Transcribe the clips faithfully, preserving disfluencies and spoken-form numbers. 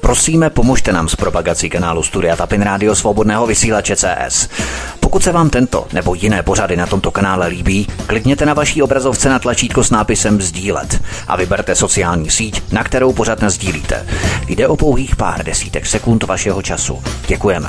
Prosíme, pomožte nám s propagací kanálu Studia Tapin Rádio Svobodného vysílače C S. Pokud se vám tento nebo jiné pořady na tomto kanále líbí, klikněte na vaší obrazovce na tlačítko s nápisem sdílet a vyberte sociální síť, na kterou pořad nasdílíte. Jde o pouhých pár desítek sekund vašeho času. Děkujeme.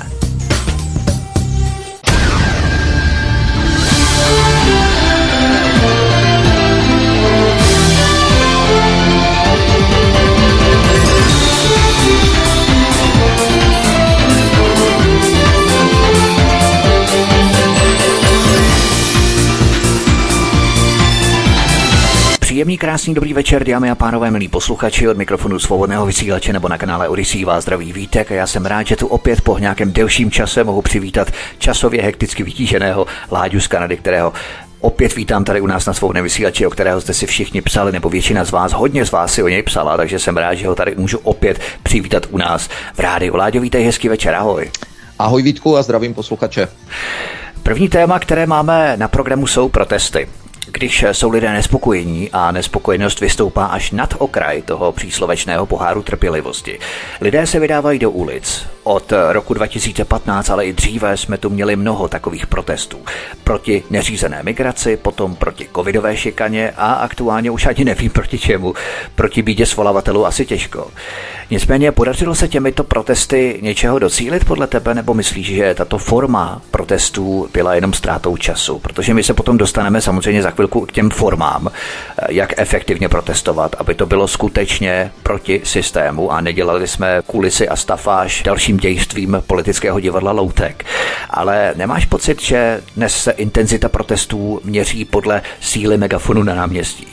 Příjemný, krásný, dobrý večer, dámy a pánové, milí posluchači, od mikrofonu Svobodného vysílače nebo na kanále Odyssey vás zdraví Vítek a já jsem rád, že tu opět po nějakém delším čase mohu přivítat časově hekticky vytíženého Láďu z Kanady, kterého opět vítám tady u nás na Svobodném vysílači, o kterého jste si všichni psali, nebo většina z vás, hodně z vás si o něj psala, takže jsem rád, že ho tady můžu opět přivítat u nás v rádiu. Láďo, vítej, hezký večer, ahoj. Ahoj Vítku a zdravím posluchače. První téma, které máme na programu, jsou protesty. Když jsou lidé nespokojení a nespokojenost vystoupá až nad okraj toho příslovečného poháru trpělivosti. Lidé se vydávají do ulic. Od roku dva tisíce patnáct, ale i dříve jsme tu měli mnoho takových protestů. Proti neřízené migraci, potom proti covidové šikaně a aktuálně už ani nevím proti čemu. Proti bídě svolavatelů asi těžko. Nicméně podařilo se těmito protesty něčeho docílit podle tebe, nebo myslíš, že tato forma protestů byla jenom ztrátou času? Protože my se potom dostaneme samozřejmě za chvilku k těm formám, jak efektivně protestovat, aby to bylo skutečně proti systému a nedělali jsme kulisy a stafáž dalším dějstvím politického divadla loutek. Ale nemáš pocit, že dnes se intenzita protestů měří podle síly megafonu na náměstí?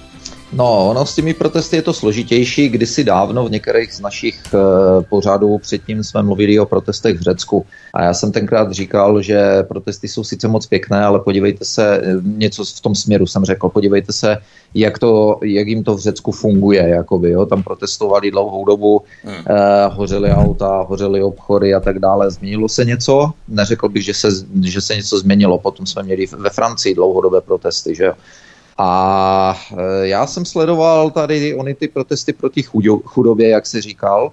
No, ono s těmi protesty je to složitější. Kdysi dávno v některých z našich e, pořadů předtím jsme mluvili o protestech v Řecku. A já jsem tenkrát říkal, že protesty jsou sice moc pěkné, ale podívejte se, něco v tom směru jsem řekl, podívejte se, jak, to, jak jim to v Řecku funguje. Jakoby, jo? Tam protestovali dlouhou dobu, hmm. e, hořely auta, hořely obchody a tak dále. Změnilo se něco? Neřekl bych, že se, že se něco změnilo. Potom jsme měli ve Francii dlouhodobé protesty, že jo. A já jsem sledoval tady ony ty protesty proti chudobě, jak jsi říkal,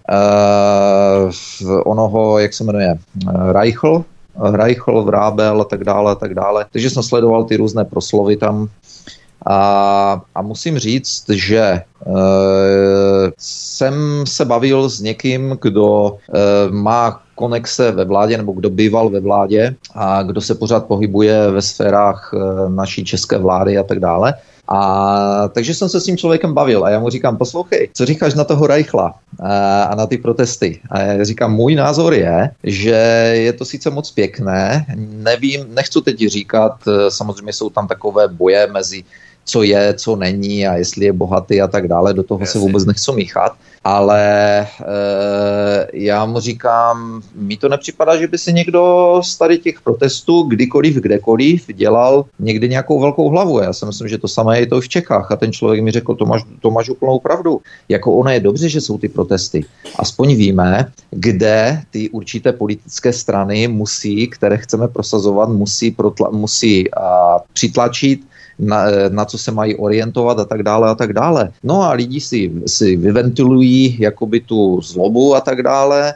uh, onoho, jak se jmenuje, Reichl, Reichl, Vrábel a tak dále, a tak dále. Takže jsem sledoval ty různé proslovy tam a, a musím říct, že uh, jsem se bavil s někým, kdo uh, má konexe ve vládě, nebo kdo býval ve vládě a kdo se pořád pohybuje ve sférách naší české vlády a tak dále. A takže jsem se s tím člověkem bavil a já mu říkám, poslouchej, co říkáš na toho Reichla a, a na ty protesty? A já říkám, můj názor je, že je to sice moc pěkné, nevím, nechci teď říkat, samozřejmě jsou tam takové boje mezi co je, co není a jestli je bohatý a tak dále, do toho Jasně. se vůbec nechci míchat, ale e, já mu říkám, mi to nepřipadá, že by si někdo z tady těch protestů kdykoliv, kdekoliv dělal někdy nějakou velkou hlavu. Já si myslím, že to samé je to v Čechách a ten člověk mi řekl, to máš, to máš úplnou pravdu. Jako ono je dobře, že jsou ty protesty. Aspoň víme, kde ty určité politické strany musí, které chceme prosazovat, musí, protla- musí a, přitlačit, Na, na co se mají orientovat a tak dále a tak dále. No a lidi si, si vyventilují jakoby tu zlobu a tak dále. E,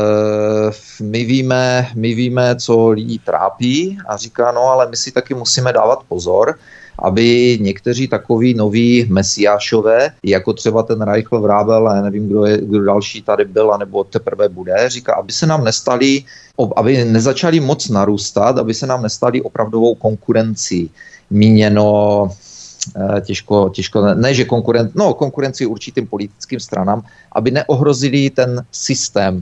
my víme, my víme, co lidi trápí a říká, no ale my si taky musíme dávat pozor, aby někteří takoví noví mesiášové, jako třeba ten Reichl, Vrábel, a já nevím, kdo, je, kdo další tady byl, anebo teprve bude, říká, aby se nám nestali, aby nezačali moc narůstat, aby se nám nestali opravdovou konkurencí. Míněno těžko, těžko, ne, že konkurent, no konkurenci určitým politickým stranám, aby neohrozili ten systém,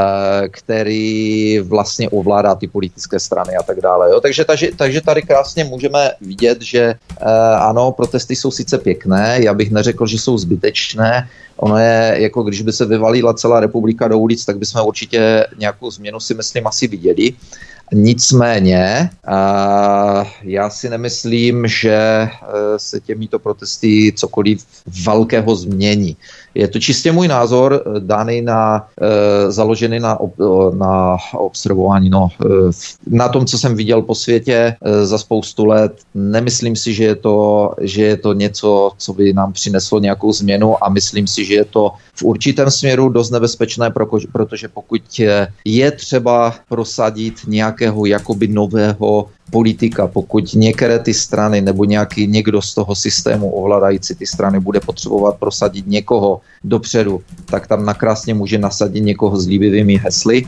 který vlastně ovládá ty politické strany a tak dále. Jo? Takže, takže, takže tady krásně můžeme vidět, že ano, protesty jsou sice pěkné, já bych neřekl, že jsou zbytečné. Ono je, jako když by se vyvalila celá republika do ulic, tak bychom určitě nějakou změnu si myslím asi viděli. Nicméně uh, já si nemyslím, že uh, se těmito protesty cokoliv velkého změní. Je to čistě můj názor, daný na, e, založený na, ob, na observování, no, e, na tom, co jsem viděl po světě e, za spoustu let. Nemyslím si, že je, to, že je to něco, co by nám přineslo nějakou změnu a myslím si, že je to v určitém směru dost nebezpečné, protože pokud je třeba prosadit nějakého jakoby nového politika, pokud některé ty strany nebo nějaký někdo z toho systému ovládající ty strany bude potřebovat prosadit někoho dopředu, tak tam nakrásně může nasadit někoho s líbivými hesly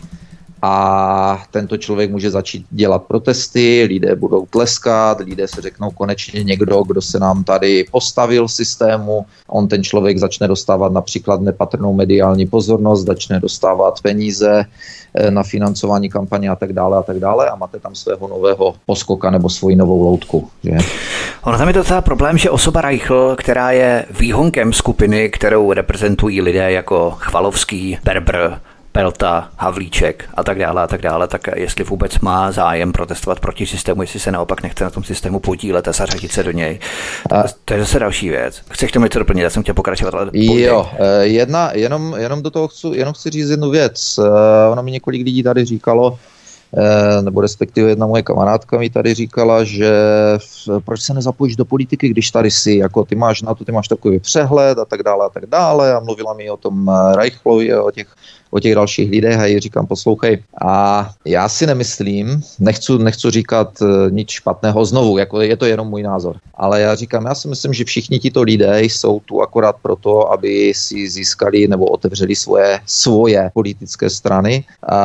a tento člověk může začít dělat protesty, lidé budou tleskat, lidé se řeknou konečně někdo, kdo se nám tady postavil systému, on ten člověk začne dostávat například nepatrnou mediální pozornost, začne dostávat peníze na financování kampaně a tak dále a tak dále a máte tam svého nového poskoka nebo svoji novou loutku. Že? Ono tam je docela problém, že osoba Reichl, která je výhonkem skupiny, kterou reprezentují lidé jako Chvalovský, Berber, Pelta, Havlíček a tak dále a tak dále, tak jestli vůbec má zájem protestovat proti systému, jestli se naopak nechce na tom systému podílet a zařadit se do něj. A to je zase další věc. Chci k tomu něco doplnit, já jsem chtěl pokračovat, ale pojďte. Jo, jedna, jenom, jenom do toho chci, jenom chci říct jednu věc. Ono mi několik lidí tady říkalo, nebo respektive jedna moje kamarádka mi tady říkala, že proč se nezapojíš do politiky, když tady si, jako ty máš na to, ty máš takový přehled a tak dále a tak dále a mluvila mi o tom Reichlovi, o těch o těch dalších lidech a jí říkám, poslouchej, a já si nemyslím, nechci, nechci říkat nic špatného znovu, jako je to jenom můj názor, ale já říkám, já si myslím, že všichni tito lidé jsou tu akorát proto, aby si získali nebo otevřeli svoje, svoje politické strany a,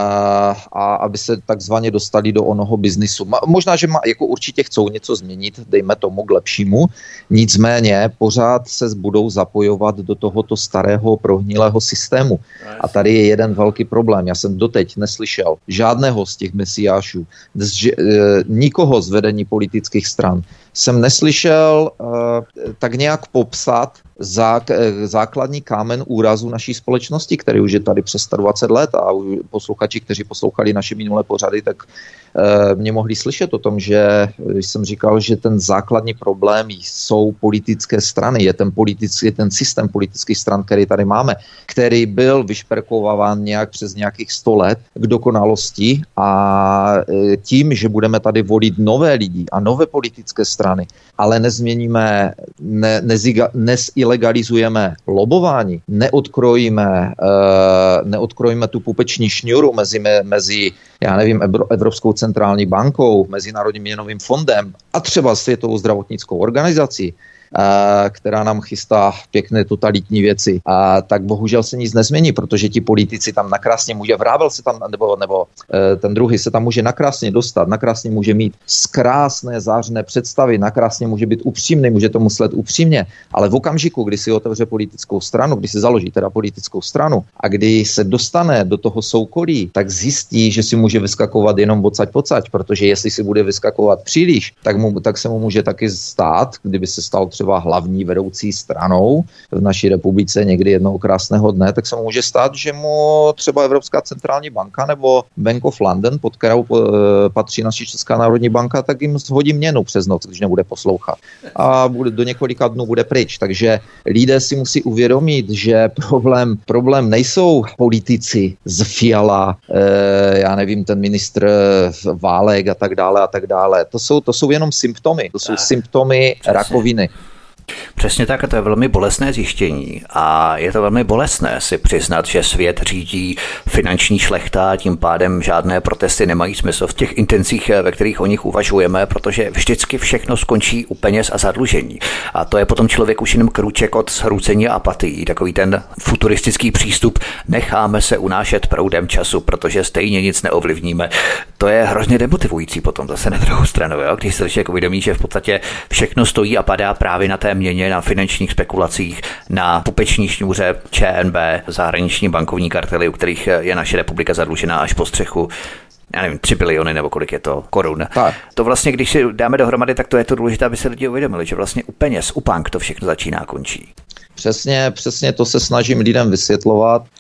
a aby se takzvaně dostali do onoho biznisu. Možná, že má, jako určitě chcou něco změnit, dejme tomu k lepšímu, nicméně pořád se budou zapojovat do tohoto starého prohnilého systému. A tady je jeden velký problém. Já jsem doteď neslyšel žádného z těch mesiášů, z, e, nikoho z vedení politických stran. Jsem neslyšel e, tak nějak popsat zák, e, základní kámen úrazu naší společnosti, který už je tady přes sto dvacet let a posluchači, kteří poslouchali naše minulé pořady, tak e, mě mohli slyšet o tom, že jsem říkal, že ten základní problém jsou politické strany, je ten, politický, je ten systém politických stran, který tady máme, který byl vyšperkováván nějak přes nějakých sto let k dokonalosti a e, tím, že budeme tady volit nové lidi a nové politické strany, ale nezměníme, ne, neziga, nezilegalizujeme lobování, neodkrojíme, uh, neodkrojíme tu pupeční šňůru mezi, mezi já nevím, Evropskou centrální bankou, Mezinárodním měnovým fondem a třeba Světovou zdravotnickou organizací, která nám chystá pěkné totalitní věci. A tak bohužel se nic nezmění, protože ti politici tam nakrásně může, Vrável se tam, nebo, nebo ten druhý se tam může nakrásně dostat, nakrásně může mít krásné zářné představy, nakrásně může být upřímný, může to myslet upřímně, ale v okamžiku, kdy si otevře politickou stranu, kdy si založí teda politickou stranu a kdy se dostane do toho soukolí, tak zjistí, že si může vyskakovat jenom odsaď pocať, protože jestli si bude vyskakovat příliš, tak, mu, tak se mu může taky stát, kdyby se stal třeba hlavní vedoucí stranou v naší republice někdy jednoho krásného dne, tak se může stát, že mu třeba Evropská centrální banka nebo Bank of London, pod kterou patří naši Česká národní banka, tak jim shodí měnu přes noc, když nebude poslouchat. A bude, do několika dnů bude pryč. Takže lidé si musí uvědomit, že problém, problém nejsou politici z Fiala, eh, já nevím, ten ministr Válek a tak dále a tak dále. To jsou, to jsou jenom symptomy. To jsou tak. symptomy Přesně. rakoviny. Přesně tak, a to je velmi bolestné zjištění a je to velmi bolestné si přiznat, že svět řídí finanční šlechta a tím pádem žádné protesty nemají smysl v těch intencích, ve kterých o nich uvažujeme, protože vždycky všechno skončí u peněz a zadlužení. A to je potom člověk už jenom krůček od zhroucení a apatií, takový ten futuristický přístup, necháme se unášet proudem času, protože stejně nic neovlivníme. To je hrozně demotivující potom zase na druhou stranu, jo? Když se člověk uvědomí, že v podstatě všechno stojí a padá právě na té měně, na finančních spekulacích, na pupeční šňůře ČNB, zahraniční bankovní kartely, u kterých je naše republika zadlužená až po střechu, já nevím, tři biliony nebo kolik je to korun. Tak. To vlastně, když si dáme dohromady, tak to je to důležité, aby se lidi uvědomili, že vlastně u peněz, u bank to všechno začíná a končí. Přesně, přesně to se snažím lidem vysvětlovat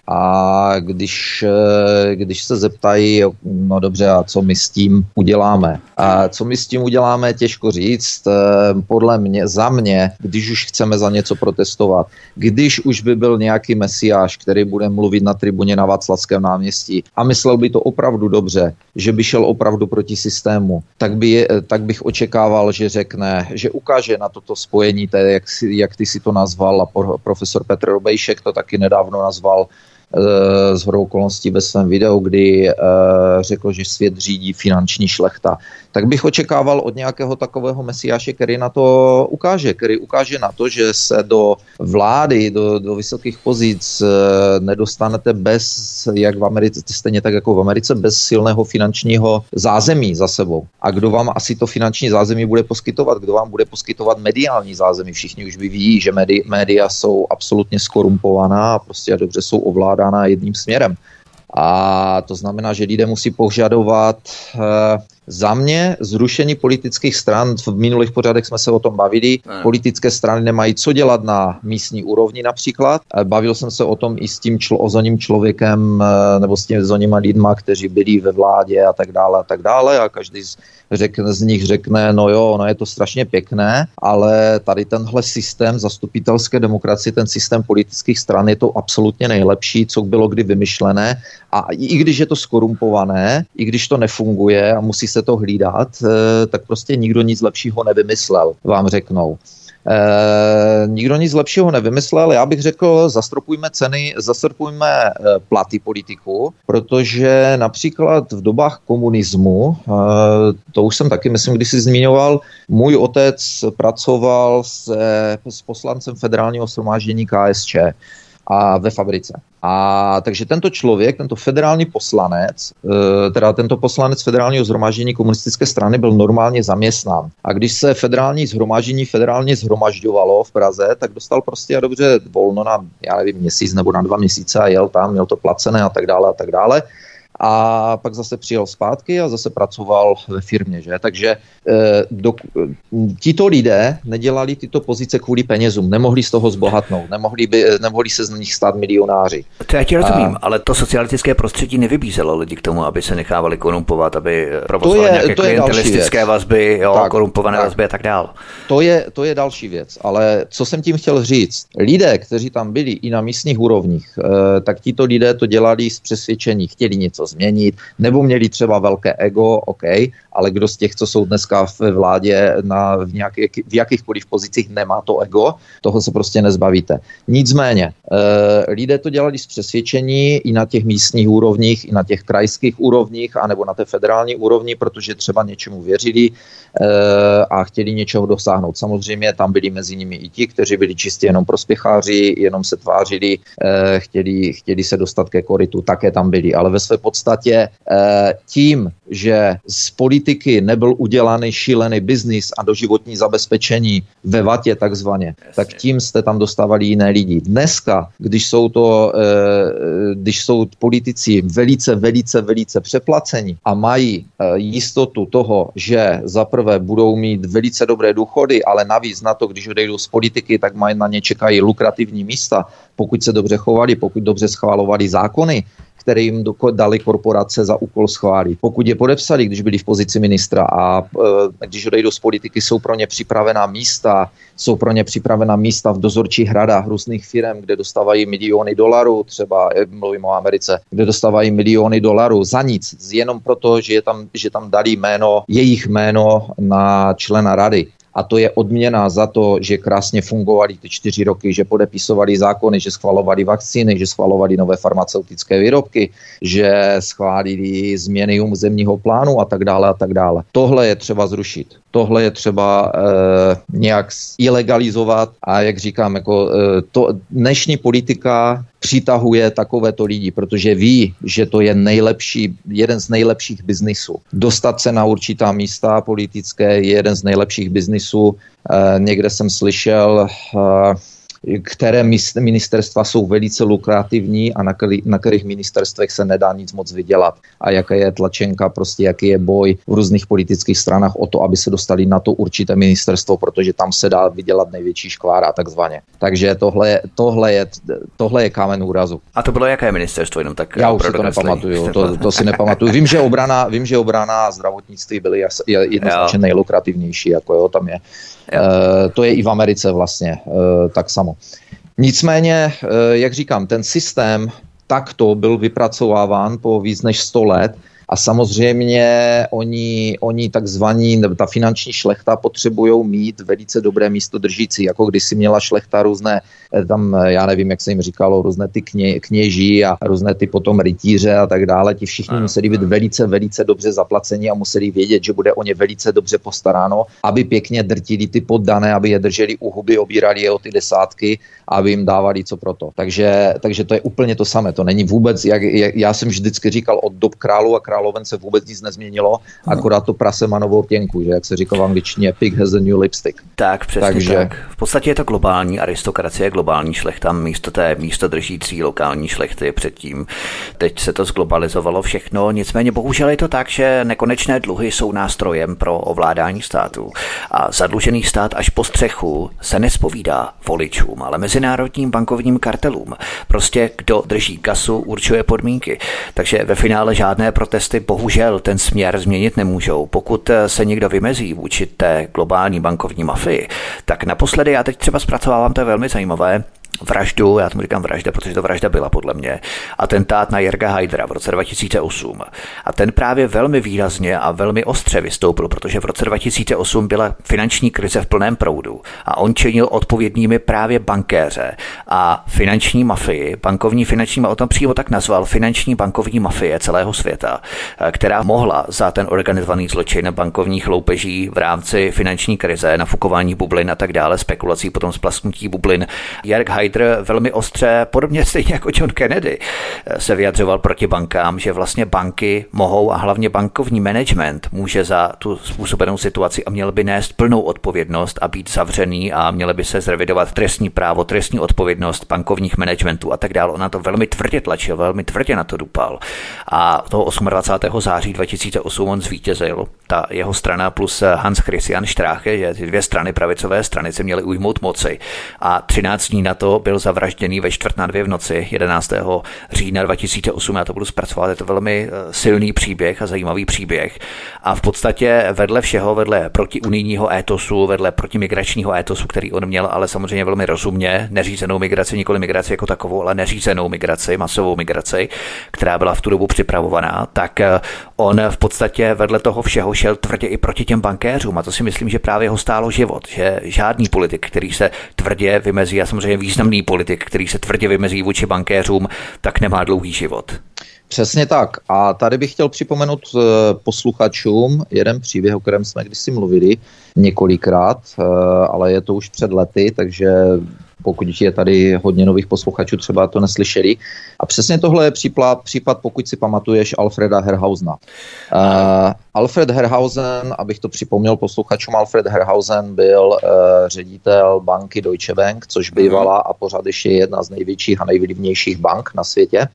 A když, když se zeptají, no dobře, a co my s tím uděláme? A co my s tím uděláme, těžko říct. Podle mě, za mě, když už chceme za něco protestovat, když už by byl nějaký mesiáš, který bude mluvit na tribuně na Václavském náměstí a myslel by to opravdu dobře, že by šel opravdu proti systému, tak, by, tak bych očekával, že řekne, že ukáže na toto spojení, té, jak, si, jak ty si to nazval, a profesor Petr Robejšek to taky nedávno nazval z shodou okolností ve svém videu, kdy uh, řekl, že svět řídí finanční šlechta. Tak bych očekával od nějakého takového mesiáše, který na to ukáže, který ukáže na to, že se do vlády, do, do vysokých pozic uh, nedostanete bez, jak v Americe, stejně tak jako v Americe, bez silného finančního zázemí za sebou. A kdo vám asi to finanční zázemí bude poskytovat? Kdo vám bude poskytovat mediální zázemí? Všichni už by ví, že médi, média jsou absolutně skorumpovaná a prostě dobře jsou ovládána jedním směrem. A to znamená, že lidé musí požadovat e, za mě zrušení politických stran. V minulých pořadech jsme se o tom bavili. Ne. Politické strany nemají co dělat na místní úrovni například. E, bavil jsem se o tom i s tím člo, ozoným člověkem e, nebo s těmi ozonýma lidma, kteří byli ve vládě a tak dále a tak dále a každý z, řekne, z nich řekne, no jo, no je to strašně pěkné, ale tady tenhle systém zastupitelské demokracie, ten systém politických stran je to absolutně nejlepší, co bylo kdy vymyšlené. A i když je to skorumpované, i když to nefunguje a musí se to hlídat, tak prostě nikdo nic lepšího nevymyslel, vám řeknou. E, nikdo nic lepšího nevymyslel, já bych řekl, zastropujme ceny, zastropujme platy politiků, protože například v dobách komunismu, e, to už jsem taky, myslím, když si zmiňoval, můj otec pracoval se, s poslancem federálního shromáždění K S Č a ve fabrice. A takže tento člověk, tento federální poslanec, teda tento poslanec federálního shromáždění komunistické strany byl normálně zaměstnán. A když se federální shromáždění federálně shromažďovalo v Praze, tak dostal prostě a dobře volno na, já nevím, měsíc nebo na dva měsíce a jel tam, měl to placené a tak dále a tak dále. A pak zase přijel zpátky a zase pracoval ve firmě, že? Takže e, do, tito lidé nedělali tyto pozice kvůli penězům, nemohli z toho zbohatnout, nemohli, by, nemohli se z nich stát milionáři. To já ti rozumím, a, ale to socialistické prostředí nevybízelo lidi k tomu, aby se nechávali korumpovat, aby provozovali nějaké klientelistické vazby, jo, tak, korumpované tak, vazby a tak dále. To je, to je další věc, ale co jsem tím chtěl říct, lidé, kteří tam byli i na místních úrovních, e, tak tito lidé to dělali z přesvědčení, chtěli něco změnit, nebo měli třeba velké ego, OK, ale kdo z těch, co jsou dneska ve vládě na, v, nějaký, v jakýchkoliv pozicích, nemá to ego, toho se prostě nezbavíte. Nicméně, e, lidé to dělali z přesvědčení i na těch místních úrovních, i na těch krajských úrovních, anebo na té federální úrovni, protože třeba něčemu věřili e, a chtěli něčeho dosáhnout. Samozřejmě tam byli mezi nimi i ti, kteří byli čistě jenom prospěcháři, jenom se tvářili, e, chtěli, chtěli se dostat ke korytu, také tam byli, ale ve své podstatě tím, že z politiky nebyl udělaný šílený biznis a doživotní zabezpečení ve vatě takzvaně, tak tím jste tam dostávali jiné lidi. Dneska, když jsou to, když jsou politici velice, velice, velice přeplaceni a mají jistotu toho, že zaprvé budou mít velice dobré důchody, ale navíc na to, když odejdou z politiky, tak mají na ně čekají lukrativní místa, pokud se dobře chovali, pokud dobře schvalovali zákony, které jim dali korporace za úkol schválit. Pokud je podepsali, když byli v pozici ministra a e, když odejdou z politiky, jsou pro ně připravená místa, jsou pro ně připravená místa v dozorčích radách různých firm, kde dostávají miliony dolarů, třeba mluvím o Americe, kde dostávají miliony dolarů za nic, jenom proto, že, je tam, že tam dali jméno, jejich jméno na člena rady. A to je odměna za to, že krásně fungovali ty čtyři roky, že podepisovali zákony, že schvalovali vakcíny, že schvalovali nové farmaceutické výrobky, že schválili změny územního plánu a tak dále a tak dále. Tohle je třeba zrušit. Tohle je třeba e, nějak ilegalizovat a jak říkám, jako e, to dnešní politika přitahuje takovéto lidi, protože ví, že to je nejlepší, jeden z nejlepších biznisů. Dostat se na určitá místa politické je jeden z nejlepších biznisů. E, někde jsem slyšel, e, které ministerstva jsou velice lukrativní a na, který, na kterých ministerstvech se nedá nic moc vydělat. A jaká je tlačenka, prostě jaký je boj v různých politických stranách o to, aby se dostali na to určité ministerstvo, protože tam se dá vydělat největší škvára takzvaně. Takže tohle, tohle, je, tohle je kámen úrazu. A to bylo jaké ministerstvo? Jenom tak Já už si to nepamatuju, to, to si nepamatuju. Vím, že obrana, vím, že obrana a zdravotnictví byly jednoznačně nejlukrativnější, jako jo, tam je. E, to je i v Americe vlastně e, tak samo. Nicméně, e, jak říkám, ten systém takto byl vypracováván po víc než sto let. A samozřejmě oni, oni takzvaní, nebo ta finanční šlechta potřebují mít velice dobré místo držící, jako když si měla šlechta různé, tam já nevím, jak se jim říkalo, různé ty kně, kněží a různé ty potom rytíře a tak dále, ti všichni museli být velice, velice dobře zaplaceni a museli vědět, že bude o ně velice dobře postaráno, aby pěkně drtili ty poddané, aby je drželi u huby, obírali je o ty desátky, aby jim dávali co proto. Takže, takže to je úplně to samé, to není vůbec, jak, jak já jsem vždycky říkal, od dob králů a královen se vůbec nic nezměnilo, akorát to prase má novou pěnku, že jak se říká v angličtině, pig has a new lipstick. Tak, přesně Takže... tak. V podstatě je to globální aristokracie, globální šlechta, místo té místo držící lokální šlechty předtím. Teď se to zglobalizovalo všechno, nicméně bohužel je to tak, že nekonečné dluhy jsou nástrojem pro ovládání státu. A zadlužený stát až po střechu se nespovídá voličům, ale mezinárodním bankovním kartelům. Prostě kdo drží kasu, určuje podmínky. Takže ve finále žádné protesty bohužel ten směr změnit nemůžou. Pokud se někdo vymezí vůči té globální bankovní mafii, tak naposledy, já teď třeba zpracovávám, to je velmi zajímavé, vraždu, já tomu říkám vražda, protože to vražda byla podle mě, atentát na Jörga Haidera v roce dva tisíce osm. A ten právě velmi výrazně a velmi ostře vystoupil, protože v roce dva tisíce osm byla finanční krize v plném proudu a on činil odpovědnými právě bankéře a finanční mafii, bankovní finanční, o tom přímo tak nazval, finanční bankovní mafie celého světa, která mohla za ten organizovaný zločin bankovních loupeží v rámci finanční krize, nafukování bublin a tak dále, spekulací, potom splasknutí bublin. Jörg Haider velmi ostře, podobně stejně jako John Kennedy, se vyjadřoval proti bankám, že vlastně banky mohou a hlavně bankovní management může za tu způsobenou situaci a měl by nést plnou odpovědnost a být zavřený a měly by se zrevidovat trestní právo, trestní odpovědnost bankovních managementů a tak dále. On na to velmi tvrdě tlačil, velmi tvrdě na to dupal. A toho dvacátého osmého září dva tisíce osm on zvítězil. Ta jeho strana plus Hans Christian Strache, že ty dvě strany, pravicové strany, se měly ujmout moci. A třináct dní na to byl zavražděný ve čtvrt na dvě v noci jedenáctého října dva tisíce osm. Já to budu zpracovat, je to velmi silný příběh a zajímavý příběh. A v podstatě vedle všeho, vedle protiunijního étosu, vedle protimigračního étosu, který on měl, ale samozřejmě velmi rozumně, neřízenou migraci, nikoli migraci jako takovou, ale neřízenou migraci, masovou migraci, která byla v tu dobu připravovaná, tak on v podstatě vedle toho všeho šel tvrdě i proti těm bankéřům. A to si myslím, že právě ho stálo život, že žádný politik, který se tvrdě vymezí, a samozřejmě významný politik, který se tvrdě vymezí vůči bankéřům, tak nemá dlouhý život. Přesně tak. A tady bych chtěl připomenout posluchačům jeden příběh, o kterém jsme kdysi mluvili několikrát, ale je to už před lety, takže pokud je tady hodně nových posluchačů, třeba to neslyšeli. A přesně tohle je případ, případ pokud si pamatuješ, Alfreda Herhausena. Uh, Alfred Herhausen, abych to připomněl posluchačům, Alfred Herhausen byl uh, ředitel banky Deutsche Bank, což bývala a pořád ještě jedna z největších a nejvlivnějších bank na světě.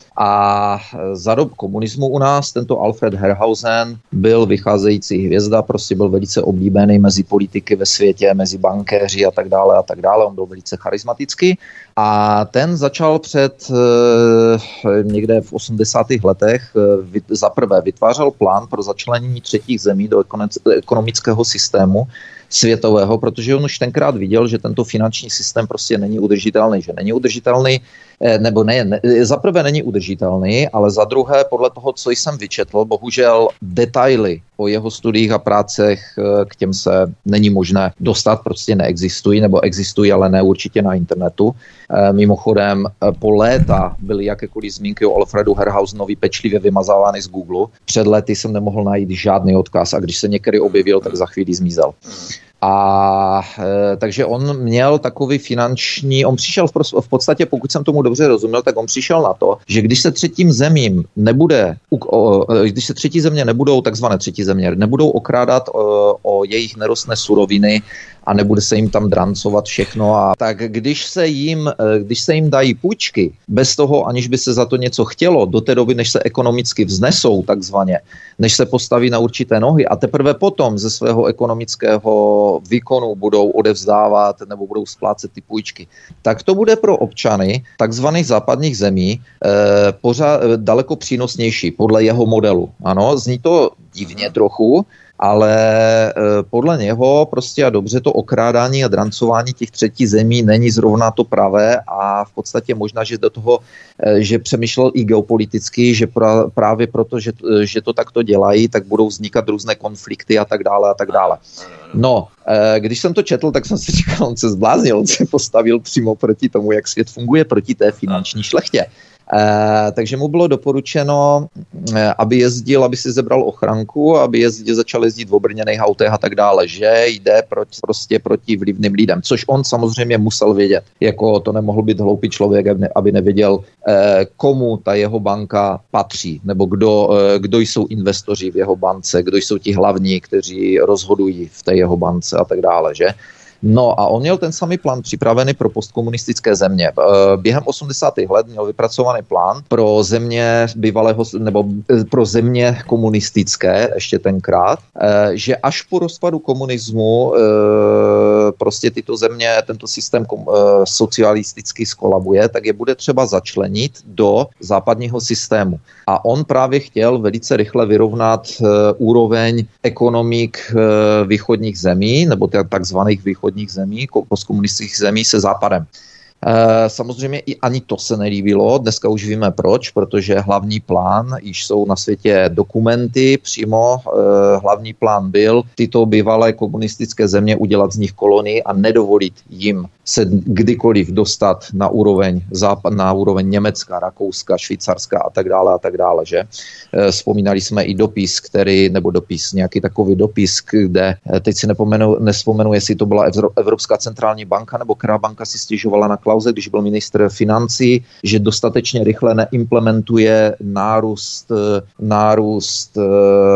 A za dob komunismu u nás tento Alfred Herhausen byl vycházející hvězda, prostě byl velice oblíbený mezi politiky ve světě, mezi bankéři a tak dále a tak dále. On byl velice charismatický a ten začal před e, někde v osmdesátých letech e, zaprvé vytvářel plán pro začlenění třetích zemí do ekonomického systému světového, protože on už tenkrát viděl, že tento finanční systém prostě není udržitelný, že není udržitelný, nebo ne, ne za prvé není udržitelný, ale za druhé, podle toho, co jsem vyčetl, bohužel detaily o jeho studiích a prácech, k těm se není možné dostat, prostě neexistují, nebo existují, ale ne určitě na internetu. Mimochodem, po léta byly jakékoliv zmínky o Alfredu Herhausenovi pečlivě vymazávány z Google. Před lety jsem nemohl najít žádný odkaz a když se některý objevil, tak za chvíli zmizel. A e, takže on měl takový finanční, on přišel v, v podstatě, pokud jsem tomu dobře rozuměl, tak on přišel na to, že když se třetím zemím nebude, o, když se třetí země nebudou, takzvané třetí země, nebudou okrádat o, o jejich nerostné suroviny a nebude se jim tam drancovat všechno, a tak když se jim, když se jim dají půjčky, bez toho, aniž by se za to něco chtělo, do té doby, než se ekonomicky vznesou, takzvaně, než se postaví na určité nohy a teprve potom ze svého ekonomického výkonu budou odevzdávat nebo budou splácet ty půjčky, tak to bude pro občany takzvaných západních zemí eh, pořád, eh, daleko přínosnější podle jeho modelu. Ano, zní to divně trochu, ale e, podle něho prostě a dobře to okrádání a drancování těch třetí zemí není zrovna to pravé a v podstatě možná, že do toho, e, že přemýšlel i geopoliticky, že pra, právě proto, že, že to takto dělají, tak budou vznikat různé konflikty a tak dále a tak dále. No, e, když jsem to četl, tak jsem si říkal, on se zbláznil, on se postavil přímo proti tomu, jak svět funguje, proti té finanční šlechtě. Eh, takže mu bylo doporučeno, eh, aby jezdil, aby si zebral ochranku, aby jezdil, začal jezdit v obrněných autech a tak dále, že jde proti, prostě proti vlivným lidem, což on samozřejmě musel vědět. Jako to nemohl být hloupý člověk, aby nevěděl, eh, komu ta jeho banka patří, nebo kdo, eh, kdo jsou investoři v jeho bance, kdo jsou ti hlavní, kteří rozhodují v té jeho bance a tak dále, že? No a on měl ten samý plán připravený pro postkomunistické země. Během osmdesátých let měl vypracovaný plán pro země bývalého, nebo pro země komunistické, ještě tenkrát, že až po rozpadu komunismu prostě tyto země, tento systém socialisticky skolabuje, tak je bude třeba začlenit do západního systému. A on právě chtěl velice rychle vyrovnat úroveň ekonomik východních zemí, nebo takzvaných východních zemí, postkomunistických zemí se západem. E, samozřejmě i ani to se nelíbilo, dneska už víme proč, protože hlavní plán, již jsou na světě dokumenty přímo, e, hlavní plán byl tyto bývalé komunistické země udělat z nich kolonii a nedovolit jim se kdykoliv dostat na úroveň, západ, na úroveň Německa, Rakouska, Švýcarska a tak dále a tak dále, že? E, vzpomínali jsme i dopis, který, nebo dopis, nějaký takový dopis, kde, teď si nepomenu, nespomenu, jestli to byla Evropská centrální banka, nebo která banka si stěžovala na Klause, když byl ministr financí, že dostatečně rychle neimplementuje nárůst, nárůst uh,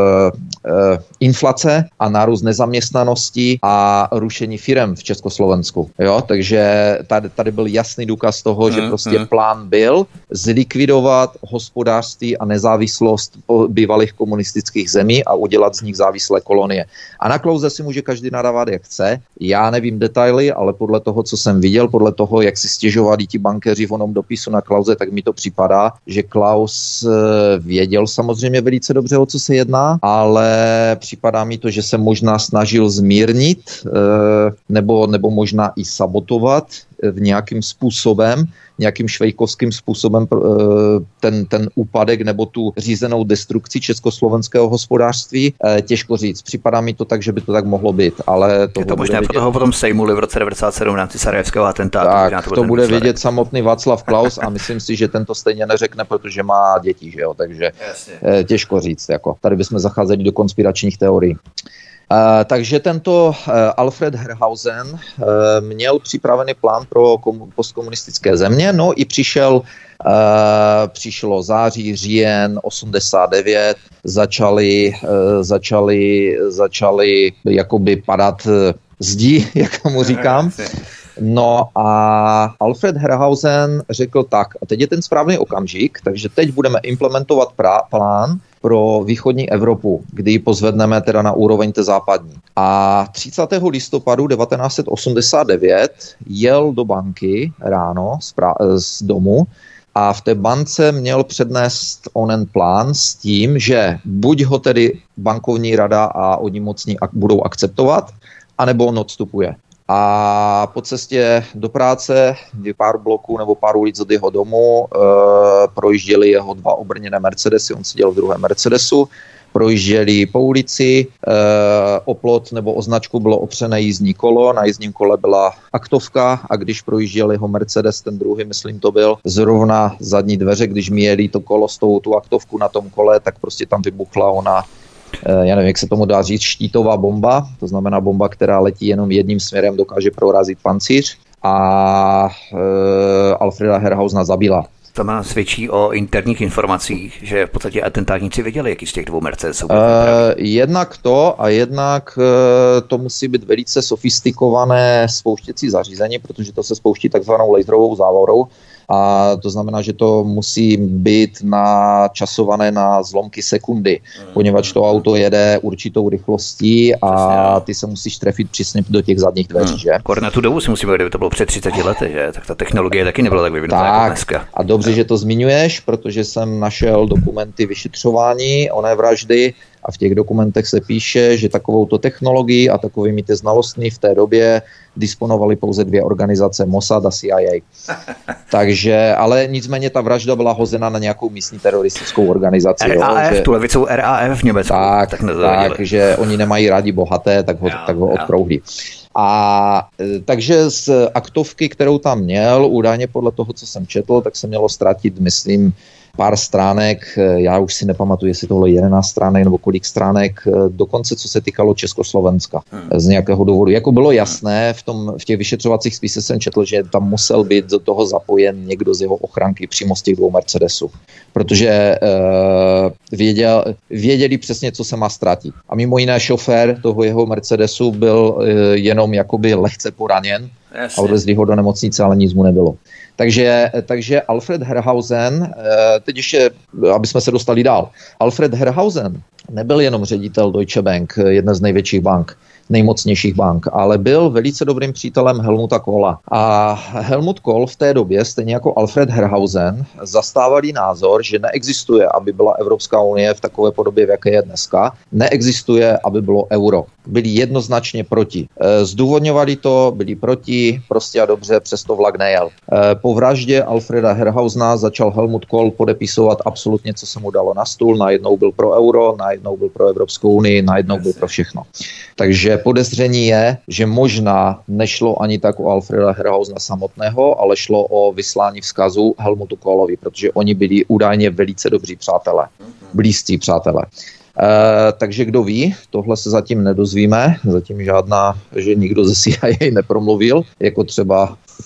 uh, inflace a nárůst nezaměstnanosti a rušení firem v Československu. Jo? Takže tady, tady byl jasný důkaz toho, že prostě plán byl zlikvidovat hospodářství a nezávislost bývalých komunistických zemí a udělat z nich závislé kolonie. A na Klause si může každý nadávat, jak chce. Já nevím detaily, ale podle toho, co jsem viděl, podle toho, jak si stěžovali ti bankéři v onom dopisu na Klause, tak mi to připadá, že Klaus věděl samozřejmě velice dobře, o co se jedná, ale připadá mi to, že se možná snažil zmírnit nebo, nebo možná i sabotovat v nějakým způsobem, nějakým švejkovským způsobem ten, ten úpadek nebo tu řízenou destrukci československého hospodářství. Těžko říct. Připadá mi to tak, že by to tak mohlo být, ale to je to možné, proto ho potom sejmuli v roce devadesát sedm v rámci sarajevského atentátu. Tak, to, to bude vědět samotný Václav Klaus a myslím si, že ten to stejně neřekne, protože má děti, že jo, takže Jasně. těžko říct. Jako. Tady bychom zacházeli do konspiračních teorií. Uh, takže tento uh, Alfred Herrhausen uh, měl připravený plán pro komu- postkomunistické země, no i přišel, uh, přišlo září, říjen osmdesát devět, začaly, uh, začaly, začaly jakoby padat uh, zdi, jak tomu říkám. No a Alfred Herrhausen řekl tak, a teď je ten správný okamžik, takže teď budeme implementovat pra- plán pro východní Evropu, kdy ji pozvedneme teda na úroveň té západní. A třicátého listopadu devatenáct set osmdesát devět jel do banky ráno z, pra- z domu a v té bance měl přednést onen plán s tím, že buď ho tedy bankovní rada a oni mocní ak- budou akceptovat, anebo on odstupuje. A po cestě do práce, kdy pár bloků nebo pár ulic od jeho domu, e, projížděli jeho dva obrněné Mercedesy, on seděl v druhém Mercedesu, projížděli po ulici, e, o plot nebo o značku bylo opřené jízdní kolo, na jízdním kole byla aktovka a když projížděl jeho Mercedes, ten druhý, myslím to byl, zrovna zadní dveře, když měli to kolo s tou tu aktovku na tom kole, tak prostě tam vybuchla ona já nevím, jak se tomu dá říct, štítová bomba, to znamená bomba, která letí jenom jedním směrem, dokáže prorazit pancíř a e, Alfreda Herrhausena zabila. To má svědčí o interních informacích, že v podstatě atentátníci věděli, jaký z těch dvou Mercedesů byl uh, Jednak to a jednak uh, to musí být velice sofistikované spouštěcí zařízení, protože to se spouští takzvanou laserovou závorou. A to znamená, že to musí být načasované na zlomky sekundy, poněvadž to auto jede určitou rychlostí a ty se musíš trefit přesně do těch zadních dveří, že? Kor na tu dobu si musí být, kdyby to bylo před třiceti lety, že? Tak ta technologie taky nebyla tak vyvinutá jako dneska. A dobře, no. Že to zmiňuješ, protože jsem našel dokumenty vyšetřování oné vraždy a v těch dokumentech se píše, že takovouto technologii a takovými ty znalostmi v té době disponovaly pouze dvě organizace, Mossad a C I A. Takže, ale nicméně ta vražda byla hozena na nějakou místní teroristickou organizaci. R A F, jo, že, tu levicou R A F v Německu. Tak, tak, tak že oni nemají rádi bohaté, tak ho, jo, tak ho odkrouhlí. A takže z aktovky, kterou tam měl, údajně podle toho, co jsem četl, tak se mělo ztratit, myslím, pár stránek, já už si nepamatuju, jestli tohle jedenáct stránek nebo kolik stránek, dokonce co se týkalo Československa. Z nějakého důvodu. Jako bylo jasné, v, tom, v těch vyšetřovacích spisech jsem četl, že tam musel být do toho zapojen někdo z jeho ochranky přímo z těch dvou Mercedesů. Protože uh, věděl, věděli přesně, co se má ztratit. A mimo jiné šofér toho jeho Mercedesu byl uh, jenom jakoby lehce poraněn. Jasně. A odvezli ho do nemocnice, ale nic mu nebylo. Takže, takže Alfred Herrhausen, teď ještě, aby jsme se dostali dál, Alfred Herrhausen nebyl jenom ředitel Deutsche Bank, jedné z největších bank, nejmocnějších bank, ale byl velice dobrým přítelem Helmuta Kohla. A Helmut Kohl v té době, stejně jako Alfred Herrhausen, zastávali názor, že neexistuje, aby byla Evropská unie v takové podobě, v jaké je dneska. Neexistuje, aby bylo euro. Byli jednoznačně proti. Zdůvodňovali to, byli proti, prostě a dobře, přesto vlak nejel. Po vraždě Alfreda Herrhausena začal Helmut Kohl podepisovat absolutně, co se mu dalo na stůl. Najednou byl pro euro, najednou byl pro Evropskou unii, najednou byl pro všechno. Takže podezření je, že možná nešlo ani tak o Alfreda Herrhausena samotného, ale šlo o vyslání vzkazu Helmutu Kohlovi, protože oni byli údajně velice dobří přátelé, blízcí přátelé. E, takže kdo ví, tohle se zatím nedozvíme, zatím žádná, že nikdo ze C I A nepromluvil, jako třeba v,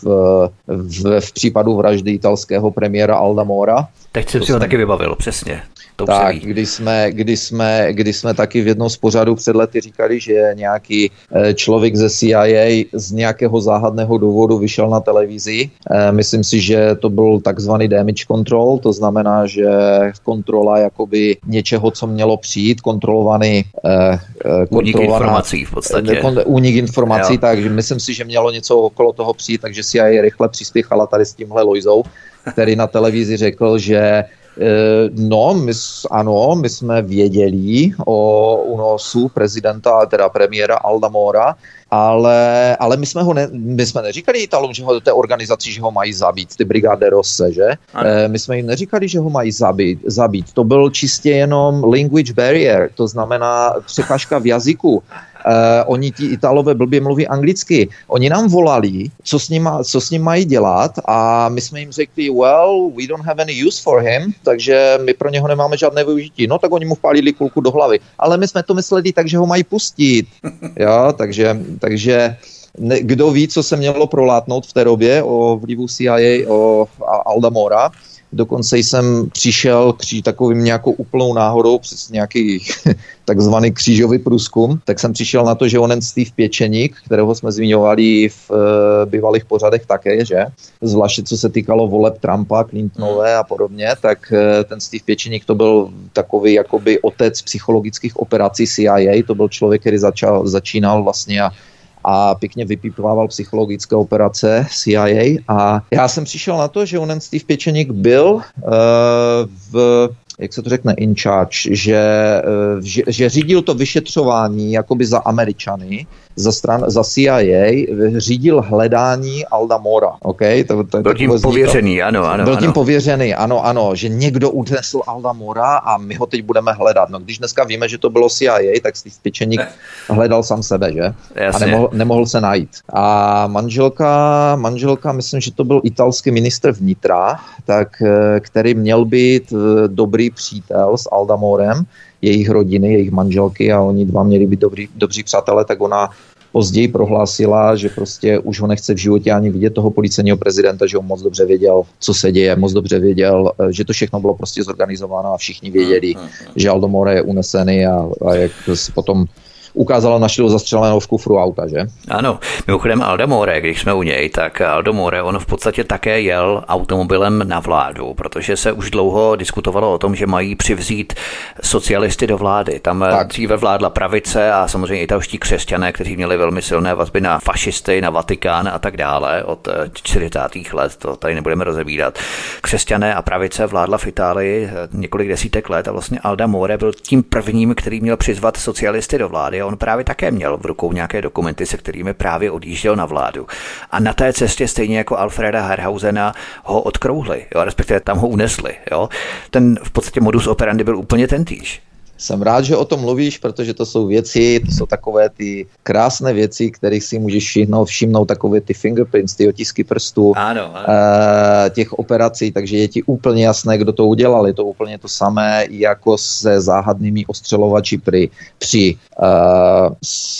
v, v případu vraždy italského premiéra Alda Mora. Teď jsem si ho taky vybavil, přesně. Tak, když jsme, když, jsme, když jsme taky v jednom z pořadů před lety říkali, že nějaký člověk ze C I A z nějakého záhadného důvodu vyšel na televizi. Myslím si, že to byl takzvaný damage control, to znamená, že kontrola jakoby něčeho, co mělo přijít, kontrolovaný únik informací v podstatě. Únik informací, takže myslím si, že mělo něco okolo toho přijít, takže C I A rychle přispěchala tady s tímhle Lojzou, který na televizi řekl, že no, my, ano, my jsme věděli o únosu prezidenta, teda premiéra Alda Mora, ale, ale my jsme ho ne, my jsme neříkali Italům, že ho té organizaci, že ho mají zabít, ty Brigade Rosse, že? E, my jsme jim neříkali, že ho mají zabít, zabít. To byl čistě jenom language barrier, to znamená překážka v jazyku. Uh, oni ti Italové blbě mluví anglicky. Oni nám volali, co s, ním, co s ním mají dělat a my jsme jim řekli, well, we don't have any use for him, takže my pro něho nemáme žádné využití. No tak oni mu vpálili kulku do hlavy. Ale my jsme to mysleli tak, že ho mají pustit. Jo, takže, takže ne, kdo ví, co se mělo prolátnout v té době o vlivu C I A, o Alda Mora. Dokonce jsem přišel kří, takovým nějakou úplnou náhodou přes nějaký takzvaný křížový průzkum, tak jsem přišel na to, že onen Steve Pěčeník, kterého jsme zmiňovali v e, bývalých pořadech také, že? Zvláště co se týkalo voleb Trumpa, Clintonové a podobně, tak e, ten Steve Pěčeník to byl takový jakoby otec psychologických operací C I A, to byl člověk, který začal, začínal vlastně a a pěkně vypípával psychologické operace C I A a já jsem přišel na to, že onen Steve Pěčeník byl uh, v, jak se to řekne, in charge, že, uh, že, že řídil to vyšetřování jakoby za Američany, za, stran, za C I A, řídil hledání Alda Mora. Okay? To, to, byl tím pověřený, ano, ano. Byl tím ano. pověřený, ano, ano, že někdo unesl Alda Mora a my ho teď budeme hledat. No když dneska víme, že to bylo C I A, tak Steve Pěčeník hledal sám sebe, že? Jasně. A nemohl, nemohl se najít. A manželka, manželka, myslím, že to byl italský ministr vnitra, tak, který měl být dobrý přítel s Alda Morem, jejich rodiny, jejich manželky a oni dva měli být dobrý, dobří přátelé, tak ona později prohlásila, že prostě už ho nechce v životě ani vidět toho policejního prezidenta, že on moc dobře věděl, co se děje, moc dobře věděl, že to všechno bylo prostě zorganizováno a všichni věděli, že Aldo Moro je unesený a, a jak se potom ukázalo, našli ho zastřelenou v kufru auta, že? Ano, mimochodem Aldo Moro, když jsme u něj, tak Aldo Moro, on v podstatě také jel automobilem na vládu, protože se už dlouho diskutovalo o tom, že mají přivzít socialisty do vlády. Tam tak. Dříve vládla pravice a samozřejmě italští křesťané, kteří měli velmi silné vazby na fašisty, na Vatikán a tak dále od čtyřicátých let, to tady nebudeme rozebírat. Křesťané a pravice vládla v Itálii několik desítek let a vlastně Aldo Moro byl tím prvním, který měl přizvat socialisty do vlády. On právě také měl v rukou nějaké dokumenty, se kterými právě odjížděl na vládu. A na té cestě, stejně jako Alfreda Herhausena, ho odkrouhli, jo, respektive tam ho unesli. Jo. Ten v podstatě modus operandi byl úplně tentýž. Jsem rád, že o tom mluvíš, protože to jsou věci, to jsou takové ty krásné věci, kterých si můžeš všimnout, všimnout takové ty fingerprints, ty otisky prstů, ano, ano. E, těch operací, takže je ti úplně jasné, kdo to udělal. Je to úplně to samé jako se záhadnými ostřelovači při, při e, s,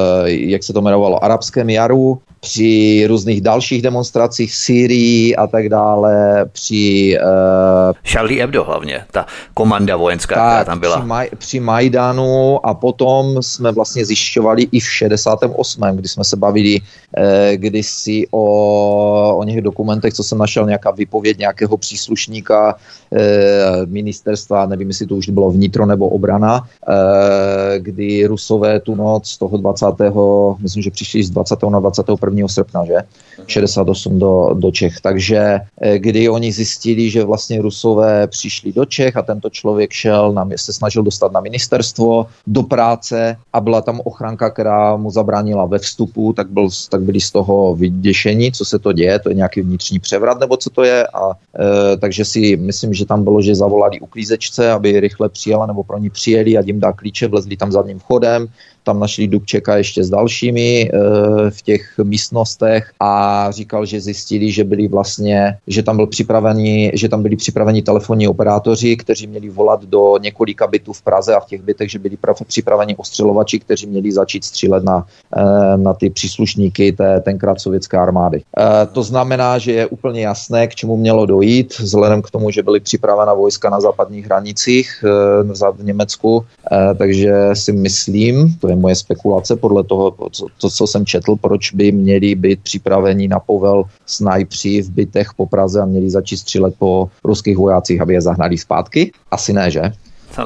jak se to jmenovalo, arabském jaru, při různých dalších demonstracích v Sýrii a tak dále, při... Uh, Charlie Hebdo hlavně, ta komanda vojenská, tak, která tam byla. Při, maj, při Majdanu a potom jsme vlastně zjišťovali i v šedesátém osmém, kdy jsme se bavili eh, kdysi o, o něch dokumentech, co jsem našel, nějaká výpověď nějakého příslušníka eh, ministerstva, nevím, jestli to už bylo vnitro nebo obrana, eh, kdy Rusové tu noc toho dvacátého myslím, že přišli z dvacátého na dvacátého prvního srpna, že? šedesát osm do, do Čech. Takže kdy oni zjistili, že vlastně Rusové přišli do Čech a tento člověk šel, na, se snažil dostat na ministerstvo, do práce a byla tam ochranka, která mu zabránila ve vstupu, tak, byl, tak byli z toho vyděšení, co se to děje, to je nějaký vnitřní převrat, nebo co to je. A, e, takže si myslím, že tam bylo, že zavolali uklízečce, aby rychle přijela, nebo pro ní přijeli a jim dá klíče, vlezli tam zadním vchodem, tam našli Dubčeka ještě s dalšími e, v těch místnostech a říkal, že zjistili, že byli vlastně, že tam byl připraveni, že tam byli připraveni telefonní operátoři, kteří měli volat do několika bytů v Praze a v těch bytech, že byli připraveni ostřelovači, kteří měli začít střílet na, e, na ty příslušníky té tenkrát sovětské armády. E, to znamená, že je úplně jasné, k čemu mělo dojít, vzhledem k tomu, že byly připravena vojska na západních hranicích e, v Německu, e, takže si myslím, to je moje spekulace podle toho, co, to, co jsem četl, proč by měli být připraveni na povel snajpři v bytech po Praze a měli začít střílet po ruských vojácích, aby je zahnali zpátky? Asi ne, že? Uh,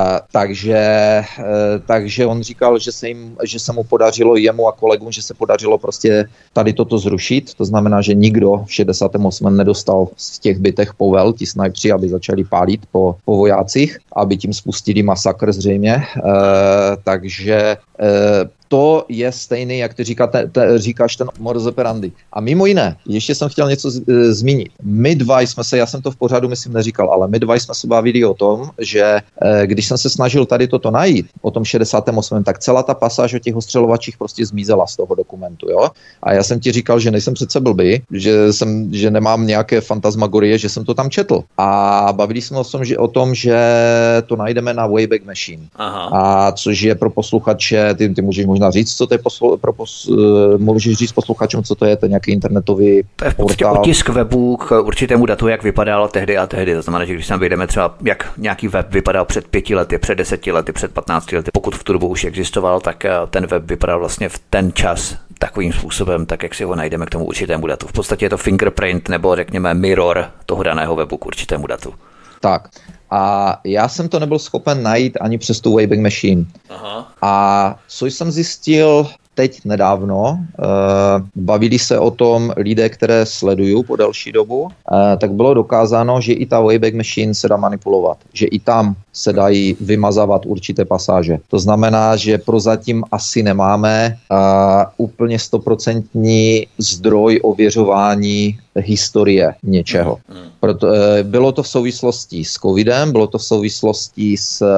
takže, uh, takže on říkal, že se, jim, že se mu podařilo jemu a kolegům, že se podařilo prostě tady toto zrušit. To znamená, že nikdo v šedesátém osmém nedostal v těch bytech povel, ti snajpři, aby začali pálit po, po vojácích, aby tím spustili masakr zřejmě. Uh, takže uh, to je stejný, jak ty říká, te, te, říkáš, ten modus operandi. A mimo jiné, ještě jsem chtěl něco z, e, zmínit. My dva jsme se, já jsem to v pořadu myslím neříkal, ale my dva jsme se bavili o tom, že e, když jsem se snažil tady toto najít, o tom šedesátém osmém tak celá ta pasáž o těch ostřelovačích prostě zmizela z toho dokumentu, jo? A já jsem ti říkal, že nejsem přece blbý, že, jsem, že nemám nějaké fantasmagorie, že jsem to tam četl. A bavili jsme o tom, že, o tom, že to najdeme na Wayback Machine. Aha. A což je pro posluchače, ty, ty můžeš možná říct, co to je poslu, pro pos, uh, můžeš říct posluchačům, co to je, to je nějaký internetový To je v podstatě portál. Otisk webu k určitému datu, jak vypadal tehdy a tehdy. To znamená, že když tam vyjdeme třeba, jak nějaký web vypadal před pěti lety, před deseti lety, před patnácti lety, pokud v tu dobu už existoval, tak ten web vypadal vlastně v ten čas takovým způsobem, tak jak si ho najdeme k tomu určitému datu. V podstatě je to fingerprint nebo řekněme mirror toho daného webu k určitému datu. Tak. A já jsem to nebyl schopen najít ani přes tu Wayback Machine. Aha. A co jsem zjistil teď nedávno, eh, bavili se o tom lidé, které sleduju po delší dobu, eh, tak bylo dokázáno, že i ta Wayback Machine se dá manipulovat. Že i tam se dají vymazávat určité pasáže. To znamená, že prozatím asi nemáme eh, úplně stoprocentní zdroj ověřování historie něčeho. Proto, eh, bylo to v souvislosti s covidem, bylo to v souvislosti s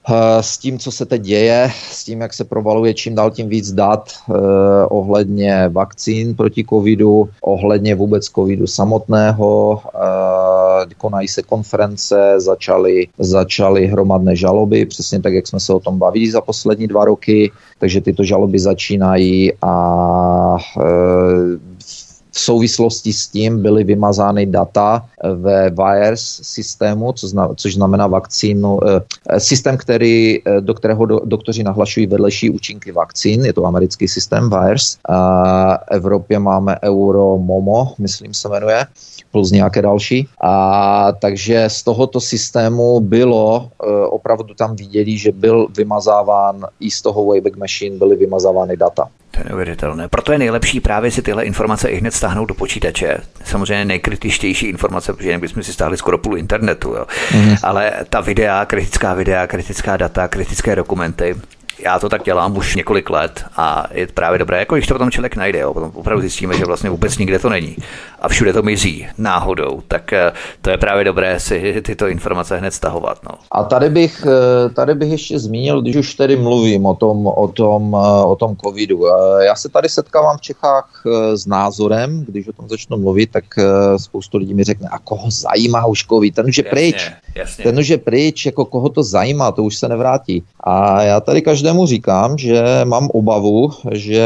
s tím, co se teď děje, s tím, jak se provaluje čím dál tím víc dat eh, ohledně vakcín proti covidu, ohledně vůbec covidu samotného, eh, konají se konference, začaly, začaly hromadné žaloby, přesně tak, jak jsme se o tom bavili za poslední dva roky, takže tyto žaloby začínají a eh, v souvislosti s tím byly vymazány data ve VAERS systému, co zna, což znamená vakcínu, eh, systém, který, do kterého do, doktoři nahlašují vedlejší účinky vakcín, je to americký systém VAERS. A v Evropě máme Euromomo, myslím se jmenuje, plus nějaké další. A takže z tohoto systému bylo eh, opravdu tam viděli, že byl vymazáván i z toho Wayback Machine byly vymazávány data. To je neuvěřitelné. Proto je nejlepší právě si tyhle informace i hned stáhnout do počítače. Samozřejmě nejkritičtější informace, protože jinak bychom si stáhli skoro půl internetu. Jo. Mm. Ale ta videa, kritická videa, kritická data, kritické dokumenty, já to tak dělám už několik let a je právě dobré, jako když to potom člověk najde, jo, potom opravdu zjistíme, že vlastně vůbec nikde to není a všude to mizí náhodou, tak to je právě dobré si tyto informace hned stahovat. No. A tady bych, tady bych ještě zmínil, když už tedy mluvím o tom, o tom, o tom covidu. Já se tady setkávám v Čechách s názorem, když o tom začnu mluvit, tak spoustu lidí mi řekne, a koho zajímá už covid, ten už je pryč, jasně. ten už je pryč, jako koho to zajímá, to už se nevrátí. A já tady každému říkám, že mám obavu, že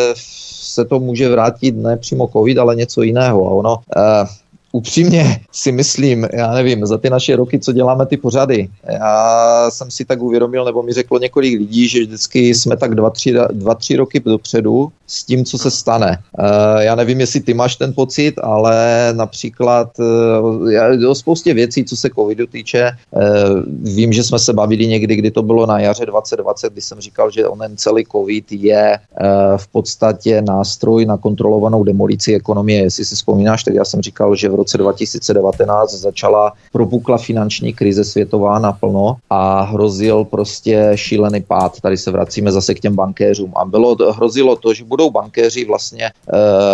se to může vrátit ne přímo covid, ale něco jiného. A ono, uh, upřímně si myslím, já nevím, za ty naše roky, co děláme ty pořady, já jsem si tak uvědomil, nebo mi řeklo několik lidí, že vždycky jsme tak dva, tři, dva, tři roky dopředu s tím, co se stane. Já nevím, jestli ty máš ten pocit, ale například já, o spoustě věcí, co se covidu týče, vím, že jsme se bavili někdy, kdy to bylo na jaře dvacet dvacet, kdy jsem říkal, že onen celý covid je v podstatě nástroj na kontrolovanou demolici ekonomie. Jestli si vzpomínáš, tak já jsem říkal, že v roce dva tisíce devatenáct začala, propukla finanční krize světová naplno a hrozil prostě šílený pád. Tady se vracíme zase k těm bankéřům. A bylo, hrozilo to, že budou bankéři vlastně e,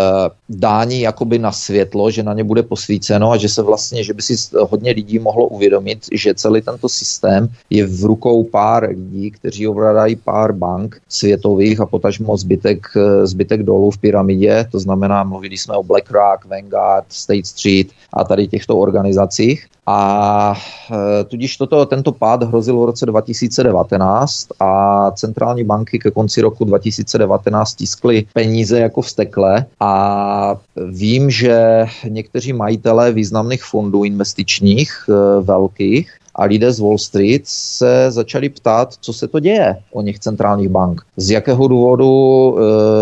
dáni jakoby na světlo, že na ně bude posvíceno a že se vlastně, že by si hodně lidí mohlo uvědomit, že celý tento systém je v rukou pár lidí, kteří ovládají pár bank světových a potažmo zbytek, zbytek dolů v pyramidě. To znamená, mluvili jsme o BlackRock, Vanguard, State Street a tady těchto organizacích. A e, tudíž toto, tento pád hrozil v roce dva tisíce devatenáct a centrální banky ke konci roku dva tisíce devatenáct tiskly peníze jako vztekle a vím, že někteří majitelé významných fondů investičních e, velkých a lidé z Wall Street se začali ptát, co se to děje o nich centrálních bank. Z jakého důvodu,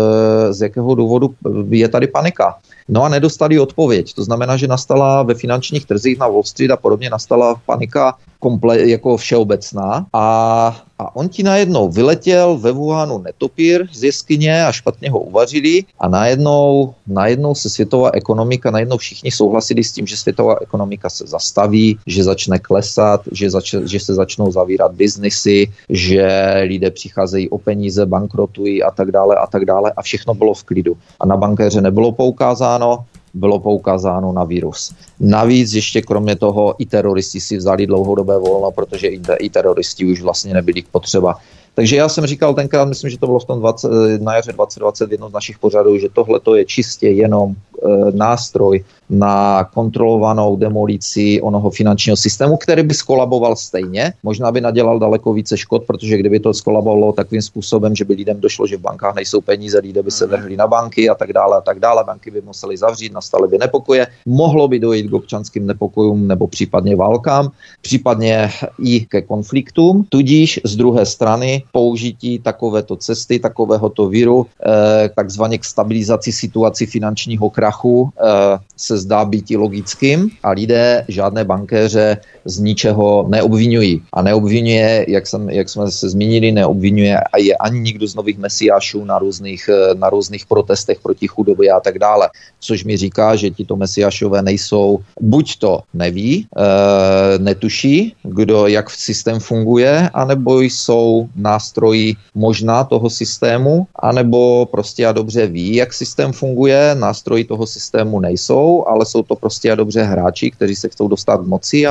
e, z jakého důvodu je tady panika. No a nedostali odpověď. To znamená, že nastala ve finančních trzích na Wall Street a podobně nastala panika komple- jako všeobecná a, a on ti najednou vyletěl ve Wuhanu netopír z jeskyně a špatně ho uvařili a najednou, najednou se světová ekonomika, najednou všichni souhlasili s tím, že světová ekonomika se zastaví, že začne klesat, že, zač- že se začnou zavírat biznisy, že lidé přicházejí o peníze, bankrotují a tak dále a tak dále a všechno bylo v klidu. A na bankéře nebylo poukázáno, bylo poukázáno na virus. Navíc ještě kromě toho i teroristi si vzali dlouhodobé volno, protože i teroristi už vlastně nebyli potřeba. Takže já jsem říkal tenkrát, myslím, že to bylo v tom dvacet, na jaře dvacet dvacet jedno z našich pořadů, že tohle je čistě jenom e, nástroj na kontrolovanou demolici onoho finančního systému, který by skolaboval stejně. Možná by nadělal daleko více škod, protože kdyby to skolabovalo takovým způsobem, že by lidem došlo, že v bankách nejsou peníze, lidé by se vrhli na banky a tak dále a tak dále, banky by museli zavřít, nastaly by nepokoje, mohlo by dojít k občanským nepokojům nebo případně válkám, případně i ke konfliktům, tudíž z druhé strany použití takovéto cesty, takovéhoto viru, eh, takzvaně k stabilizaci situaci finančního krachu eh, se zdá být i logickým a lidé žádné bankéře z ničeho neobvinují. A neobvinuje, jak, jsem, jak jsme se zmínili, neobvinuje a je ani nikdo z nových mesiášů na různých, na různých protestech proti chudobě a tak dále. Což mi říká, že tito mesiášové nejsou, buď to neví, e, netuší, kdo, jak systém funguje, anebo jsou nástroji možná toho systému, anebo prostě a dobře ví, jak systém funguje, nástroji toho systému nejsou, ale jsou to prostě a dobře hráči, kteří se chcou dostat k moci a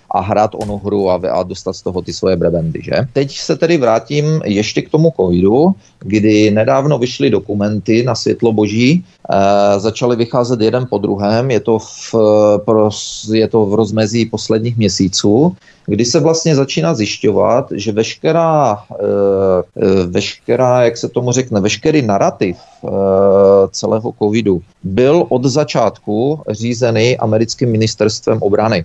a hrát onu hru a, a dostat z toho ty svoje brebendy, že? Teď se tedy vrátím ještě k tomu covidu, kdy nedávno vyšly dokumenty na světlo boží, e, začaly vycházet jeden po druhém, je to v, pro, je to v rozmezí posledních měsíců, kdy se vlastně začíná zjišťovat, že veškerá, e, veškerá, jak se tomu řekne, veškerý narrativ e, celého covidu byl od začátku řízený americkým ministerstvem obrany.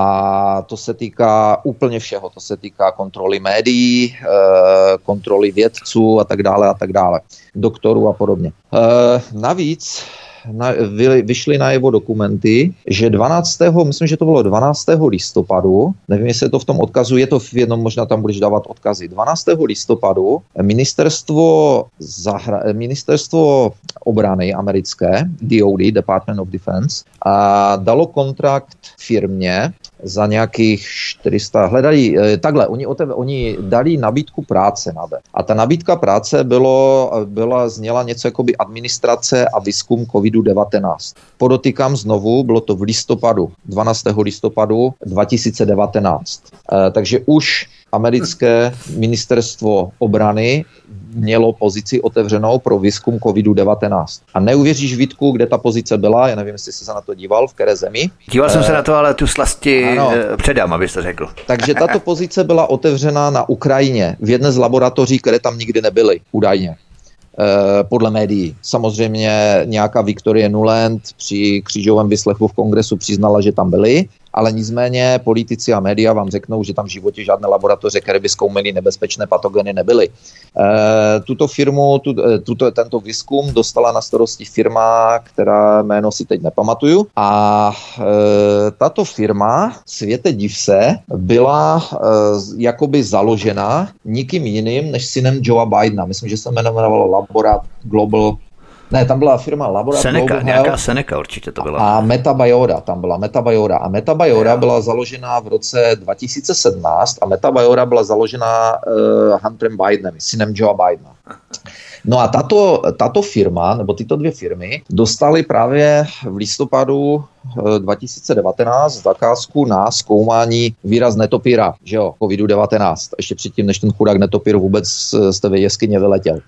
A to se týká úplně všeho. To se týká kontroly médií, e, kontroly vědců a tak dále a tak dále. Doktorů a podobně. E, navíc Na, vy, vyšly na jeho dokumenty, že dvanáctého myslím, že to bylo dvanáctého listopadu, nevím, jestli je to v tom odkazu, je to v jednom, možná tam budeš dávat odkazy, dvanáctého listopadu ministerstvo, zahra, ministerstvo obrany americké, D O D, Department of Defense, a dalo kontrakt firmě za nějakých čtyři sta, hledají, takhle, oni, oteve, oni dali nabídku práce na web. A ta nabídka práce bylo, byla, zněla něco jako by administrace a výzkum covidu devatenáct. Podotýkám znovu, bylo to v listopadu, dvanáctého listopadu dva tisíce devatenáct. E, takže už americké ministerstvo obrany mělo pozici otevřenou pro výzkum covidu devatenáct. A neuvěříš, Vítku, kde ta pozice byla, já nevím, jestli jsi se na to díval, v které zemi. Díval jsem e, se na to, ale tu slasti ano. předám, abyste řekl. Takže tato pozice byla otevřena na Ukrajině, v jedné z laboratoří, které tam nikdy nebyly, údajně. Podle médií. Samozřejmě nějaká Victoria Nuland při křížovém vyslechu v kongresu přiznala, že tam byli, ale nicméně politici a média vám řeknou, že tam v životě žádné laboratoře, které by zkoumaly nebezpečné patogeny, nebyly. E, tuto firmu, tu, tuto, tento výzkum dostala na starosti firma, která jméno si teď nepamatuju. A e, tato firma, světe div se, byla e, jakoby založena nikým jiným než synem Joea Bidena. Myslím, že se jmenovalo Laborat Global. Ne, tam byla firma Laborat Seneca, Global nějaká Health. Seneca určitě to byla. A Metabiota, tam byla Metabiota. A Metabiota yeah. byla založena v roce dva tisíce sedmnáct a Metabiota byla založena uh, Hunterem Bidenem, synem Joea Bidena. No a tato, tato firma, nebo tyto dvě firmy, dostaly právě v listopadu dva tisíce devatenáct zakázku na zkoumání výraz netopíra, že jo, covidu devatenáct, ještě předtím, než ten chudák netopír vůbec z té jeskyně vyletěl.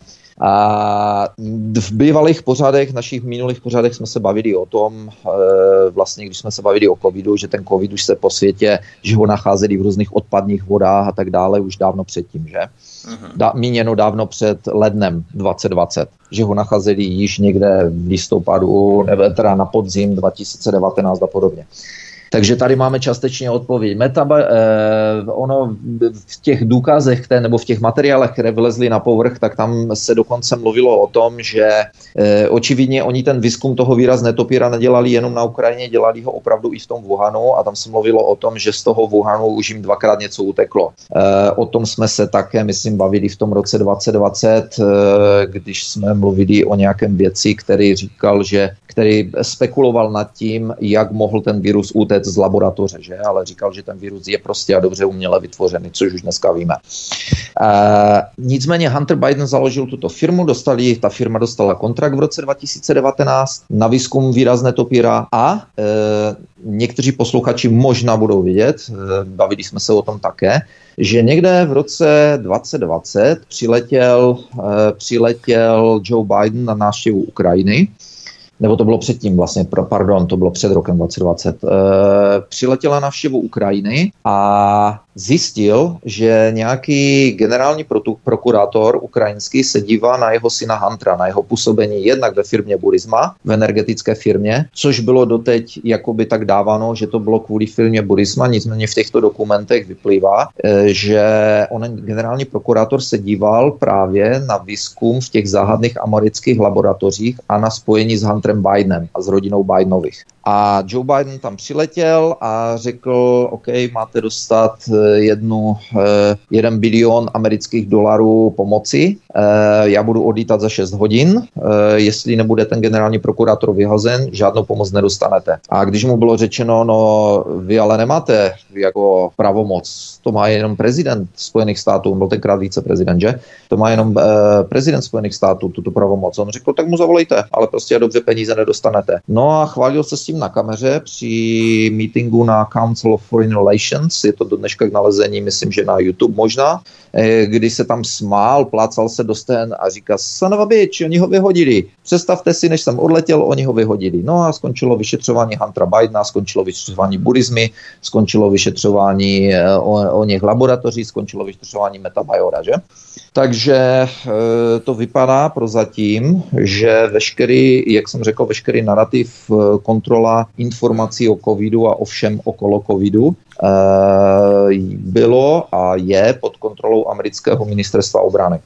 A v bývalých pořadech, našich minulých pořadech jsme se bavili o tom, vlastně když jsme se bavili o covidu, že ten covid už se po světě, že ho nacházeli v různých odpadních vodách a tak dále už dávno předtím, že? Dá, míněno dávno před lednem dvacet dvacet, že ho nacházeli již někde v listopadu, nebo teda na podzim dva tisíce devatenáct a podobně. Takže tady máme částečně odpověď. Metaba, eh, ono v těch důkazech, které, nebo v těch materiálech, které vylezly na povrch, tak tam se dokonce mluvilo o tom, že eh, očividně oni ten výzkum toho výraz netopíra nedělali jenom na Ukrajině, dělali ho opravdu i v tom Wuhanu a tam se mluvilo o tom, že z toho Wuhanu už jim dvakrát něco uteklo. Eh, o tom jsme se také, myslím, bavili v tom roce dvacet dvacet, eh, když jsme mluvili o nějakém věci, který říkal, že který spekuloval nad tím, jak mohl ten virus utéct z laboratoře, že? Ale říkal, že ten virus je prostě a dobře uměle vytvořený, což už dneska víme. E, nicméně Hunter Biden založil tuto firmu, dostali, ta firma dostala kontrakt v roce dva tisíce devatenáct na výzkum výraz netopíra a e, někteří posluchači možná budou vidět, e, bavili jsme se o tom také, že někde v roce dvacet dvacet přiletěl, e, přiletěl Joe Biden na návštěvu Ukrajiny, nebo to bylo předtím vlastně, pardon, to bylo před rokem dvacet dvacet, e, přiletěla na návštěvu Ukrajiny a zjistil, že nějaký generální prokurátor ukrajinský se dívá na jeho syna Huntera, na jeho působení jednak ve firmě Burisma, v energetické firmě, což bylo doteď jakoby tak dáváno, že to bylo kvůli firmě Burisma, nicméně v těchto dokumentech vyplývá, že on, generální prokurátor, se díval právě na výzkum v těch záhadných amerických laboratořích a na spojení s Hunterem Bidenem a s rodinou Bidenových. A Joe Biden tam přiletěl a řekl, OK, máte dostat jednu, jeden bilion amerických dolarů pomoci, já budu odlítat za šest hodin, jestli nebude ten generální prokurátor vyhozen, žádnou pomoc nedostanete. A když mu bylo řečeno, no vy ale nemáte jako pravomoc, to má jenom prezident Spojených států, on byl tenkrát viceprezident, že? To má jenom prezident Spojených států tuto pravomoc. On řekl, tak mu zavolejte, ale prostě dobře peníze peníze nedostanete. No a chválil se s tím na kameře při meetingu na Council of Foreign Relations, je to do dneška k nalezení, myslím, že na YouTube možná, kdy se tam smál, plácal se do stén a říká, son of a bitch, oni ho vyhodili. Představte si, než jsem odletěl, oni ho vyhodili. No a skončilo vyšetřování Huntera Bidena, skončilo vyšetřování buddhismy, skončilo vyšetřování o, o něch laboratoří, skončilo vyšetřování Metabiora, že? Takže to vypadá prozatím, že veškerý, jak jsem řekl, veškerý narrativ, kontrola informací o covidu a o všem okolo covidu bylo a je pod kontrolou amerického ministerstva obrany.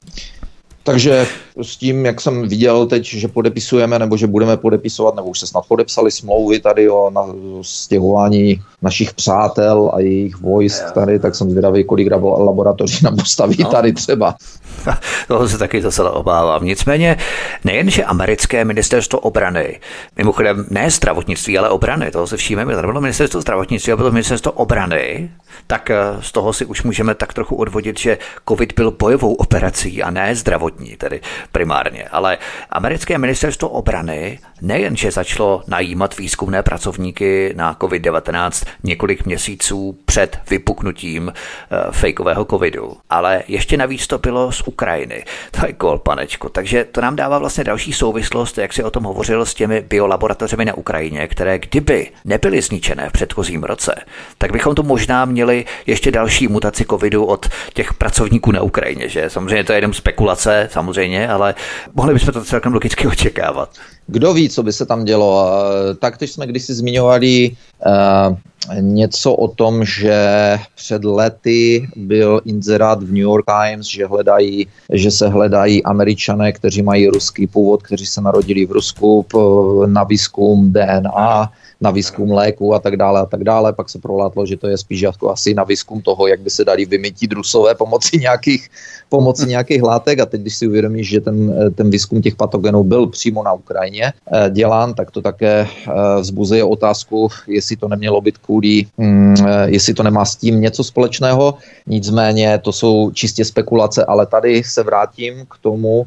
Takže s tím, jak jsem viděl teď, že podepisujeme, nebo že budeme podepisovat, nebo už se snad podepsali smlouvy tady o stěhování našich přátel a jejich vojsk tady, tak jsem zvědavý, kolik laboratoří nám postaví no. tady třeba. Toho se taky docela obávám. Nicméně nejenže americké ministerstvo obrany, mimochodem ne zdravotnictví, ale obrany, toho se všímeme, to bylo ministerstvo zdravotnictví a bylo ministerstvo obrany, tak z toho si už můžeme tak trochu odvodit, že covid byl bojovou operací a ne zdravotní, tedy primárně. Ale americké ministerstvo obrany nejenže začalo najímat výzkumné pracovníky na covid devatenáct několik měsíců před vypuknutím uh, fejkového covidu, ale ještě navíc to bylo z Ukrajiny. To je gol, panečku. Takže to nám dává vlastně další souvislost, jak si o tom hovořil, s těmi biolaboratořemi na Ukrajině, které kdyby nebyly zničené v předchozím roce, tak bychom tu možná měli ještě další mutaci covidu od těch pracovníků na Ukrajině, že? Samozřejmě to je jenom spekulace, samozřejmě, ale mohli bychom to celkem logicky očekávat. Kdo ví, co by se tam dělo? Taktež jsme kdysi zmiňovali uh, něco o tom, že před lety byl inzerát v New York Times, že, hledají, že se hledají Američané, kteří mají ruský původ, kteří se narodili v Rusku na výzkum D N A, na výzkum léku a tak dále a tak dále. Pak se prolátlo, že to je spíš jako asi na výzkum toho, jak by se dali vymytit Rusové pomocí nějakých, pomocí nějakých látek. A teď, když si uvědomíš, že ten, ten výzkum těch patogenů byl přímo na Ukrajině dělán, tak to také vzbuzuje otázku, jestli to nemělo být kvůli, jestli to nemá s tím něco společného. Nicméně to jsou čistě spekulace, ale tady se vrátím k tomu,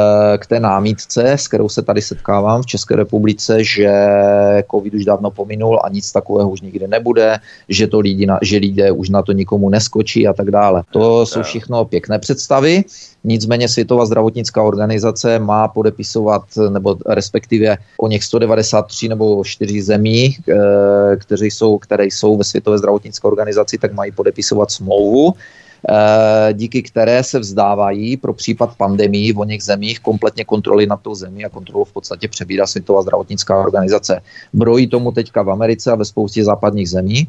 k té námitce, s kterou se tady setkávám v České republice, že covid už dávno pominul a nic takového už nikdy nebude, že to lidi, na, že lidé už na to nikomu neskočí a tak dále. To jsou všechno pěkné představy. Nicméně Světová zdravotnická organizace má podepisovat, nebo respektive o něch sto devadesát tři nebo čtyři zemí, které jsou, které jsou ve Světové zdravotnické organizaci, tak mají podepisovat smlouvu, díky které se vzdávají pro případ pandemii v oněch zemích kompletně kontroly nad tou zemí a kontrolu v podstatě přebírá Světová zdravotnická organizace. Brojí tomu teďka v Americe a ve spoustě západních zemí.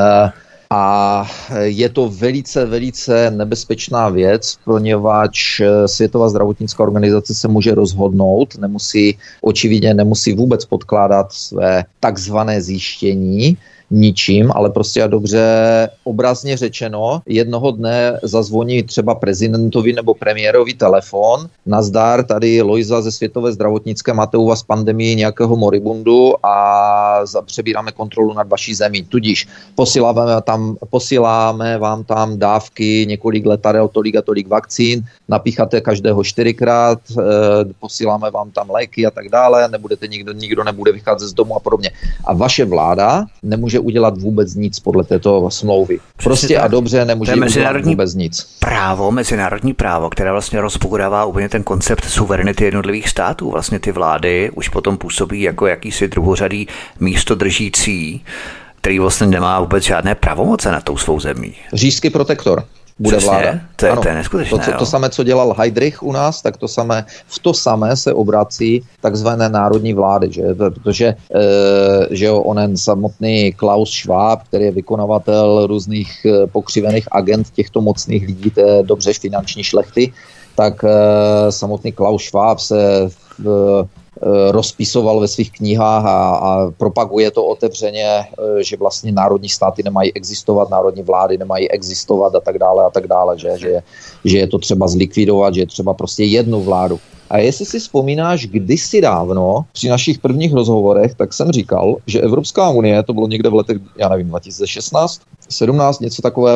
A je to velice, velice nebezpečná věc, poněvadž Světová zdravotnická organizace se může rozhodnout, nemusí, očividně nemusí vůbec podkládat své takzvané zjištění ničím, ale prostě a dobře obrazně řečeno, jednoho dne zazvoní třeba prezidentovi nebo premiérovi telefon, nazdar, tady Lojza ze Světové zdravotnické, máte u vás pandemii nějakého moribundu a přebíráme kontrolu nad vaší zemí. Tudíž posíláme, tam, posíláme vám tam dávky, několik letadel, tolik a tolik vakcín, napícháte každého čtyřikrát, e, posíláme vám tam léky a tak dále, nebudete nikdo, nikdo nebude vycházet z domu a podobně. A vaše vláda nemůže udělat vůbec nic podle této smlouvy. Prostě tak. A dobře nemůže udělat vůbec nic. Právo, mezinárodní právo, které vlastně rozbourává úplně ten koncept suverenity jednotlivých států. Vlastně ty vlády už potom působí jako jakýsi druhořadý místodržící, který vlastně nemá vůbec žádné pravomoce na tou svou zemí. Říšský protektor. Bude Přesně, vláda. To je, ano, to je neskutečné. To, co, to samé, co dělal Heydrich u nás, tak to samé, v to samé se obrací takzvané národní vlády, že? Protože e, že jo, onen samotný Klaus Schwab, který je vykonavatel různých e, pokřivených agent těchto mocných lidí, té dobře finanční šlechty, tak e, samotný Klaus Schwab se v, rozpisoval ve svých knihách a, a propaguje to otevřeně, že vlastně národní státy nemají existovat, národní vlády nemají existovat a tak dále a tak dále, že, že, že je to třeba zlikvidovat, že je třeba prostě jednu vládu. A jestli si vzpomínáš, kdysi dávno při našich prvních rozhovorech, tak jsem říkal, že Evropská unie, to bylo někde v letech, já nevím, dva tisíce šestnáct, sedmnáct, něco takového,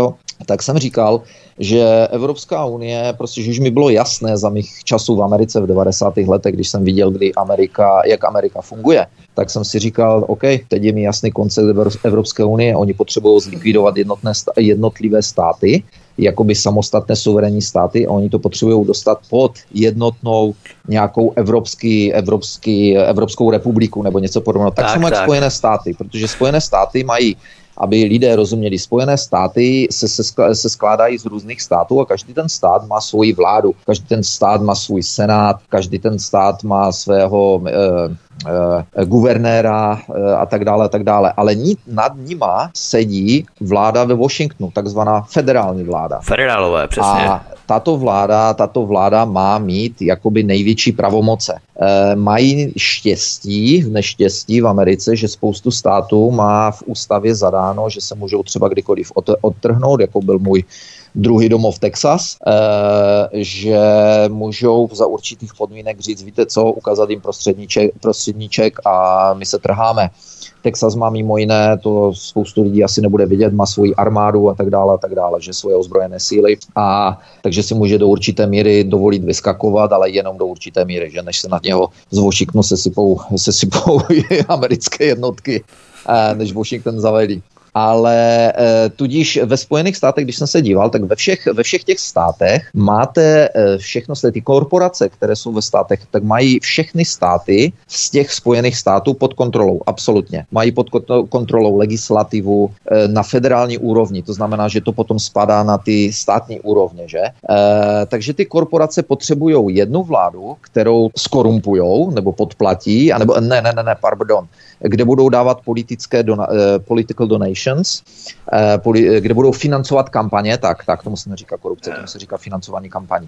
tak jsem říkal, že Evropská unie, prostě, že už mi bylo jasné za mých časů v Americe v devadesátých letech, když jsem viděl, kdy Amerika, jak Amerika funguje, tak jsem si říkal, OK, teď je mi jasný koncept Evropské unie, oni potřebují zlikvidovat jednotné, jednotlivé státy, jakoby samostatné suverénní státy a oni to potřebují dostat pod jednotnou nějakou evropský, evropský, Evropskou republiku nebo něco podobného. Tak, tak jsou jak Spojené státy, protože Spojené státy mají, aby lidé rozuměli, Spojené státy se, se, se skládají z různých států a každý ten stát má svoji vládu, každý ten stát má svůj senát, každý ten stát má svého eh, eh, guvernéra eh, a tak dále, a tak dále. Ale ní, nad nima sedí vláda ve Washingtonu, takzvaná federální vláda. Federálové, přesně. A tato vláda, tato vláda má mít jakoby největší pravomoce. E, mají štěstí, v neštěstí v Americe, že spoustu států má v ústavě zadáno, že se můžou třeba kdykoliv odtrhnout, jako byl můj druhý domov Texas, e, že můžou za určitých podmínek říct, víte co, ukázat jim prostředníček, prostředníček a my se trháme. Texas má mimo jiné, to spoustu lidí asi nebude vidět, má svoji armádu a tak dále, a tak dále, že svoje ozbrojené síly a takže si může do určité míry dovolit vyskakovat, ale jenom do určité míry, že než se na něho z Washingtonu sesypou, sesypou americké jednotky, než Washington zavedí. Ale e, tudíž ve Spojených státech, když jsem se díval, tak ve všech, ve všech těch státech máte e, všechno, ty korporace, které jsou ve státech, tak mají všechny státy z těch Spojených států pod kontrolou, absolutně. Mají pod kontrolou legislativu e, na federální úrovni, to znamená, že to potom spadá na ty státní úrovně, že? E, takže ty korporace potřebují jednu vládu, kterou skorumpujou, nebo podplatí, anebo ne, ne, ne, ne, pardon, kde budou dávat politické dona, uh, political donations, uh, poli, kde budou financovat kampaně, tak, tak tomu se neříká korupce, tomu se říká financování kampaní.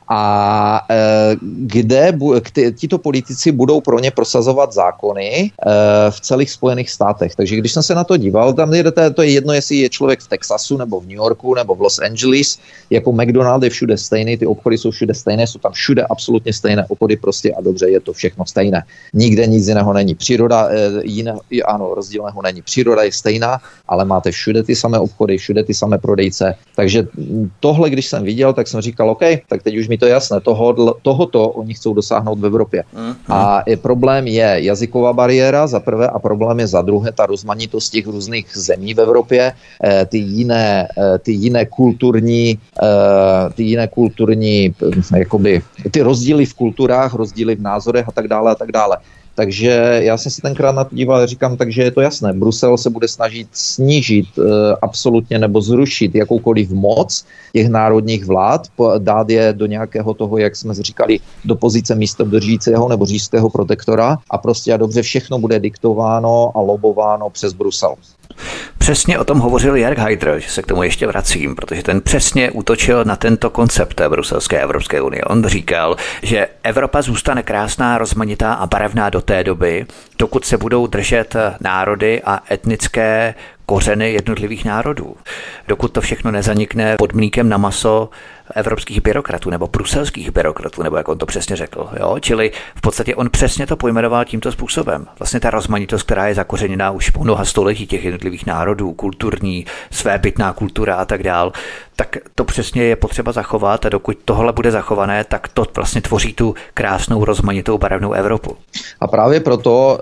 A uh, kde bu, kty, tito politici budou pro ně prosazovat zákony uh, v celých Spojených státech. Takže když jsem se na to díval, tam je, to je jedno, jestli je člověk v Texasu, nebo v New Yorku, nebo v Los Angeles, jako McDonald je všude stejný, ty obchody jsou všude stejné, jsou tam všude absolutně stejné obchody prostě a dobře, je to všechno stejné. Nikde nic jiného není. Příroda jiného, ano, rozdílného není. Příroda je stejná, ale máte všude ty samé obchody, všude ty samé prodejce. Takže tohle, když jsem viděl, tak jsem říkal, OK, tak teď už mi to je jasné, toho, tohoto oni chcou dosáhnout v Evropě. Mm-hmm. A je, problém je jazyková bariéra za prvé a problém je za druhé ta rozmanitost těch různých zemí v Evropě, eh, ty jiné, eh, ty jiné kulturní, eh, ty jiné kulturní, eh, jakoby, ty rozdíly v kulturách, rozdíly v názorech a tak dále a tak dále. Takže já jsem se tenkrát na to díval a říkám, takže je to jasné. Brusel se bude snažit snížit e, absolutně nebo zrušit jakoukoliv moc těch národních vlád, dát je do nějakého toho, jak jsme říkali, do pozice místodržícího nebo říšského protektora a prostě a dobře všechno bude diktováno a lobováno přes Brusel. Přesně o tom hovořil Jörg Haider, že se k tomu ještě vracím, protože ten přesně útočil na tento koncept bruselské Evropské unie. On říkal, že Evropa zůstane krásná, rozmanitá a barevná do té doby, dokud se budou držet národy a etnické kořeny jednotlivých národů. Dokud to všechno nezanikne pod mlýkem na maso evropských byrokratů nebo bruselských byrokratů, nebo jak on to přesně řekl. Jo? Čili v podstatě on přesně to pojmenoval tímto způsobem. Vlastně ta rozmanitost, která je zakořeněná už po mnoha století těch jednotlivých národů, kulturní, svébytná kultura a tak dál, tak to přesně je potřeba zachovat a dokud tohle bude zachované, tak to vlastně tvoří tu krásnou, rozmanitou, barevnou Evropu. A právě proto,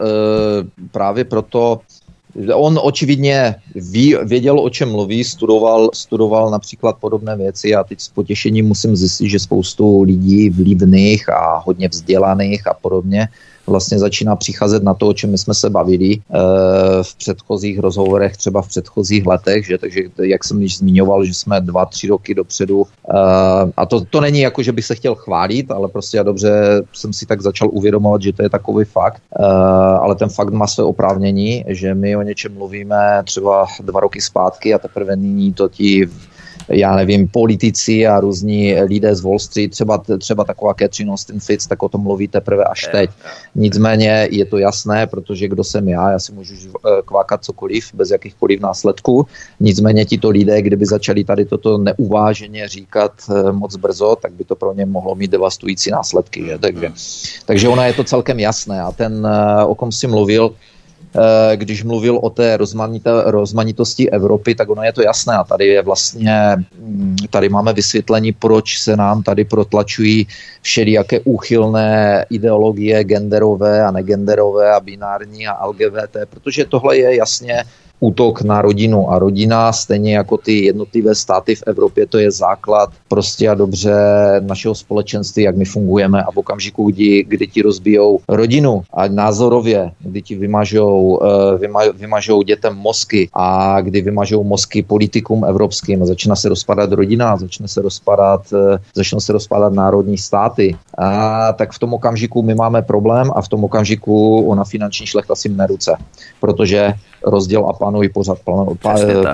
právě proto on očividně ví, věděl, o čem mluví, studoval, studoval například podobné věci a teď s potěšením musím zjistit, že spoustu lidí vlivných a hodně vzdělaných a podobně vlastně začíná přicházet na to, o čem my jsme se bavili e, v předchozích rozhovorech, třeba v předchozích letech, že, takže jak jsem již zmiňoval, že jsme dva, tři roky dopředu e, a to, to není jako, že bych se chtěl chválit, ale prostě já dobře jsem si tak začal uvědomovat, že to je takový fakt, e, ale ten fakt má své oprávnění, že my o něčem mluvíme třeba dva roky zpátky a teprve nyní to ti já nevím, politici a různí lidé z Wall Street, třeba, třeba taková Catherine Austin Fitz, tak o tom mluví teprve až teď. Nicméně je to jasné, protože kdo jsem já, já si můžu kvákat cokoliv, bez jakýchkoliv následků. Nicméně tito lidé, kdyby začali tady toto neuváženě říkat moc brzo, tak by to pro ně mohlo mít devastující následky. Že? Takže, takže ono je to celkem jasné. A ten, o kom si mluvil, když mluvil o té rozmanitosti Evropy, tak ono je to jasné a tady je vlastně, tady máme vysvětlení, proč se nám tady protlačují všelijaké úchylné ideologie genderové a negenderové a binární a L G B T, protože tohle je jasně útok na rodinu a rodina, stejně jako ty jednotlivé státy v Evropě, to je základ prostě a dobře našeho společenství, jak my fungujeme a v okamžiku, kdy, kdy ti rozbijou rodinu a názorově, kdy ti vymažou, vyma, vymažou dětem mozky a kdy vymažou mozky politikům evropským a začíná se rozpadat rodina, začne se rozpadat, začnou se rozpadat národní státy, a tak v tom okamžiku my máme problém a v tom okamžiku ona finanční šlechta si mne ruce, protože rozděl a plánují pořád plán, pá,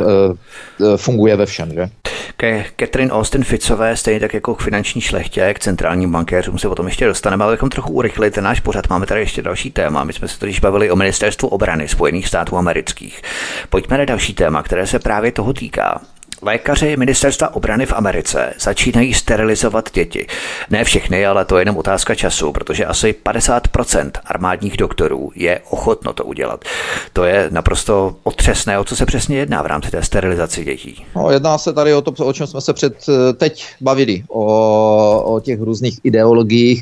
funguje ve všem, že? Ke Catherine Austin Fitzové, stejně tak jako k finanční šlechtě, k centrálním bankéřům se o tom ještě dostaneme, ale bychom trochu urychlili ten náš pořad. Máme tady ještě další téma. My jsme se totiž bavili o ministerstvu obrany Spojených států amerických. Pojďme na další téma, které se právě toho týká. Lékaři ministerstva obrany v Americe začínají sterilizovat děti. Ne všechny, ale to je jenom otázka času, protože asi padesát procent armádních doktorů je ochotno to udělat. To je naprosto otřesné, o co se přesně jedná v rámci té sterilizace dětí. No, jedná se tady o to, o čem jsme se před teď bavili, o, o těch různých ideologiích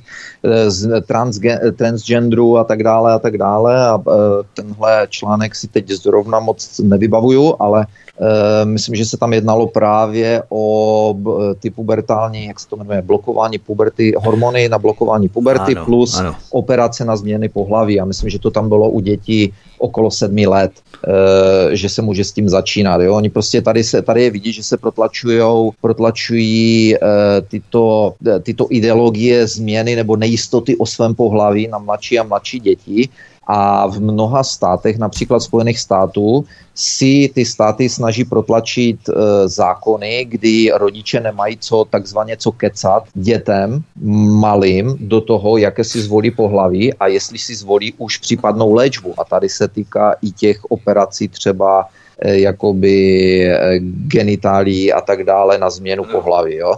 transge, transgenderu a tak dále a tak dále. A tenhle článek si teď zrovna moc nevybavuju, ale Uh, myslím, že se tam jednalo právě o ty pubertální, jak se to jmenuje, blokování puberty, hormony na blokování puberty ano, plus ano. operace na změny pohlaví. A myslím, že to tam bylo u dětí okolo sedmi let, uh, že se může s tím začínat. Jo? Oni prostě tady, se, tady je vidí, že se protlačujou, protlačují uh, tyto, tyto ideologie změny nebo nejistoty o svém pohlaví na mladší a mladší děti. A v mnoha státech, například Spojených států, si ty státy snaží protlačit e, zákony, kdy rodiče nemají co takzvaně co kecat dětem malým do toho, jaké si zvolí pohlaví a jestli si zvolí už případnou léčbu. A tady se týká i těch operací třeba e, jakoby e, genitálí a tak dále na změnu pohlaví, jo.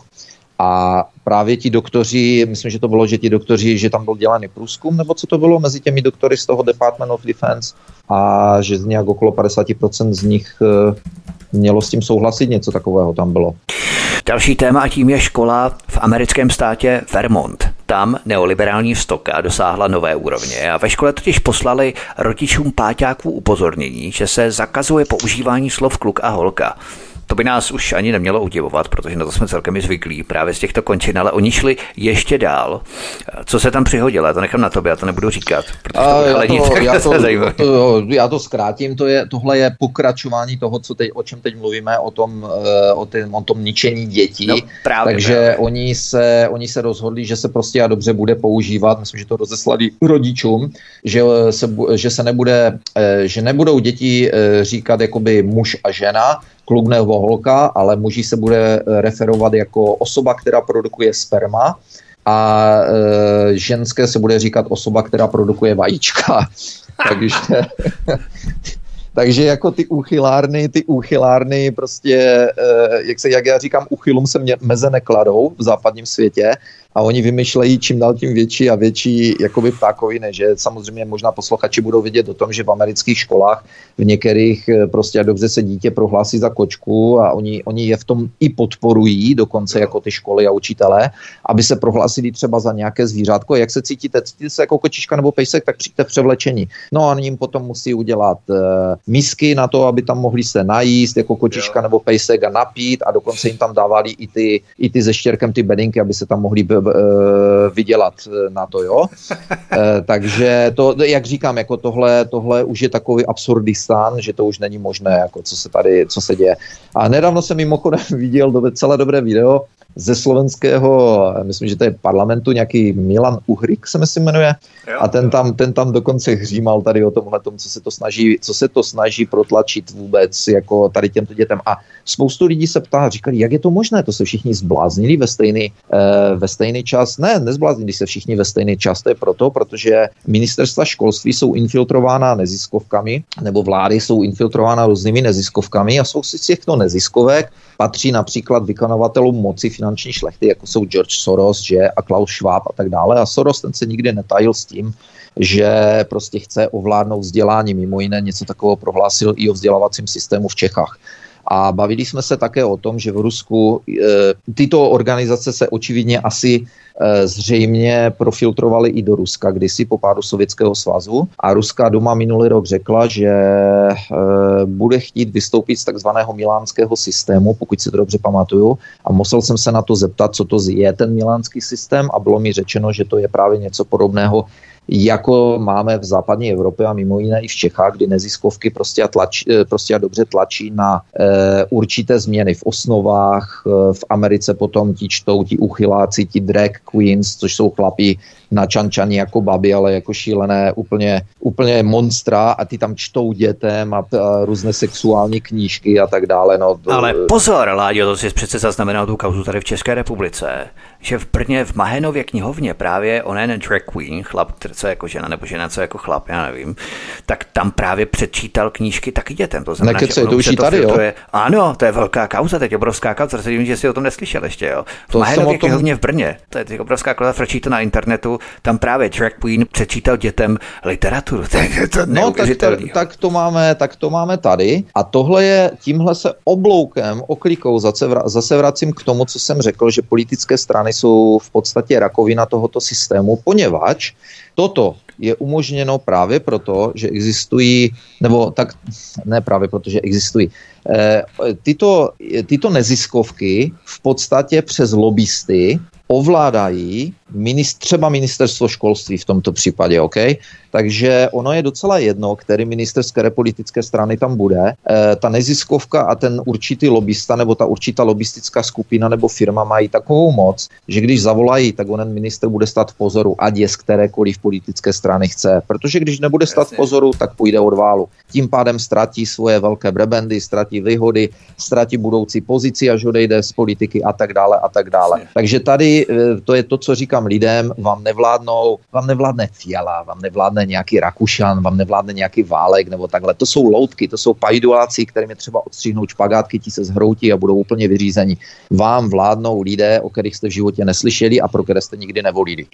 A právě ti doktoři, myslím, že to bylo, že ti doktoři, že tam byl dělaný průzkum, nebo co to bylo mezi těmi doktory z toho Department of Defense a že nějak okolo padesát procent z nich mělo s tím souhlasit, něco takového tam bylo. Další téma a tím je škola v americkém státě Vermont. Tam neoliberální stoka dosáhla nové úrovně a ve škole totiž poslali rodičům páťáků upozornění, že se zakazuje používání slov kluk a holka. To by nás už ani nemělo udivovat, protože na to jsme celkem zvyklí právě z těchto končin, ale oni šli ještě dál. Co se tam přihodilo? Já to nechám na tobě, já to nebudu říkat, protože to bude ale nic, já, to, to, já to zkrátím, to je, tohle je pokračování toho, co teď, o čem teď mluvíme, o tom, o tom, o tom ničení dětí. No, právě, Takže právě. Oni, se, oni se rozhodli, že se prostě a dobře bude používat, myslím, že to rozeslali rodičům, že se, že se nebude, že nebudou děti říkat jakoby muž a žena, kluk nebo holka, ale muži se bude referovat jako osoba, která produkuje sperma a e, ženské se bude říkat osoba, která produkuje vajíčka. Takže... Takže jako ty úchylárny, ty úchylárny prostě, jak, se, jak já říkám, úchylům se mě meze nekladou v západním světě a oni vymýšlejí čím dál tím větší a větší jakoby ptákoviny, že samozřejmě možná posluchači budou vědět o tom, že v amerických školách v některých prostě dobře se dítě prohlásí za kočku a oni, oni je v tom i podporují, dokonce jako ty školy a učitelé, aby se prohlásili třeba za nějaké zvířátko. Jak se cítíte? Cítíte se jako kočička nebo pejsek, tak přijďte v převlečení. No a jim potom musí udělat misky na to, aby tam mohli se najíst jako kočička jo. nebo pejsek a napít a dokonce jim tam dávali i ty, i ty se štěrkem ty bedinky, aby se tam mohli b- b- vydělat na to, jo. e, takže to, jak říkám, jako tohle, tohle už je takový absurdistán, že to už není možné, jako co se tady, co se děje. A nedávno jsem mimochodem viděl do, celé dobré video ze slovenského, myslím, že to je parlamentu, nějaký Milan Uhrik se myslím jmenuje, jo. a ten tam, ten tam dokonce hřímal tady o tomhle tom, co se to snaží, co se to snaží protlačit vůbec jako tady těmto dětem. A spoustu lidí se ptá, říkali, jak je to možné, to se všichni zbláznili ve stejný, eh, ve stejný čas. Ne, nezbláznili se všichni ve stejný čas, to je proto, protože ministerstva školství jsou infiltrována neziskovkami, nebo vlády jsou infiltrována různými neziskovkami a jsou si těchto neziskovek patří například vykonavatelům moci finanční šlechty, jako jsou George Soros, že, a Klaus Schwab a tak dále. A Soros ten se nikdy netajil s tím, že prostě chce ovládnout vzdělání. Mimo jiné něco takového prohlásil i o vzdělávacím systému v Čechách. A bavili jsme se také o tom, že v Rusku e, tyto organizace se očividně asi e, zřejmě profiltrovaly i do Ruska kdysi po pádu Sovětského svazu. A Ruská duma minulý rok řekla, že e, bude chtít vystoupit z takzvaného milánského systému, pokud si to dobře pamatuju. A musel jsem se na to zeptat, co to je ten milánský systém, a bylo mi řečeno, že to je právě něco podobného, jako máme v západní Evropě a mimo jiné i v Čechách, kdy neziskovky prostě a, tlač, prostě a dobře tlačí na e, určité změny v osnovách. E, v Americe potom ti čtou ti uchyláci, ti drag queens, což jsou chlapí načančaní jako baby, ale jako šílené úplně, úplně monstra, a ty tam čtou dětem a, a různé sexuální knížky a tak dále. No, to, ale pozor, Láďo, to jsi přece zaznamenal tu kauzu tady v České republice, že v Brně v Mahenově knihovně právě onen drag queen, chlap, co jako žena, nebo žena, co jako chlap, já nevím, tak tam právě předčítal knížky taky dětem. To znamená, Nekece, že to už i tady, jo? Ano, to je velká kauza, teď obrovská kauza, protože vím, že jsi o tom neslyšel ještě, jo. V to Mahenově tom... knihovně v Brně, to je teď obrovská kauza, frčí to na internetu, tam právě drag queen předčítal dětem literaturu. To je to no, tak, tak, tak, to máme, tak to máme tady. A tohle je, tímhle se obloukem, oklikou zase, vra, zase vracím k tomu, co jsem řekl, že politické strany jsou v podstatě rakovina tohoto systému, poněvadž toto je umožněno právě proto, že existují, nebo tak ne právě proto, že existují. E, tyto, tyto neziskovky v podstatě přes lobbysty ovládají minist, třeba ministerstvo školství v tomto případě, OK? Takže ono je docela jedno, který minister z které politické strany tam bude. E, ta neziskovka a ten určitý lobbysta nebo ta určitá lobbystická skupina nebo firma mají takovou moc, že když zavolají, tak onen minister bude stát v pozoru, ať je z kterékoliv politické strany chce. Protože když nebude stát v pozoru, tak půjde od válu. Tím pádem ztratí svoje velké brebendy, ztratí výhody, ztratí budoucí pozici, až odejde z politiky a tak dále a tak dále. Takže tady to je to, co říkám lidem, vám nevládnou, vám nevládne Fiala, vám nevládne nějaký Rakušan, vám nevládne nějaký Válek nebo takhle. To jsou loutky, to jsou pajduláci, kterým je třeba odstřihnout špagátky, ti se zhroutí a budou úplně vyřízení. Vám vládnou lidé, o kterých jste v životě neslyšeli a pro které jste nikdy nevolili.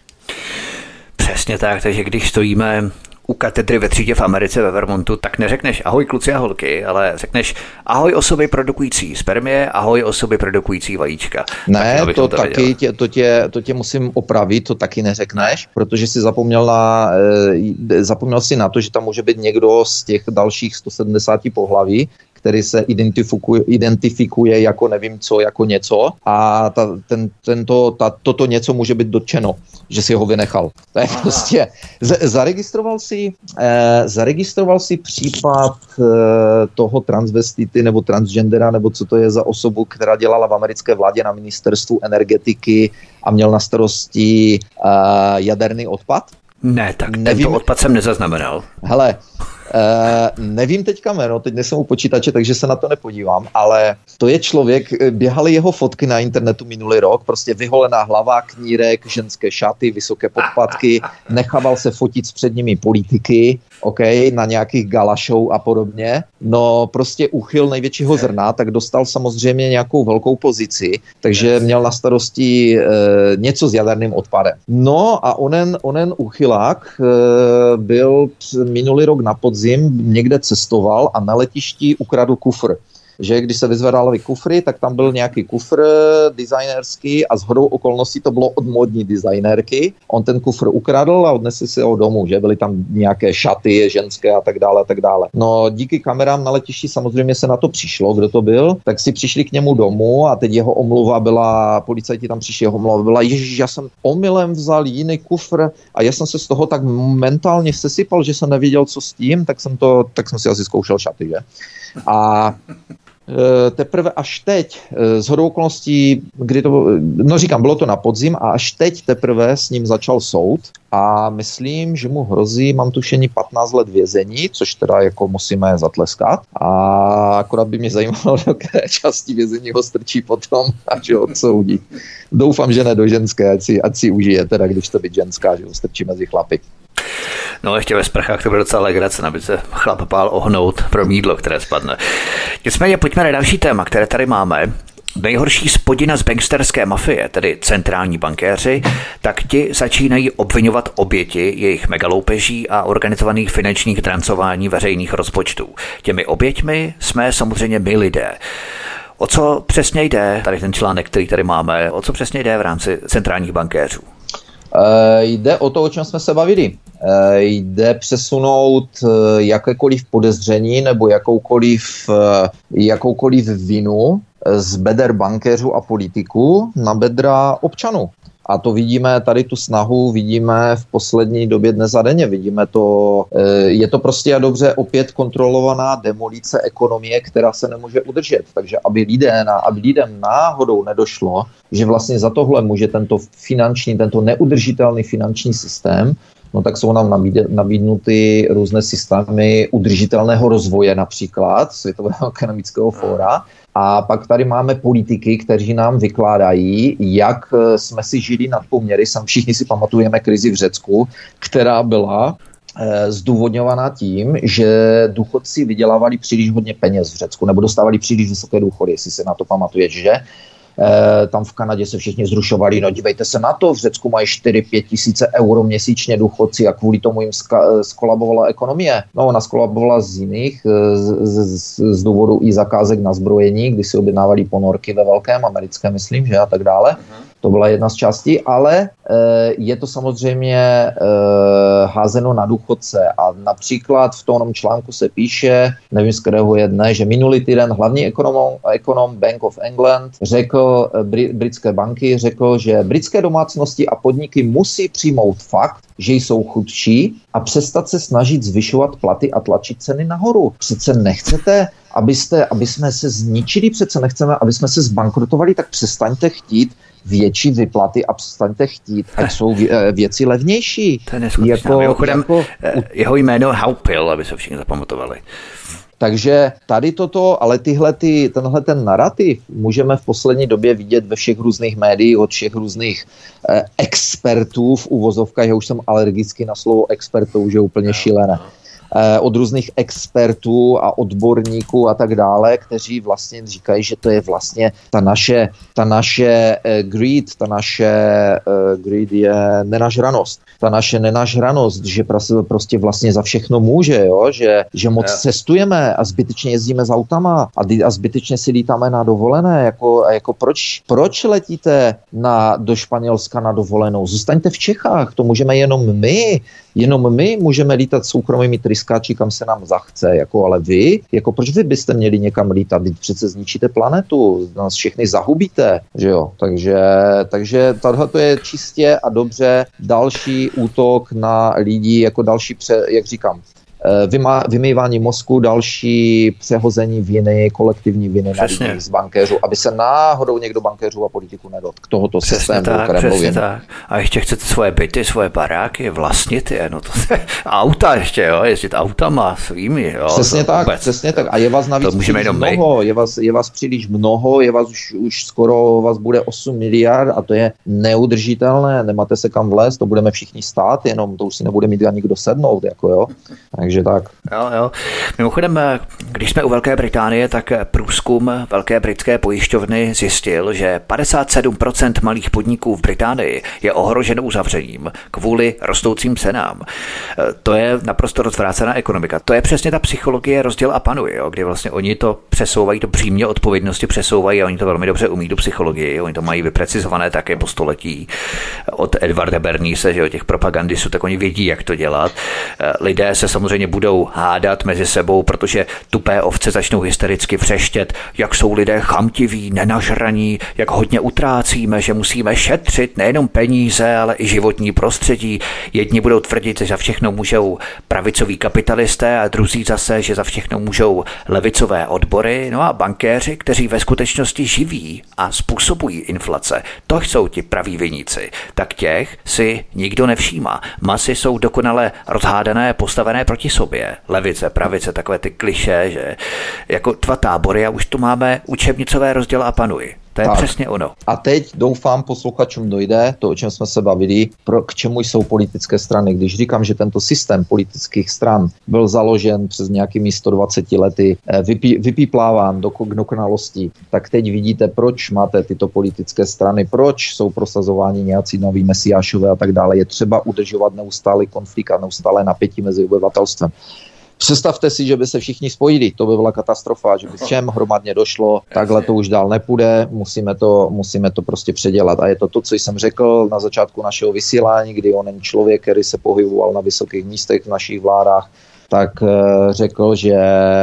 Přesně tak, takže když stojíme u katedry ve třídě v Americe ve Vermontu, tak neřekneš ahoj kluci a holky, ale řekneš ahoj osoby produkující spermie, ahoj osoby produkující vajíčka. Ne, taky, to, to taky tě, to, tě, to tě musím opravit, to taky neřekneš, protože jsi zapomněl, na, e, zapomněl si na to, že tam může být někdo z těch dalších sto sedmdesát pohlaví, který se identifikuje, identifikuje jako nevím co, jako něco, a ta, ten, tento, ta, toto něco může být dotčeno, že si ho vynechal. To je prostě, z, zaregistroval si, eh, zaregistroval si případ eh, toho transvestity nebo transgendera, nebo co to je za osobu, která dělala v americké vládě na ministerstvu energetiky a měl na starosti eh, jaderný odpad? Ne, tak nevím. Tento odpad jsem nezaznamenal. Hele, Uh, nevím teďka jméno, teď nejsem u počítače, takže se na to nepodívám, ale to je člověk, běhaly jeho fotky na internetu minulý rok, prostě vyholená hlava, knírek, ženské šaty, vysoké podpatky, nechával se fotit s předními politiky, OK, na nějakých gala show a podobně. No prostě úchyl největšího zrna, tak dostal samozřejmě nějakou velkou pozici, takže měl na starosti uh, něco s jaderným odpadem. No a onen, onen úchylák uh, byl minulý rok na podzim někde cestoval a na letišti ukradl kufr. Že když se vyzvedaly kufry, tak tam byl nějaký kufr designerský a shodou okolností to bylo od módní designérky. On ten kufr ukradl a odnesl si ho domů, že byly tam nějaké šaty ženské a tak dále a tak dále. No díky kamerám na letišti samozřejmě se na to přišlo, kdo to byl, tak si přišli k němu domů a teď jeho omluva byla, policajti tam přišli, jeho omluva byla, ježiš, já jsem omylem vzal jiný kufr a já jsem se z toho tak mentálně sesypal, že jsem nevěděl, co s tím, tak jsem to, tak jsem si asi zkoušel šaty, že? A teprve až teď, shodou okolností, kdy to, no říkám, bylo to na podzim a až teď teprve s ním začal soud a myslím, že mu hrozí, mám tušení, patnáct let vězení, což teda jako musíme zatleskat a akorát by mě zajímalo, do které části vězení ho strčí potom, až ho odsoudí. Doufám, že ne do ženské, ať si, ať si užije, teda když to být ženská, že ho strčí mezi chlapy. No ještě ve sprchách to bude docela legrace, aby se chlap pál ohnout pro mídlo, které spadne. Nicméně pojďme na další téma, které tady máme. nejhorší spodina z banksterské mafie, tedy centrální bankéři, tak ti začínají obvinovat oběti jejich megaloupeží a organizovaných finančních drancování veřejných rozpočtů. Těmi oběťmi jsme samozřejmě my lidé. O co přesně jde, tady ten článek, který tady máme, o co přesně jde v rámci centrálních bankéřů? E, jde o to, o čem jsme se bavili. E, jde přesunout jakékoliv podezření nebo jakoukoliv, jakoukoliv vinu z beder bankéřů a politiků na bedra občanů. A to vidíme, tady tu snahu vidíme v poslední době dnes a denně. Vidíme to, je to prostě a dobře opět kontrolovaná demolice ekonomie, která se nemůže udržet. Takže aby, lidé, aby lidem náhodou nedošlo, že vlastně za tohle může tento finanční, tento neudržitelný finanční systém, no tak jsou nám nabídnuty různé systémy udržitelného rozvoje, například Světového ekonomického fóra. A pak tady máme politiky, kteří nám vykládají, jak jsme si žili nad poměry. Sam všichni si pamatujeme krizi v Řecku, která byla eh, zdůvodňovaná tím, že důchodci vydělávali příliš hodně peněz v Řecku, nebo dostávali příliš vysoké důchody, jestli se na to pamatuješ, že? E, tam v Kanadě se všichni zrušovali, no dívejte se na to, v Řecku mají čtyři pět tisíce euro měsíčně důchodci a kvůli tomu jim ska, skolabovala ekonomie. No ona skolabovala z jiných, z, z, z důvodu i zakázek na zbrojení, kdy si objednávali ponorky ve velkém, americké myslím, že a tak dále. Uh-huh. To byla jedna z částí, ale e, je to samozřejmě e, házeno na důchodce a například v tom článku se píše, nevím z kterého je dne, že minulý týden hlavní ekonom, ekonom Bank of England řekl, br- britské banky řekl, že britské domácnosti a podniky musí přijmout fakt, že jsou chudší a přestat se snažit zvyšovat platy a tlačit ceny nahoru. Přece nechcete, abyste, aby jsme se zničili, přece nechceme, aby jsme se zbankrotovali, tak přestaňte chtít větší vyplaty a přestaňte chtít, ať jsou věci levnější. To je neskutečná. Jako, Mimochodem, jako, jeho jméno Haupil, aby se všichni zapamatovali. Takže tady toto, ale tyhle, ty, tenhle ten narrativ můžeme v poslední době vidět ve všech různých médiích, od všech různých eh, expertů v uvozovkách. Já už jsem alergický na slovo expert, to už je úplně šílené. Od různých expertů a odborníků a tak dále, kteří vlastně říkají, že to je vlastně ta naše, ta naše uh, greed, ta naše uh, greed je nenažranost. Ta naše nenažranost, že prostě vlastně za všechno může, jo? Že, že moc yeah. cestujeme a zbytečně jezdíme s autama a, a zbytečně si lítáme na dovolené. Jako, jako proč, proč letíte na, do Španělska na dovolenou? Zůstaňte v Čechách, to můžeme jenom my. Jenom my můžeme lítat soukromými tryskáči, kam se nám zachce, jako, ale vy, jako proč vy byste měli někam lítat? Vy přece zničíte planetu, nás všechny zahubíte, že jo? Takže, takže tohle to je čistě a dobře další útok na lidi, jako další, pře, jak říkám, Vyma, vymývání mozku, další přehození viny, kolektivní viny na lidí z bankéřů, aby se náhodou někdo bankéřů a politiků nedotkl tohoto přesně systému, tak, o kterém mluvím. Tak. A ještě chcete svoje byty, svoje baráky vlastnit je, no to se, auta ještě, jo, jezdit autama svými, jo. Přesně tak, vůbec, přesně tak. A je vás navíc příliš mnoho, je vás, je vás příliš mnoho, je vás už, už skoro vás bude osm miliard a to je neudržitelné, nemáte se kam vlézt, to budeme všichni stát, jenom to už si nebude mít ani kdo sednout, jako jo. Takže tak. Jo, jo. Mimochodem, když jsme u Velké Británie, tak průzkum Velké britské pojišťovny zjistil, že padesát sedm procent malých podniků v Británii je ohroženo uzavřením kvůli rostoucím cenám. To je naprosto rozvrácená ekonomika. To je přesně ta psychologie rozděl a panuj, jo, kdy vlastně oni to přesouvají, to břímě odpovědnosti přesouvají a oni to velmi dobře umí, tu psychologii. Oni to mají vyprecizované také po století od Edvarda Bernaise, že jo, těch propagandistů, tak oni vědí, jak to dělat. Lidé se samozřejmě budou hádat mezi sebou, protože tupé ovce začnou hystericky přeštět, jak jsou lidé chamtiví, nenažraní, jak hodně utrácíme, že musíme šetřit nejenom peníze, ale i životní prostředí. Jedni budou tvrdit, že za všechno můžou pravicoví kapitalisté a druzí zase, že za všechno můžou levicové odbory. No a bankéři, kteří ve skutečnosti živí a způsobují inflace, to jsou ti praví viníci. Tak těch si nikdo nevšímá. Masy jsou dokonale rozhádané, postavené proti sobě. Levice, pravice, takové ty klišé, že jako dva tábory a už tu máme učebnicové rozděl a panuj. To je tak. přesně ono. A teď doufám posluchačům dojde to, o čem jsme se bavili, pro, k čemu jsou politické strany. Když říkám, že tento systém politických stran byl založen přes nějakými sto dvacet lety, vypí, vypípláván do dokonalosti, tak teď vidíte, proč máte tyto politické strany, proč jsou prosazováni nějací noví mesiášové a tak dále. Je třeba udržovat neustálý konflikt a neustálé napětí mezi obyvatelstvem. Představte si, že by se všichni spojili, to by byla katastrofa, že by všem hromadně došlo, takhle to už dál nepůjde, musíme to, musíme to prostě předělat. A je to to, co jsem řekl na začátku našeho vysílání, kdy onen člověk, který se pohyboval na vysokých místech v našich vládách, tak řekl, že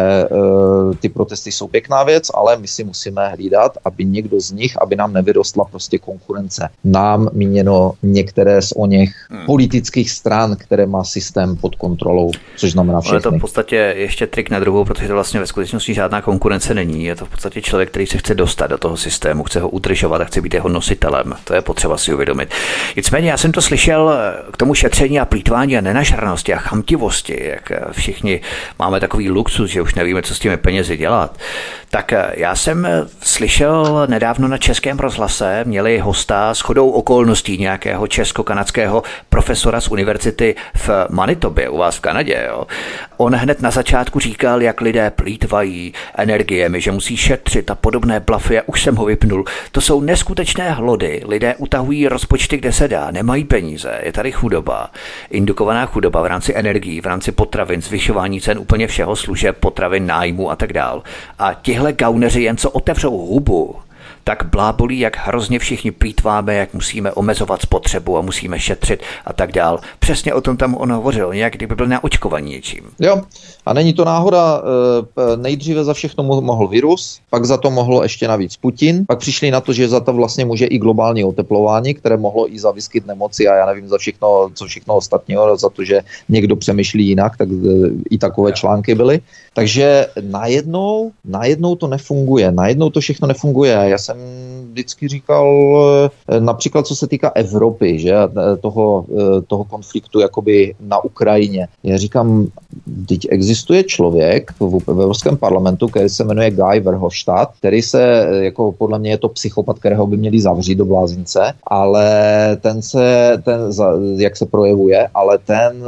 ty protesty jsou pěkná věc, ale my si musíme hlídat, aby někdo z nich, aby nám nevyrostla prostě konkurence. Nám míněno některé z o něch hmm. politických stran, které má systém pod kontrolou, což znamená všechny. Ale to v podstatě ještě trik na druhou, protože to vlastně ve skutečnosti žádná konkurence není. Je to v podstatě člověk, který se chce dostat do toho systému, chce ho udržovat a chce být jeho nositelem. To je potřeba si uvědomit. Nicméně já jsem to slyšel k tomu šetření a plýtvání a nenažranosti a chamtivosti, jak všichni máme takový luxus, že už nevíme, co s těmi penězi dělat. Tak já jsem slyšel nedávno na Českém rozhlase, měli hosta shodou okolností nějakého česko-kanadského profesora z univerzity v Manitobě u vás v Kanadě. Jo. On hned na začátku říkal, jak lidé plýtvají energiemi, že musí šetřit a podobné blafy a už jsem ho vypnul. To jsou neskutečné hlody. Lidé utahují rozpočty, kde se dá, nemají peníze, je tady chudoba, indukovaná chudoba v rámci energií, v rámci potravin, zvyšování cen úplně všeho, služeb, potravin, nájmu a tak dál. A tihle gauneři jen co otevřou hubu, tak blábolí, jak hrozně všichni plýtváme, jak musíme omezovat spotřebu a musíme šetřit a tak dál. Přesně o tom tam on hovořil, nějak kdyby byl naočkovaný něčím. Jo, a není to náhoda, nejdříve za všechno mohl virus, pak za to mohl ještě navíc Putin, pak přišli na to, že za to vlastně může i globální oteplování, které mohlo i za výskyt nemoci a já nevím za všechno, co všechno ostatního, za to, že někdo přemýšlí jinak, tak i takové články byly. Takže najednou, najednou to nefunguje, najednou to všechno nefunguje. Já jsem vždycky říkal, například co se týká Evropy, že, toho, toho konfliktu jakoby na Ukrajině. Já říkám, teď existuje člověk v Evropském parlamentu, který se jmenuje Guy Verhofstadt, který se, jako podle mě je to psychopat, kterého by měli zavřít do blázince, ale ten se, ten, jak se projevuje, ale ten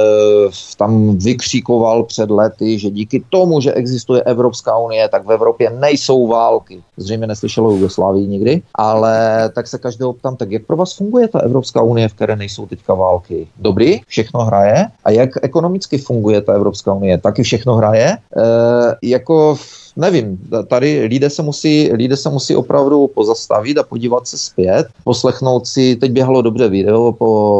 tam vykříkoval před lety, že díky tomu, že existuje Evropská unie, tak v Evropě nejsou války. Zřejmě neslyšelo Jugoslávii nikdy, ale tak se každého ptám, tak jak pro vás funguje ta Evropská unie, v které nejsou teďka války? Dobrý, všechno hraje. A jak ekonomicky funguje ta Evropská unie? Taky všechno hraje. E, jako nevím, tady lidé se musí, lidé se musí opravdu pozastavit a podívat se zpět, poslechnout si, teď běhalo dobře video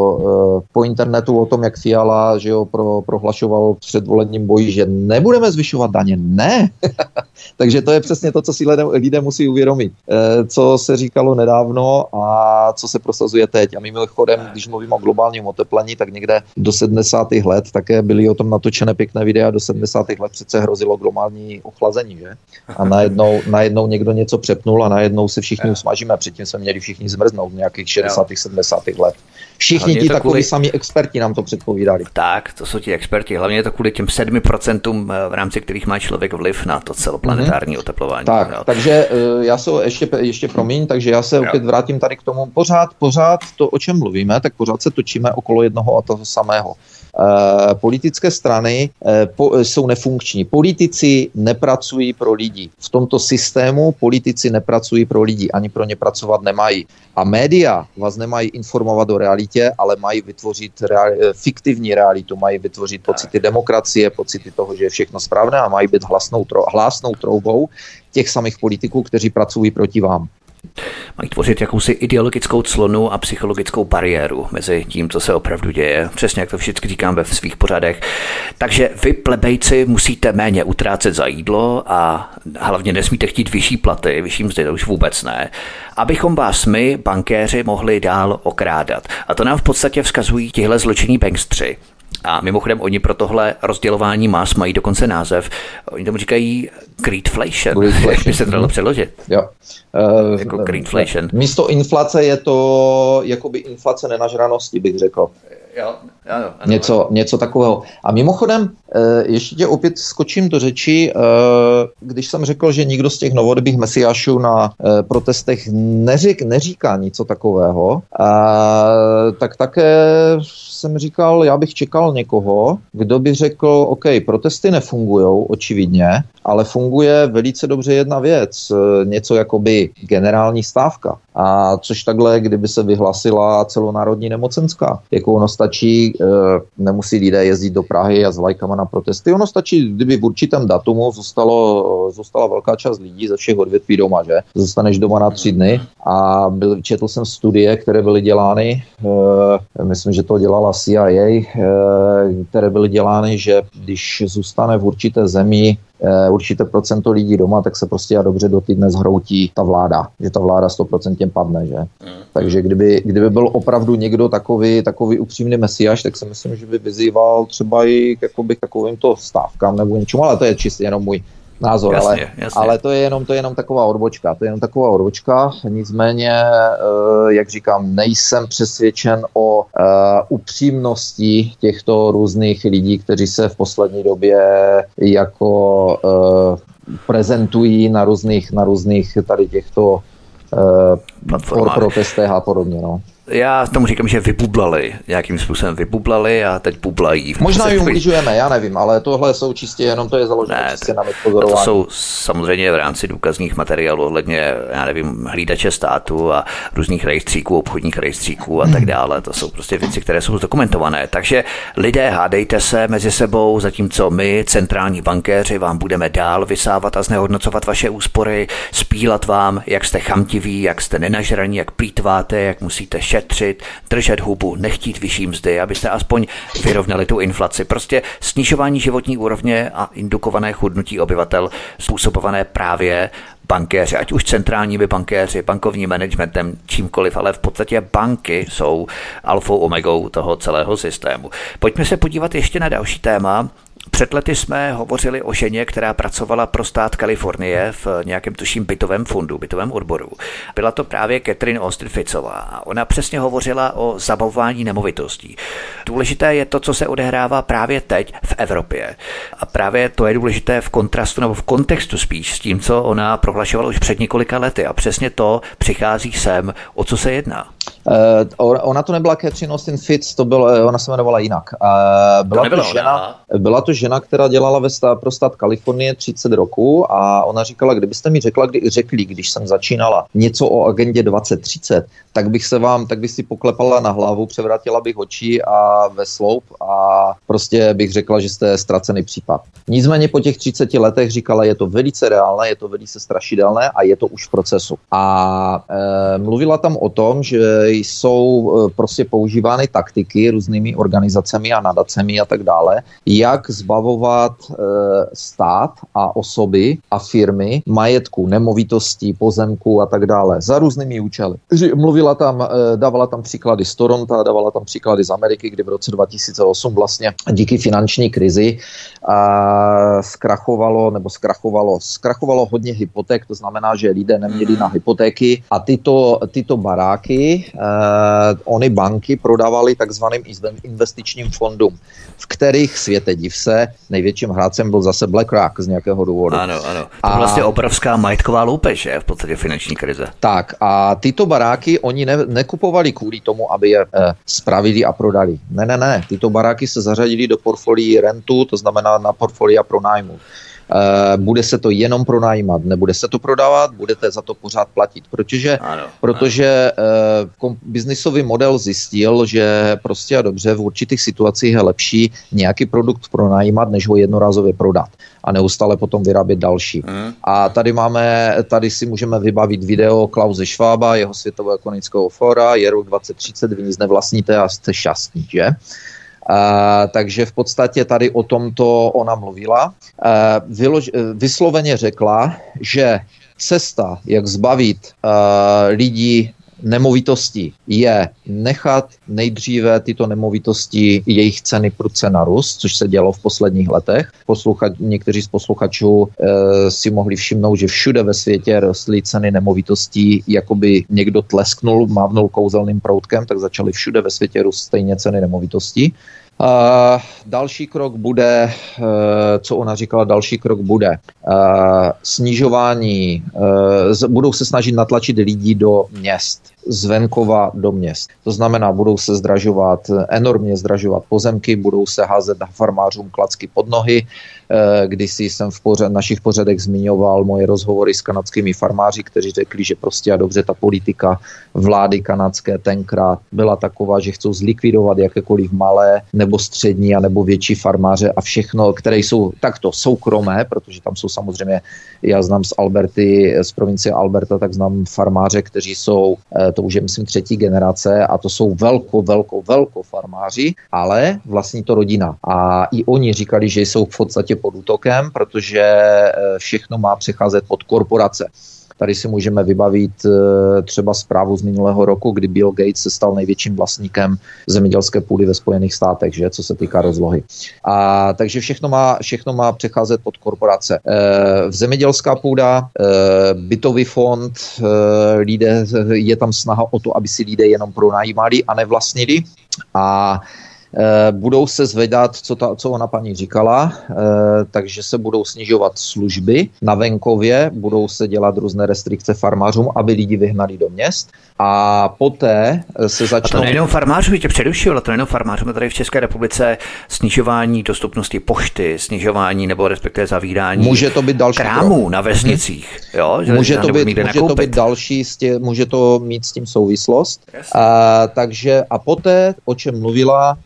po, po internetu o tom, jak Fiala, že jo, pro, prohlašoval v předvolebním boji, že nebudeme zvyšovat daně. Ne! Takže to je přesně to, co si lidé, lidé musí uvědomit. Co se říkalo nedávno a co se prosazuje teď. A my mimochodem, když mluvím o globálním oteplení, tak někde do sedmdesátých let také byly o tom natočené pěkné videa, do sedmdesátých let přece hrozilo globální ochlazení, že? A najednou, najednou někdo něco přepnul a najednou se všichni usmažíme. Předtím jsme měli všichni zmrznout v nějakých šedesátých sedmdesátých let. Všichni ti takoví kvůli... sami experti nám to předpovídali. Tak, to jsou ti experti. Hlavně je to kvůli těm sedmi procentům, v rámci kterých má člověk vliv na to celoplanetární mm-hmm. oteplování. Tak, no. Takže já se ještě, ještě promiň, takže já se jo. opět vrátím tady k tomu. Pořád, pořád to, o čem mluvíme, tak pořád se točíme okolo jednoho a toho samého. Uh, politické strany uh, po, jsou nefunkční. Politici nepracují pro lidi. V tomto systému politici nepracují pro lidi, ani pro ně pracovat nemají. A média vás nemají informovat o realitě, ale mají vytvořit reali- fiktivní realitu, mají vytvořit pocity demokracie, pocity toho, že je všechno správné a mají být hlasnou, tro- hlásnou troubou těch samých politiků, kteří pracují proti vám. Mají tvořit jakousi ideologickou clonu a psychologickou bariéru mezi tím, co se opravdu děje. Přesně jak to vždycky říkám ve svých pořadech. Takže vy, plebejci, musíte méně utrácet za jídlo a hlavně nesmíte chtít vyšší platy, vyšší mzdy, to už vůbec ne, abychom vás my, bankéři, mohli dál okrádat. A to nám v podstatě vzkazují tihle zločinní bankstři. A mimochodem oni pro tohle rozdělování mas mají dokonce název. Oni tomu říkají greedflation. Jak by se to dalo přeložit? Jo. Uh, jako greedflation. Místo inflace je to jakoby inflace nenažranosti, bych řekl. Jo, ano, ano, něco, ano. něco takového. A mimochodem, ještě tě opět skočím do řeči, když jsem řekl, že nikdo z těch novodobých mesiášů na protestech neřík, neříká něco takového, tak také jsem říkal, já bych čekal někoho, kdo by řekl, OK, protesty nefungujou, očividně, ale funguje velice dobře jedna věc, něco jakoby generální stávka. A což takhle, kdyby se vyhlasila celonárodní nemocenská. Jako ono stačí, nemusí lidé jezdit do Prahy a s vlajkama na protesty, ono stačí, kdyby v určitém datumu zůstalo, zůstala velká část lidí ze všech odvětví doma, že? Zůstaneš doma na tři dny a byl, četl jsem studie, které byly dělány, myslím, že to dělala C I A, které byly dělány, že když zůstane v určité zemi určité procento lidí doma, tak se prostě a dobře do týdne zhroutí ta vláda, že ta vláda sto procent padne, že? Mm. Takže kdyby, kdyby byl opravdu někdo takový, takový upřímný mesiáš, tak si myslím, že by vyzýval třeba i k jakoby, takovýmto stávkám nebo něčemu, ale to je čistě jenom můj názor, jasně, ale, jasně. ale to je jenom to je jenom taková odbočka, to je jenom taková odbočka, nicméně, jak říkám, nejsem přesvědčen o uh, upřímnosti těchto různých lidí, kteří se v poslední době jako uh, prezentují na různých, na různých tady těchto uh, protestech a podobně, no. Já tomu říkám, že vybublali, nějakým způsobem vybublali a teď bublají. Možná jim ubližujeme, já nevím, ale tohle jsou čistě, jenom to je založené ne, čistě na pozorování. To jsou samozřejmě v rámci důkazních materiálů ohledně, já nevím, hlídače státu a různých rejstříků, obchodních rejstříků a tak dále. To jsou prostě věci, které jsou zdokumentované. Takže lidé, hádejte se mezi sebou, zatímco my, centrální bankéři, vám budeme dál vysávat a znehodnocovat vaše úspory, spílat vám, jak jste chamtiví, jak jste nenažraní, jak plýtváte, jak musíte šetřit, držet hubu, nechtít vyšší mzdy, abyste aspoň vyrovnali tu inflaci. Prostě snižování životní úrovně a indukované chudnutí obyvatel způsobované právě bankéři, ať už centrálními bankéři, bankovním managementem, čímkoliv, ale v podstatě banky jsou alfou omegou toho celého systému. Pojďme se podívat ještě na další téma. Před lety jsme hovořili o ženě, která pracovala pro stát Kalifornie v nějakém tuším bytovém fondu, bytovém odboru. Byla to právě Catherine Austin Fittsová a ona přesně hovořila o zabavování nemovitostí. Důležité je to, co se odehrává právě teď v Evropě. A právě to je důležité v kontrastu nebo v kontextu spíš s tím, co ona prohlašovala už před několika lety a přesně to přichází sem, o co se jedná. Uh, ona to nebyla Catherine Austin Fitts, to bylo, ona se jmenovala jinak. Uh, byla, to to žena, byla to žena, která dělala ve stát, pro stát Kalifornie třicet roků a ona říkala, kdybyste mi řekla, kdy, řekli, když jsem začínala něco o agendě dvacet třicet, tak bych se vám, tak bych si poklepala na hlavu, převrátila bych oči a ve sloup a prostě bych řekla, že jste ztracený případ. Nicméně po těch třiceti letech říkala, je to velice reálné, je to velice strašidelné a je to už v procesu. A e, mluvila tam o tom, že jsou e, prostě používány taktiky různými organizacemi a nadacemi a tak dále, jak zbavovat e, stát a osoby a firmy majetku, nemovitostí, pozemků a tak dále za různými účely. Mluvila tam, e, dávala tam příklady z Toronto, dávala tam příklady z Ameriky, kdy v roce dva tisíce osm vlastně díky finanční krizi a zkrachovalo, nebo zkrachovalo, zkrachovalo hodně hypoték, to znamená, že lidé neměli na hypotéky a tyto, tyto baráky, eh, ony banky prodávaly takzvaným investičním fondům, v kterých, světe div se, největším hráčem byl zase BlackRock z nějakého důvodu. Ano, ano. To je vlastně obrovská majetková loupež, je v podstatě finanční krize. Tak a tyto baráky oni ne, nekupovali kvůli tomu, aby je eh, spravili a prodali. Ne, ne, ne. Tyto baráky se zařadili do portfolií rentu, to znamená na portfolia pronájmu. Uh, bude se to jenom pronajímat, nebude se to prodávat, budete za to pořád platit, protože, ano, protože uh, biznisový model zjistil, že prostě a dobře v určitých situacích je lepší nějaký produkt pronajímat, než ho jednorázově prodat a neustále potom vyrábět další. Hmm. A tady máme, tady si můžeme vybavit video Klause Schwaba, jeho Světového ekonomického fóra, je rok dvacet třicet, vy nic nevlastníte a jste šťastní, že? Uh, takže v podstatě tady o tomto ona mluvila. Uh, vylož, vysloveně řekla, že cesta, jak zbavit uh, lidí nemovitostí je nechat nejdříve tyto nemovitosti, jejich ceny prudce narůst, což se dělo v posledních letech. Poslucha, někteří z posluchačů e, si mohli všimnout, že všude ve světě rostly ceny nemovitostí, jakoby někdo tlesknul, mávnul kouzelným proutkem, tak začaly všude ve světě růst stejně ceny nemovitostí. Uh, další krok bude, uh, co ona říkala, další krok bude uh, snižování, uh, budou se snažit natlačit lidi do měst, z venkova do měst. To znamená, budou se zdražovat, enormně zdražovat pozemky, budou se házet farmářům klacky pod nohy. Uh, když jsem v pořad, našich pořadech zmiňoval moje rozhovory s kanadskými farmáři, kteří řekli, že prostě a dobře ta politika vlády kanadské tenkrát byla taková, že chcou zlikvidovat jakékoliv malé nebo střední a nebo větší farmáře a všechno, které jsou takto soukromé, protože tam jsou samozřejmě, já znám z Alberty, z provincie Alberta, tak znám farmáře, kteří jsou, to už je myslím třetí generace a to jsou velko, velko, velko farmáři, ale vlastní to rodina. A i oni říkali, že jsou v podstatě pod útokem, protože všechno má přecházet pod korporace. Tady si můžeme vybavit třeba zprávu z minulého roku, kdy Bill Gates se stal největším vlastníkem zemědělské půdy ve Spojených státech, že, co se týká rozlohy. A takže všechno má, všechno má přecházet pod korporace. E, zemědělská půda, e, bytový fond, e, lidé, je tam snaha o to, aby si lidé jenom pronajímali a nevlastnili. A budou se zvedat, co, ta, co ona paní říkala, e, takže se budou snižovat služby na venkově, budou se dělat různé restrikce farmářům, aby lidi vyhnali do měst a poté se začnou... A to nejenom farmářům, tě přerušil, to nejenom farmářům, tady v České republice snižování dostupnosti pošty, snižování nebo respektive zavírání může to být další krámů krok na vesnicích. Hmm. Jo, že může to být, může to být další, stě, může to mít s tím souvislost. A, takže a poté, o čem mluvila,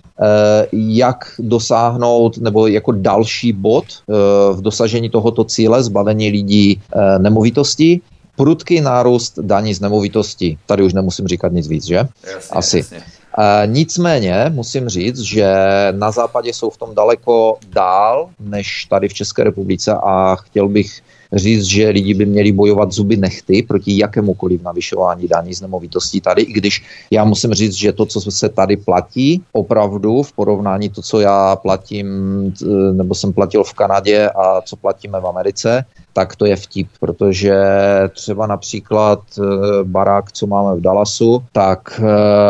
jak dosáhnout, nebo jako další bod v dosažení tohoto cíle, zbavení lidí nemovitostí, prudký nárůst daní z nemovitostí. Tady už nemusím říkat nic víc, že? Jasně, Asi. Jasně. Nicméně musím říct, že na západě jsou v tom daleko dál, než tady v České republice a chtěl bych říct, že lidi by měli bojovat zuby nehty proti jakémukoliv navyšování daní z nemovitostí tady, i když já musím říct, že to, co se tady platí, opravdu v porovnání to, co já platím, nebo jsem platil v Kanadě a co platíme v Americe, tak to je vtip, protože třeba například barák, co máme v Dallasu, tak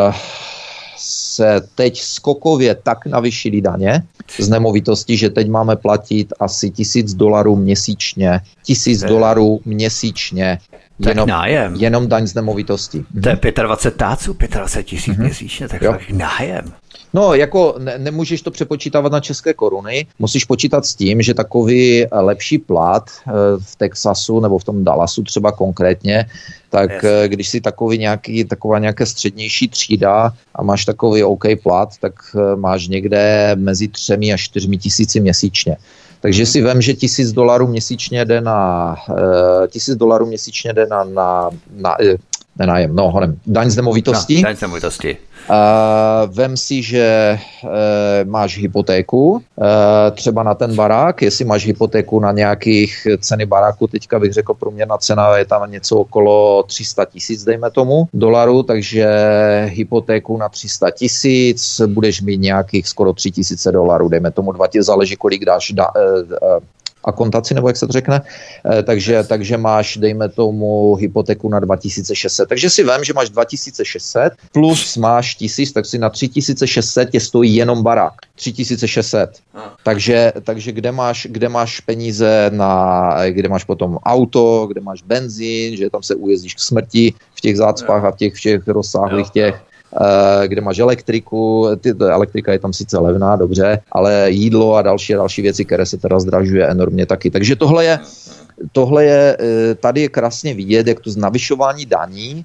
se teď skokově tak navyšily daně z nemovitosti, že teď máme platit asi tisíc dolarů měsíčně. Tisíc dolarů měsíčně. Jenom, nájem. Jenom daň z nemovitosti. To je dvacet pět táců, dvacet pět tisíc mm-hmm. měsíčně, tak, tak nájem. No, jako ne, nemůžeš to přepočítávat na české koruny, musíš počítat s tím, že takový lepší plat v Texasu nebo v tom Dallasu třeba konkrétně, tak yes. když si takový nějaký, taková nějaká střednější třída a máš takový OK plat, tak máš někde mezi třemi a čtyřmi tisíci měsíčně. Takže si vem, že tisíc dolarů měsíčně jde na tisíc dolarů měsíčně jde na, na, na nenájem, no honem, daň z nemovitosti. No, daň z nemovitosti. Uh, vem si, že uh, máš hypotéku, uh, třeba na ten barák, jestli máš hypotéku na nějakých ceny baráku, teďka bych řekl průměrná cena je tam něco okolo tři sta tisíc, dejme tomu, dolarů, takže hypotéku na tři sta tisíc, budeš mít nějakých skoro tři tisíce dolarů, dejme tomu dva, záleží kolik dáš da, uh, uh, akontaci, nebo jak se to řekne, e, takže, takže máš, dejme tomu, hypotéku na dva tisíce šest set. Takže si vem, že máš dva tisíce šest set plus máš tisíc, tak si na tři tisíce šest set tě stojí jenom barák. tři tisíce šest set. Takže, takže kde, máš, kde máš peníze na, kde máš potom auto, kde máš benzín, že tam se ujezdíš k smrti v těch zácpách a v těch všech rozsáhlých těch, kde máš elektriku, ty, elektrika je tam sice levná, dobře, ale jídlo a další a další věci, které se teda zdražuje enormně taky. Takže tohle je, tohle je, tady je krásně vidět, jak to z navyšování daní,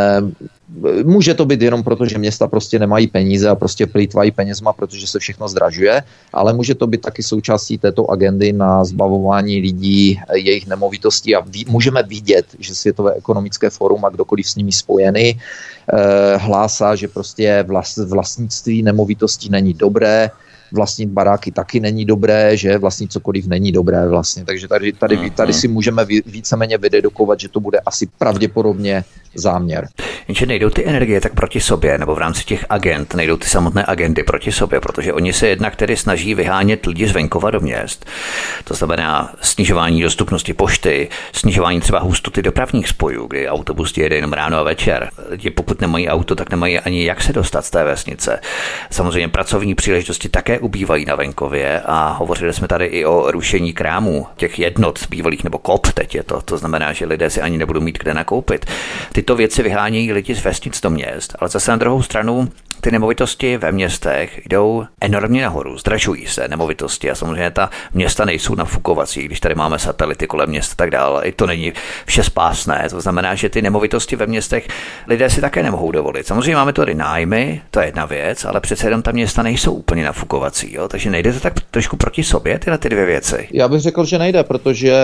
může to být jenom proto, že města prostě nemají peníze a prostě plýtvají penězma, protože se všechno zdražuje, ale může to být taky součástí této agendy na zbavování lidí jejich nemovitostí a ví, můžeme vidět, že Světové ekonomické fórum a kdokoliv s nimi spojený eh, hlásá, že prostě vlast, vlastnictví nemovitostí není dobré, vlastnit baráky taky není dobré, že vlastnit cokoliv není dobré vlastně. Takže tady, tady, tady si můžeme víceméně vydedukovat, že to bude asi pravděpodobně záměr. Jenže nejdou ty energie tak proti sobě, nebo v rámci těch agent, nejdou ty samotné agendy proti sobě, protože oni se jednak tedy snaží vyhánět lidi z venkova do měst. To znamená snižování dostupnosti pošty, snižování třeba hustoty dopravních spojů, kdy autobus jede jenom ráno a večer. Lidi pokud nemají auto, tak nemají ani jak se dostat z té vesnice. Samozřejmě pracovní příležitosti také ubývají na venkově a hovořili jsme tady i o rušení krámů, těch jednot bývalých nebo kop, teď je to. To znamená, že lidé si ani nebudou mít kde nakoupit. Tyto věci vyhánějí lidi z vesnic do měst, ale zase na druhou stranu ty nemovitosti ve městech jdou enormně nahoru, zdražují se nemovitosti a samozřejmě ta města nejsou nafukovací, když tady máme satelity kolem měst a tak dále. I to není všespásné, to znamená, že ty nemovitosti ve městech lidé si také nemohou dovolit. Samozřejmě máme tady nájmy, to je jedna věc, ale přece jenom ta města nejsou úplně nafukovací, jo? Takže nejde to tak trošku proti sobě, tyhle ty dvě věci. Já bych řekl, že nejde, protože,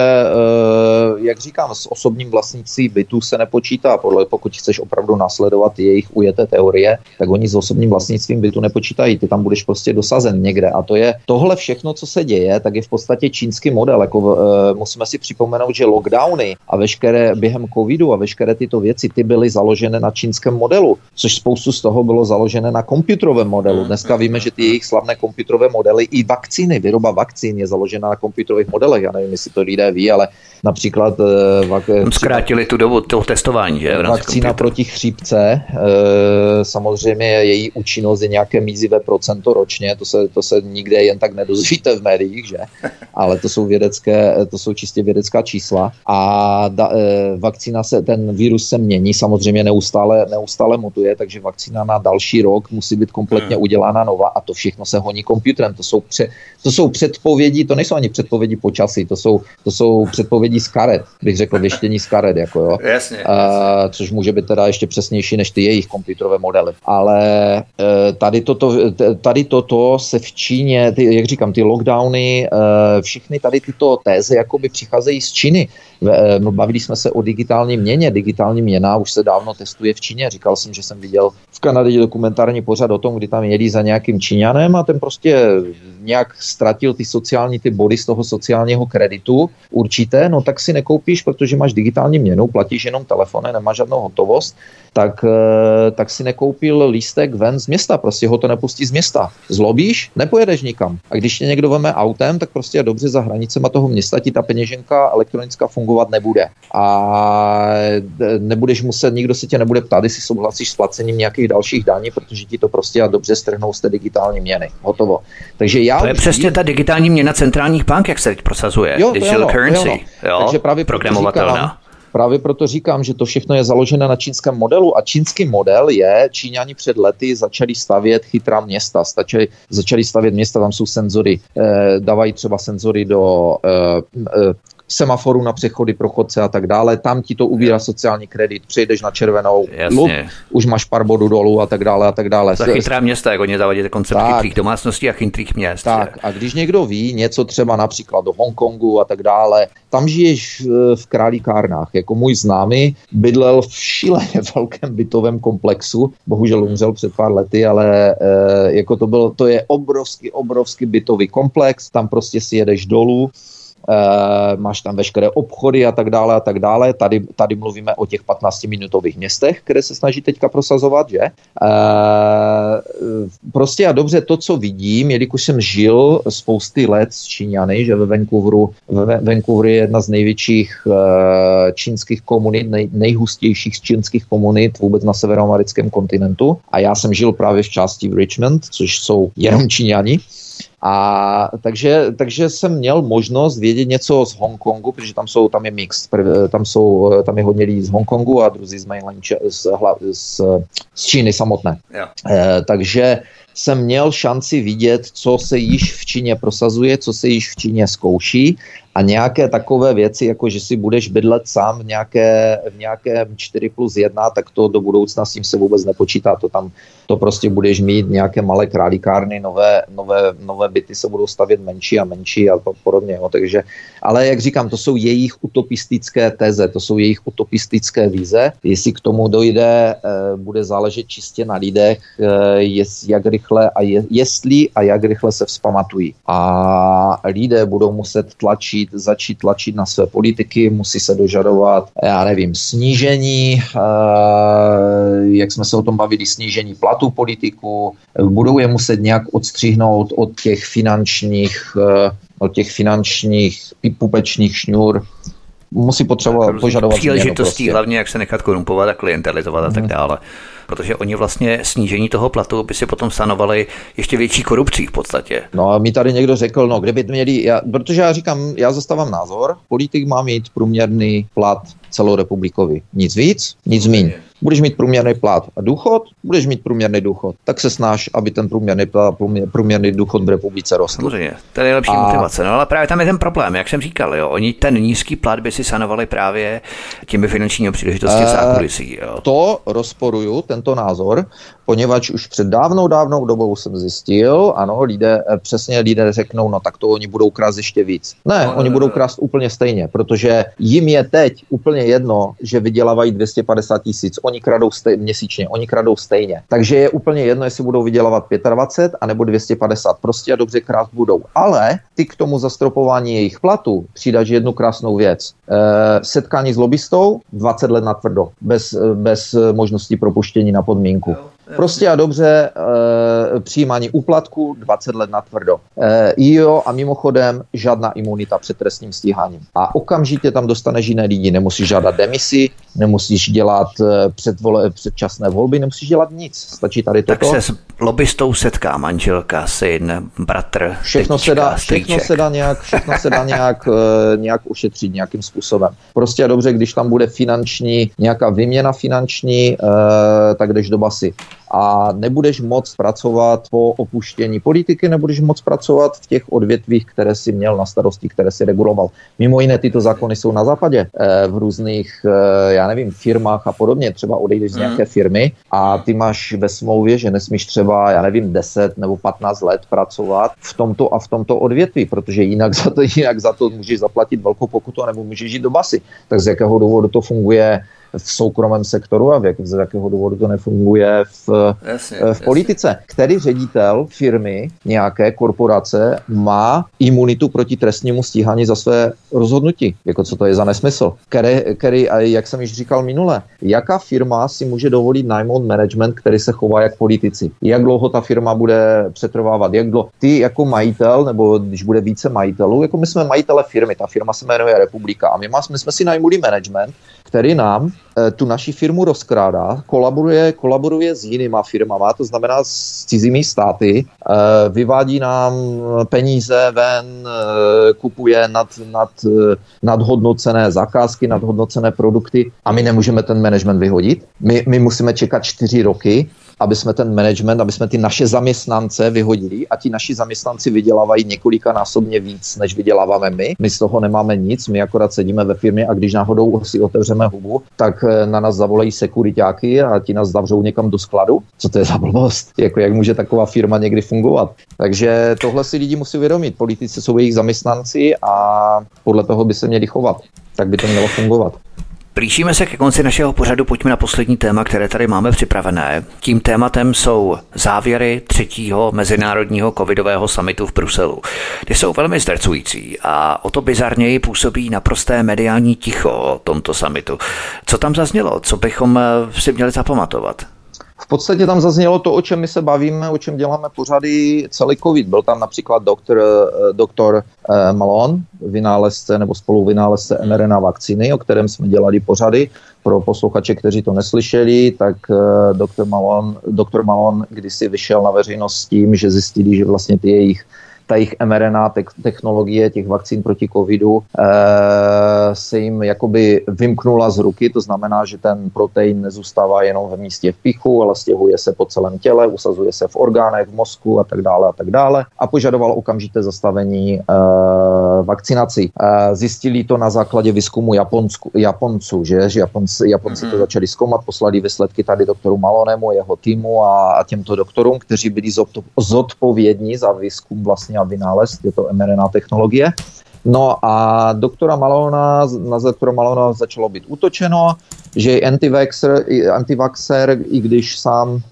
jak říkám, s osobním vlastnictví bytů se nepočítá. Podle, pokud chceš opravdu následovat jejich ujeté teorie, tak oni s osobním vlastnictvím bytu nepočítají. Ty tam budeš prostě dosazen někde. A to je tohle všechno, co se děje, tak je v podstatě čínský model. Jako, uh, musíme si připomenout, že lockdowny a veškeré během covidu a veškeré tyto věci, ty byly založené na čínském modelu, což spoustu z toho bylo založené na počítačovém modelu. Dneska víme, že ty jejich slavné počítačové modely i vakcíny, výroba vakcín je založena na počítačových modelech. Já nevím, jestli to lidé ví, ale například uh, vak- zkrátili tu dobu toho testování, že? Vakcína proti chřipce, uh, samozřejmě její účinnost je nějaké mizivé procento ročně, to se, to se nikde jen tak nedozvíte v médiích, že? Ale to jsou vědecké, to jsou čistě vědecká čísla a da, e, vakcína se, ten virus se mění, samozřejmě neustále, neustále mutuje, takže vakcína na další rok musí být kompletně hmm. udělána nová a to všechno se honí počítačem, to jsou, pře, to jsou předpovědi, to nejsou ani předpovědi počasí, to jsou, to jsou předpovědi z karet, bych řekl, věštění z karet, jako jo. Jasně, a, jasně. Což může být teda ještě přesnější než ty jejich počítačové modely, ale Tady toto, tady toto se v Číně, ty, jak říkám, ty lockdowny, všechny tady tyto téze jakoby přicházejí z Číny. Bavili jsme se o digitální měně. Digitální měna už se dávno testuje v Číně. Říkal jsem, že jsem viděl v Kanadě dokumentární pořad o tom, kdy tam jedí za nějakým Číňanem a ten prostě nějak ztratil ty sociální ty body z toho sociálního kreditu určité, no tak si nekoupíš, protože máš digitální měnu, platíš jenom telefonem, nemáš žádnou hotovost, tak, tak si nekoupil lístek ven z města, prostě ho to nepustí z města. Zlobíš, nepojedeš nikam. A když tě někdo veme autem, tak prostě dobře za hranicema toho města ti ta peněženka elektronická fungovat nebude. A nebudeš muset, nikdo se tě nebude ptát, jestli souhlasíš s placením nějakých dalších daní, protože ti to prostě dobře strhnou z té digitální měny. Hotovo. Takže já to je přesně ta digitální měna centrálních bank, jak se teď prosazuje. Jo, Digital ano, currency. Jo, jo, takže právě programovatelná. Právě proto říkám, že to všechno je založené na čínském modelu a čínský model je, Číňani před lety začali stavět chytrá města, začali, začali stavět města, tam jsou senzory, eh, dávají třeba senzory do eh, eh, semaforu na přechody pro chodce a tak dále, tam ti to ubírá sociální kredit, přejdeš na červenou, lup, už máš pár bodů dolů a tak dále a tak dále. Za chytrá města, jak oni zavadí koncept tak, chytrých domácností a chytrých měst. Tak že? A když někdo ví něco třeba například do Hongkongu a tak dále, tam žiješ v králíkárnách. Jako můj známý bydlel v šíleně velkém bytovém komplexu, bohužel umřel před pár lety, ale e, jako to byl, to je obrovský, obrovský bytový komplex, tam prostě si jedeš dolů, Uh, máš tam veškeré obchody a tak dále a tak dále. Tady, tady mluvíme o těch patnáctiminutových městech, které se snaží teďka prosazovat, že? Uh, prostě a dobře to, co vidím, jelikož jsem žil spousty let s Číňany, že ve Vancouveru, ve Vancouveru je jedna z největších uh, čínských komunit, nej, nejhustějších čínských komunit vůbec na severoamerickém kontinentu a já jsem žil právě v části v Richmond, což jsou jenom Číňani. A takže, takže jsem měl možnost vědět něco z Hongkongu, protože tam jsou, tam je mix, tam jsou, tam je hodně lidí z Hongkongu a druzí z mainland, z, z, z Číny samotné. Yeah. E, takže jsem měl šanci vidět, co se již v Číně prosazuje, co se již v Číně zkouší a nějaké takové věci, jako že si budeš bydlet sám v, nějaké, v nějakém čtyři plus jedna, tak to do budoucna s tím se vůbec nepočítá. To tam to prostě budeš mít nějaké malé králíkárny, nové, nové, nové byty se budou stavět menší a menší a podobně. Jo. Takže, ale jak říkám, to jsou jejich utopistické teze, to jsou jejich utopistické vize. Jestli k tomu dojde, bude záležet čistě na lidech, jak rychle a je, jestli a jak rychle se vzpamatují. A lidé budou muset tlačit, začít tlačit na své politiky, musí se dožadovat, já nevím, snížení, jak jsme se o tom bavili, snížení platů politiků, budou je muset nějak odstřihnout od těch finančních, od těch finančních pupečních šňůr. Musí potřebovat požadovat příležitostí, prostě. Hlavně jak se nechat korumpovat a klientelizovat a tak dále. Protože oni vlastně snížení toho platu by si potom stanovali ještě větší korupcí v podstatě. No a mi tady někdo řekl, no kdyby měli, já, protože já říkám, já zastávám názor, politik má mít průměrný plat celorepublikový. Nic víc, nic míň. Budeš mít průměrný plat a důchod, budeš mít průměrný důchod. Tak se snaž, aby ten průměrný plat, průměrný důchod v republice rostl. Samozřejmě, to je lepší a... motivace. No ale právě tam je ten problém, jak jsem říkal, jo. Oni ten nízký plat by si sanovali právě těmi finančními příležitosti v zákulisí. Jo. To rozporuju, tento názor, poněvadž už před dávnou, dávnou dobou jsem zjistil, ano, lidé, přesně lidé řeknou, no tak to oni budou krást ještě víc. Ne, no, oni no, budou no. krást úplně stejně, protože jim je teď úplně jedno, že vydělávají dvě stě padesát tisíc. Oni kradou stej, měsíčně, oni kradou stejně. Takže je úplně jedno, jestli budou vydělávat dvacet pět anebo dvě stě padesát. Prostě a dobře krást budou. Ale ty k tomu zastropování jejich platu přidáš jednu krásnou věc. E, setkání s lobbystou dvacet let natvrdo, bez, bez možnosti propuštění na podmínku. Prostě a dobře, e, přijímání úplatku dvacet let natvrdo. E, jo, a mimochodem žádná imunita před trestním stíháním. A okamžitě tam dostaneš jiné lidi. Nemusíš žádat demisi, nemusíš dělat předvole, předčasné volby, nemusíš dělat nic. Stačí tady toto. Tak se s lobbystou setká manželka, syn, bratr, všechno tetička, se dá, všechno se dá nějak, všechno se dá nějak, nějak ušetřit nějakým způsobem. Prostě a dobře, když tam bude finanční, nějaká výměna finanční, tak jdeš do basy. A nebudeš moc pracovat po opuštění politiky, nebudeš moc pracovat v těch odvětvích, které si měl na starosti, které si reguloval. Mimo jiné tyto zákony jsou na západě, v různých, já nevím, firmách a podobně. Třeba odejdeš z nějaké firmy a ty máš ve smlouvě, že nesmíš třeba, já nevím, deset nebo patnáct let pracovat v tomto a v tomto odvětví, protože jinak za to, jinak za to můžeš zaplatit velkou pokutu nebo můžeš jít do basy. Tak z jakého důvodu to funguje v soukromém sektoru a v jak, z jakého důvodu to nefunguje v, jasně, v politice. Jasně. Který ředitel firmy, nějaké korporace má imunitu proti trestnímu stíhání za své rozhodnutí? Jako co to je za nesmysl? Který, který, jak jsem již říkal minule, jaká firma si může dovolit najmout management, který se chová jak politici? Jak dlouho ta firma bude přetrvávat? Jak dlouho? Ty jako majitel, nebo když bude více majitelů, jako my jsme majitele firmy, ta firma se jmenuje Republika a my, má, my jsme si najmuli management, který nám e, tu naši firmu rozkrádá, kolaboruje, kolaboruje s jinýma firmama, to znamená s cizími státy, e, vyvádí nám peníze ven, e, kupuje nad, nad, nadhodnocené zakázky, nadhodnocené produkty a my nemůžeme ten management vyhodit. My, my musíme čekat čtyři roky, aby jsme ten management, aby jsme ty naše zaměstnance vyhodili a ti naši zaměstnanci vydělávají několikanásobně víc, než vyděláváme my. My z toho nemáme nic, my akorát sedíme ve firmě a když náhodou si otevřeme hubu, tak na nás zavolají sekuriťáky a ti nás zavřou někam do skladu. Co to je za blbost? Jako, jak může taková firma někdy fungovat? Takže tohle si lidi musí uvědomit. Politici jsou jejich zaměstnanci a podle toho by se měli chovat. Tak by to mělo fungovat. Blížíme se ke konci našeho pořadu, pojďme na poslední téma, které tady máme připravené. Tím tématem jsou závěry třetího mezinárodního covidového summitu v Bruselu. Ty jsou velmi zdrcující a o to bizarněji působí naprosté mediální ticho o tomto summitu. Co tam zaznělo? Co bychom si měli zapamatovat? V podstatě tam zaznělo to, o čem my se bavíme, o čem děláme pořady celý covid. Byl tam například doktor, doktor Malone, vynálezce nebo spoluvynálezce em er en á vakcíny, o kterém jsme dělali pořady. Pro posluchače, kteří to neslyšeli, tak doktor Malone, doktor Malone kdysi vyšel na veřejnost s tím, že zjistili, že vlastně ty jejich ta jejich em er en á technologie těch vakcín proti covidu e, se jim jakoby vymknula z ruky, to znamená, že ten protein nezůstává jenom v místě v pichu, ale stěhuje se po celém těle, usazuje se v orgánech, v mozku a tak dále a tak dále a požadoval okamžité zastavení e, vakcinací. E, zjistili to na základě výzkumu Japonsku, Japonců, že, že Japonci, Japonci to začali zkoumat, poslali výsledky tady doktoru Malonemu, jeho týmu a, a těmto doktorům, kteří byli zodpovědní za výzkum vlastně a vynález, je to em er en á technologie. No a doktora Malona, na doktora Malona začalo být útočeno, že antivaxer, antivaxer, i když sám e,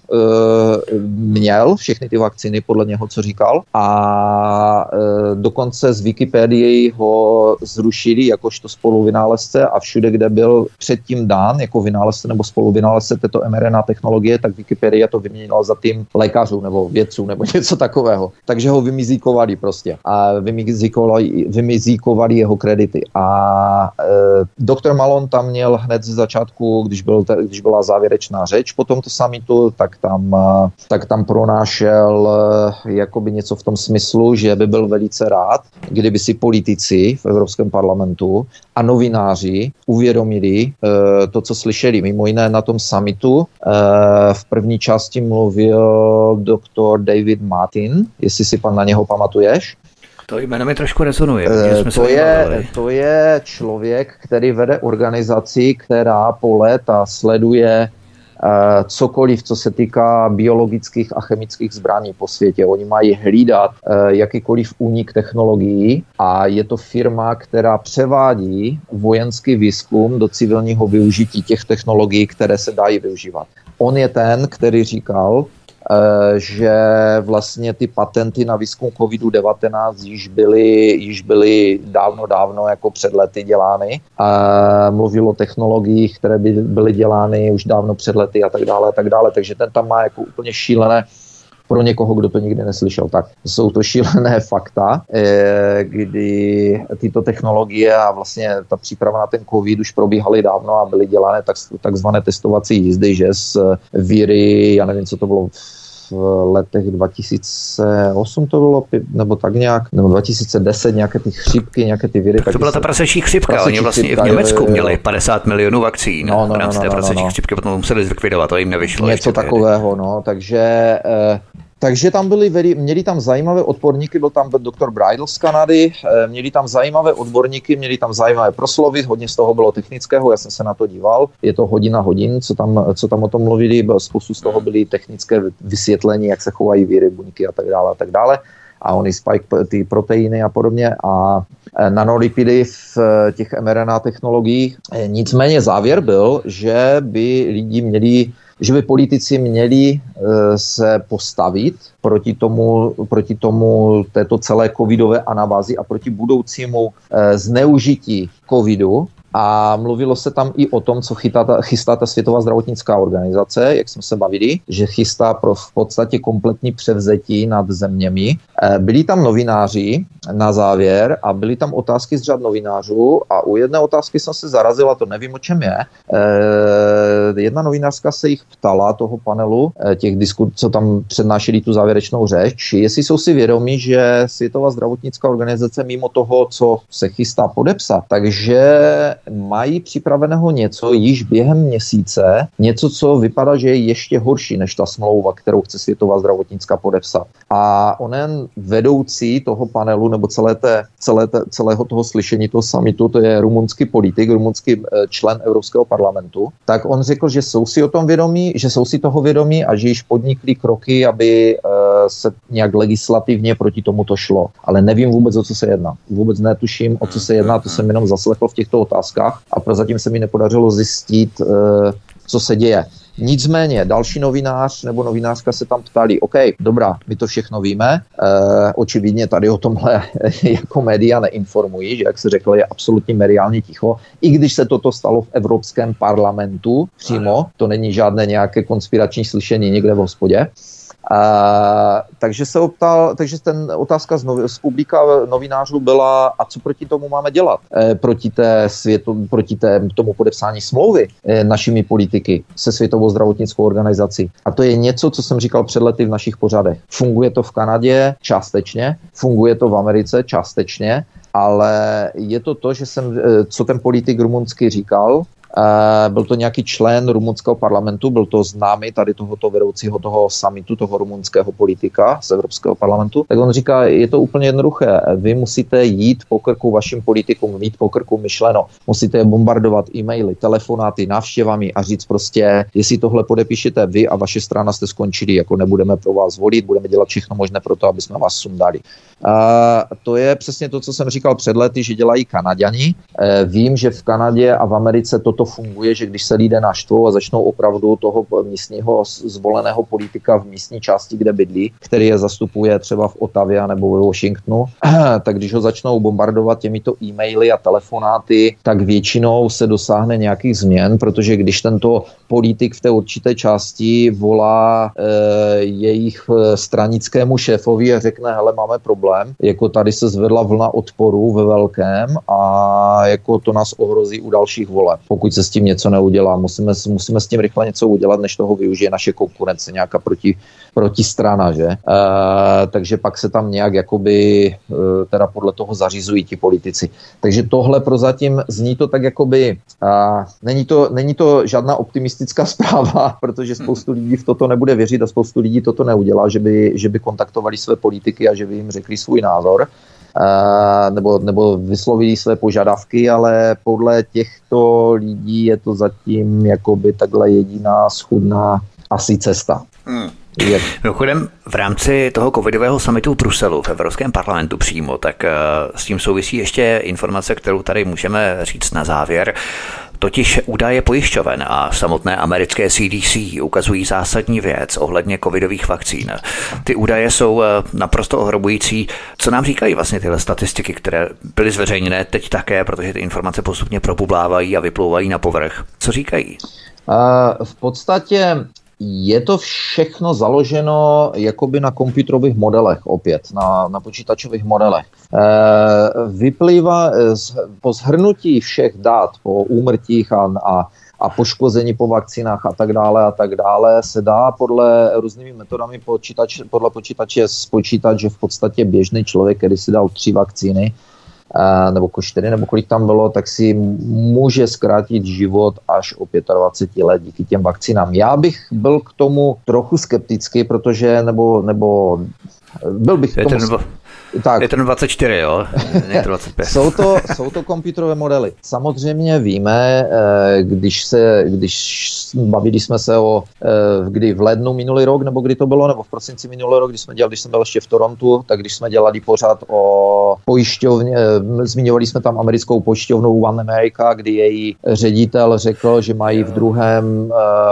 měl všechny ty vakcíny podle něho, co říkal, a e, dokonce z Wikipedii ho zrušili jakožto spoluvynálezce a všude, kde byl předtím dán jako vynálezce nebo spoluvynálezce této mRNA technologie, tak Wikipedia to vyměnila za tým lékařů nebo vědců nebo něco takového. Takže ho vymizíkovali prostě a vymizíkovali, vymizíkovali jeho kredity. A e, doktor Malone tam měl hned ze začátku, když, byl, když byla závěrečná řeč po tomto summitu, tak tam, tak tam pronášel jakoby něco v tom smyslu, že by byl velice rád, kdyby si politici v Evropském parlamentu a novináři uvědomili e, to, co slyšeli. Mimo jiné na tom summitu e, v první části mluvil doktor David Martin, jestli si pan na něho pamatuješ. To jméno mi trošku rezonuje. E, to, je, to je člověk, který vede organizaci, která po léta sleduje cokoliv, co se týká biologických a chemických zbraní po světě. Oni mají hlídat jakýkoliv únik technologií a je to firma, která převádí vojenský výzkum do civilního využití těch technologií, které se dají využívat. On je ten, který říkal, že vlastně ty patenty na výzkum kovid devatenáct již byly, již byly dávno, dávno jako před lety dělány. A mluvil o technologiích, které by byly dělány už dávno před lety a tak dále, a tak dále. Takže ten tam má jako úplně šílené, pro někoho, kdo to nikdy neslyšel, tak jsou to šílené fakta, kdy tyto technologie a vlastně ta příprava na ten covid už probíhaly dávno a byly dělané tak, takzvané testovací jízdy, že z víry, já nevím, co to bylo v letech dva tisíce osm to bylo, nebo tak nějak, nebo dva tisíce deset, nějaké ty chřipky, nějaké ty viry. To byla ta prasečí chřipka, prasečí oni vlastně chřipka, i v Německu jo, jo, jo. měli padesát milionů vakcín. No, no, no, no, no, prasečí no. chřipky potom museli zlikvidovat, to jim nevyšlo. Něco takového, no, takže... Eh, Takže tam byli, měli tam zajímavé odborníky, byl tam doktor Bridle z Kanady, měli tam zajímavé odborníky, měli tam zajímavé proslovy, hodně z toho bylo technického, já jsem se na to díval, je to hodina hodin, co tam, co tam o tom mluvili, spoustu z toho byly technické vysvětlení, jak se chovají víry, buňky a tak dále a tak dále. A oni spike ty proteiny a podobně a nanolipidy v těch mRNA technologiích. Nicméně závěr byl, že by lidi měli že by politici měli se postavit proti tomu, proti tomu této celé covidové anabázi a proti budoucímu zneužití covidu. A mluvilo se tam i o tom, co chystá ta, chystá ta Světová zdravotnická organizace, jak jsme se bavili, že chystá pro v podstatě kompletní převzetí nad zeměmi. Byli tam novináři na závěr a byly tam otázky z řad novinářů a u jedné otázky jsem se zarazila, to nevím, o čem je. Jedna novinářka se jich ptala, toho panelu, těch diskut, co tam přednášeli tu závěrečnou řeč, jestli jsou si vědomí, že Světová zdravotnická organizace mimo toho, co se chystá podepsat, takže mají připraveného něco již během měsíce, něco, co vypadá, že je ještě horší než ta smlouva, kterou chce Světová zdravotnická podepsat. A onen vedoucí toho panelu nebo celé té, celé té, celého toho slyšení, toho summitu, to je rumunský politik, rumunský člen Evropského parlamentu, tak on řekl, že jsou si o tom vědomí, že jsou si toho vědomí a že již podnikli kroky, aby uh, se nějak legislativně proti tomuto šlo. Ale nevím vůbec, o co se jedná. Vůbec netuším, o co se jedná, to jsem jenom zaslechl v těchto otázkách a prozatím se mi nepodařilo zjistit, uh, co se děje. Nicméně další novinář nebo novinářka se tam ptali, OK, dobrá, my to všechno víme, e, očividně tady o tomhle jako média neinformují, že jak se řeklo, je absolutně mediálně ticho, i když se toto stalo v Evropském parlamentu přímo, to není žádné nějaké konspirační slyšení někde v hospodě. Uh, takže se optal, takže ten otázka z, novi, z publika novinářů byla, a co proti tomu máme dělat? E, proti té světu, proti té, tomu podepsání smlouvy e, našimi politiky se Světovou zdravotnickou organizací. A to je něco, co jsem říkal před lety v našich pořadech. Funguje to v Kanadě částečně, funguje to v Americe částečně, ale je to to, že jsem, co ten politik rumunský říkal, Uh, byl to nějaký člen rumunského parlamentu, byl to známý tady tohoto vedoucího toho summitu, toho rumunského politika z Evropského parlamentu, tak on říká, je to úplně jednoduché, vy musíte jít po krku vašim politikům, mít po krku myšleno, musíte je bombardovat e-maily, telefonáty, návštěvami a říct prostě, jestli tohle podepíšete vy a vaše strana jste skončili, jako nebudeme pro vás volit, budeme dělat všechno možné pro to, aby jsme vás sundali. Uh, to je přesně to, co jsem říkal před lety, že dělají Kanaďani. Uh, vím, že v Kanadě a v Americe toto funguje, že když se lidé naštvou a začnou opravdu toho místního zvoleného politika v místní části, kde bydlí, který je zastupuje třeba v Ottawě nebo ve Washingtonu, tak když ho začnou bombardovat těmito e-maily a telefonáty, tak většinou se dosáhne nějakých změn, protože když tento politik v té určité části volá e, jejich stranickému šéfovi a řekne, hele, máme problém, jako tady se zvedla vlna odporu ve velkém a jako to nás ohrozí u dalších voleb, pokud se s tím něco neudělá. Musíme, musíme s tím rychle něco udělat, než toho využije naše konkurence, nějaká proti, protistrana, že? E, takže pak se tam nějak jakoby e, teda podle toho zařizují ti politici. Takže tohle prozatím zní to tak jakoby, a, není, to, není to žádná optimistická zpráva, protože spoustu lidí v toto nebude věřit a spoustu lidí toto neudělá, že by, že by kontaktovali své politiky a že by jim řekli svůj názor. Uh, nebo, nebo vyslovili své požadavky, ale podle těchto lidí je to zatím jakoby takhle jediná schůdná asi cesta. Hmm. Je. Mimochodem, v rámci toho covidového summitu v Bruselu, v Evropském parlamentu přímo, tak uh, s tím souvisí ještě informace, kterou tady můžeme říct na závěr. Totiž údaje pojišťoven a samotné americké C D C ukazují zásadní věc ohledně covidových vakcín. Ty údaje jsou naprosto ohromující. Co nám říkají vlastně tyhle statistiky, které byly zveřejněné teď také, protože ty informace postupně propublávají a vyplouvají na povrch? Co říkají? Uh, v podstatě je to všechno založeno jakoby na počítačových modelech, opět, na, na počítačových modelech. E, vyplývá z, po shrnutí všech dat, po úmrtích a, a, a poškození po vakcínách a tak dále a tak dále, se dá podle různými metodami počítač, podle počítače spočítat, že v podstatě běžný člověk, který si dal tři vakcíny, nebo ko čtyři, nebo kolik tam bylo, tak si může zkrátit život až o dvacet pět let díky těm vakcínám. Já bych byl k tomu trochu skeptický, protože, nebo, nebo byl bych k tomu... Nebo... Tak. Je to dvacet čtyři, jo? Ne dvacet pět. jsou, to, jsou to počítačové modely. Samozřejmě víme, když se, když bavili jsme se o, kdy v lednu minulý rok, nebo kdy to bylo, nebo v prosinci minulý rok, když jsme dělali, když jsem byl ještě v Torontu, tak když jsme dělali pořád o pojišťovně, zmiňovali jsme tam americkou pojišťovnu One America, kdy její ředitel řekl, že mají v druhém,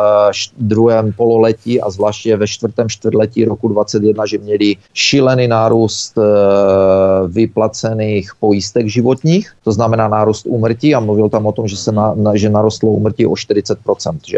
druhém pololetí a zvláště ve čtvrtém čtvrtletí roku dvacet jedna, že měli šílený nárůst vyplacených pojistek životních, to znamená nárůst úmrtí, a mluvil tam o tom, že se na, na, že narostlo úmrtí o čtyřicet procent, že?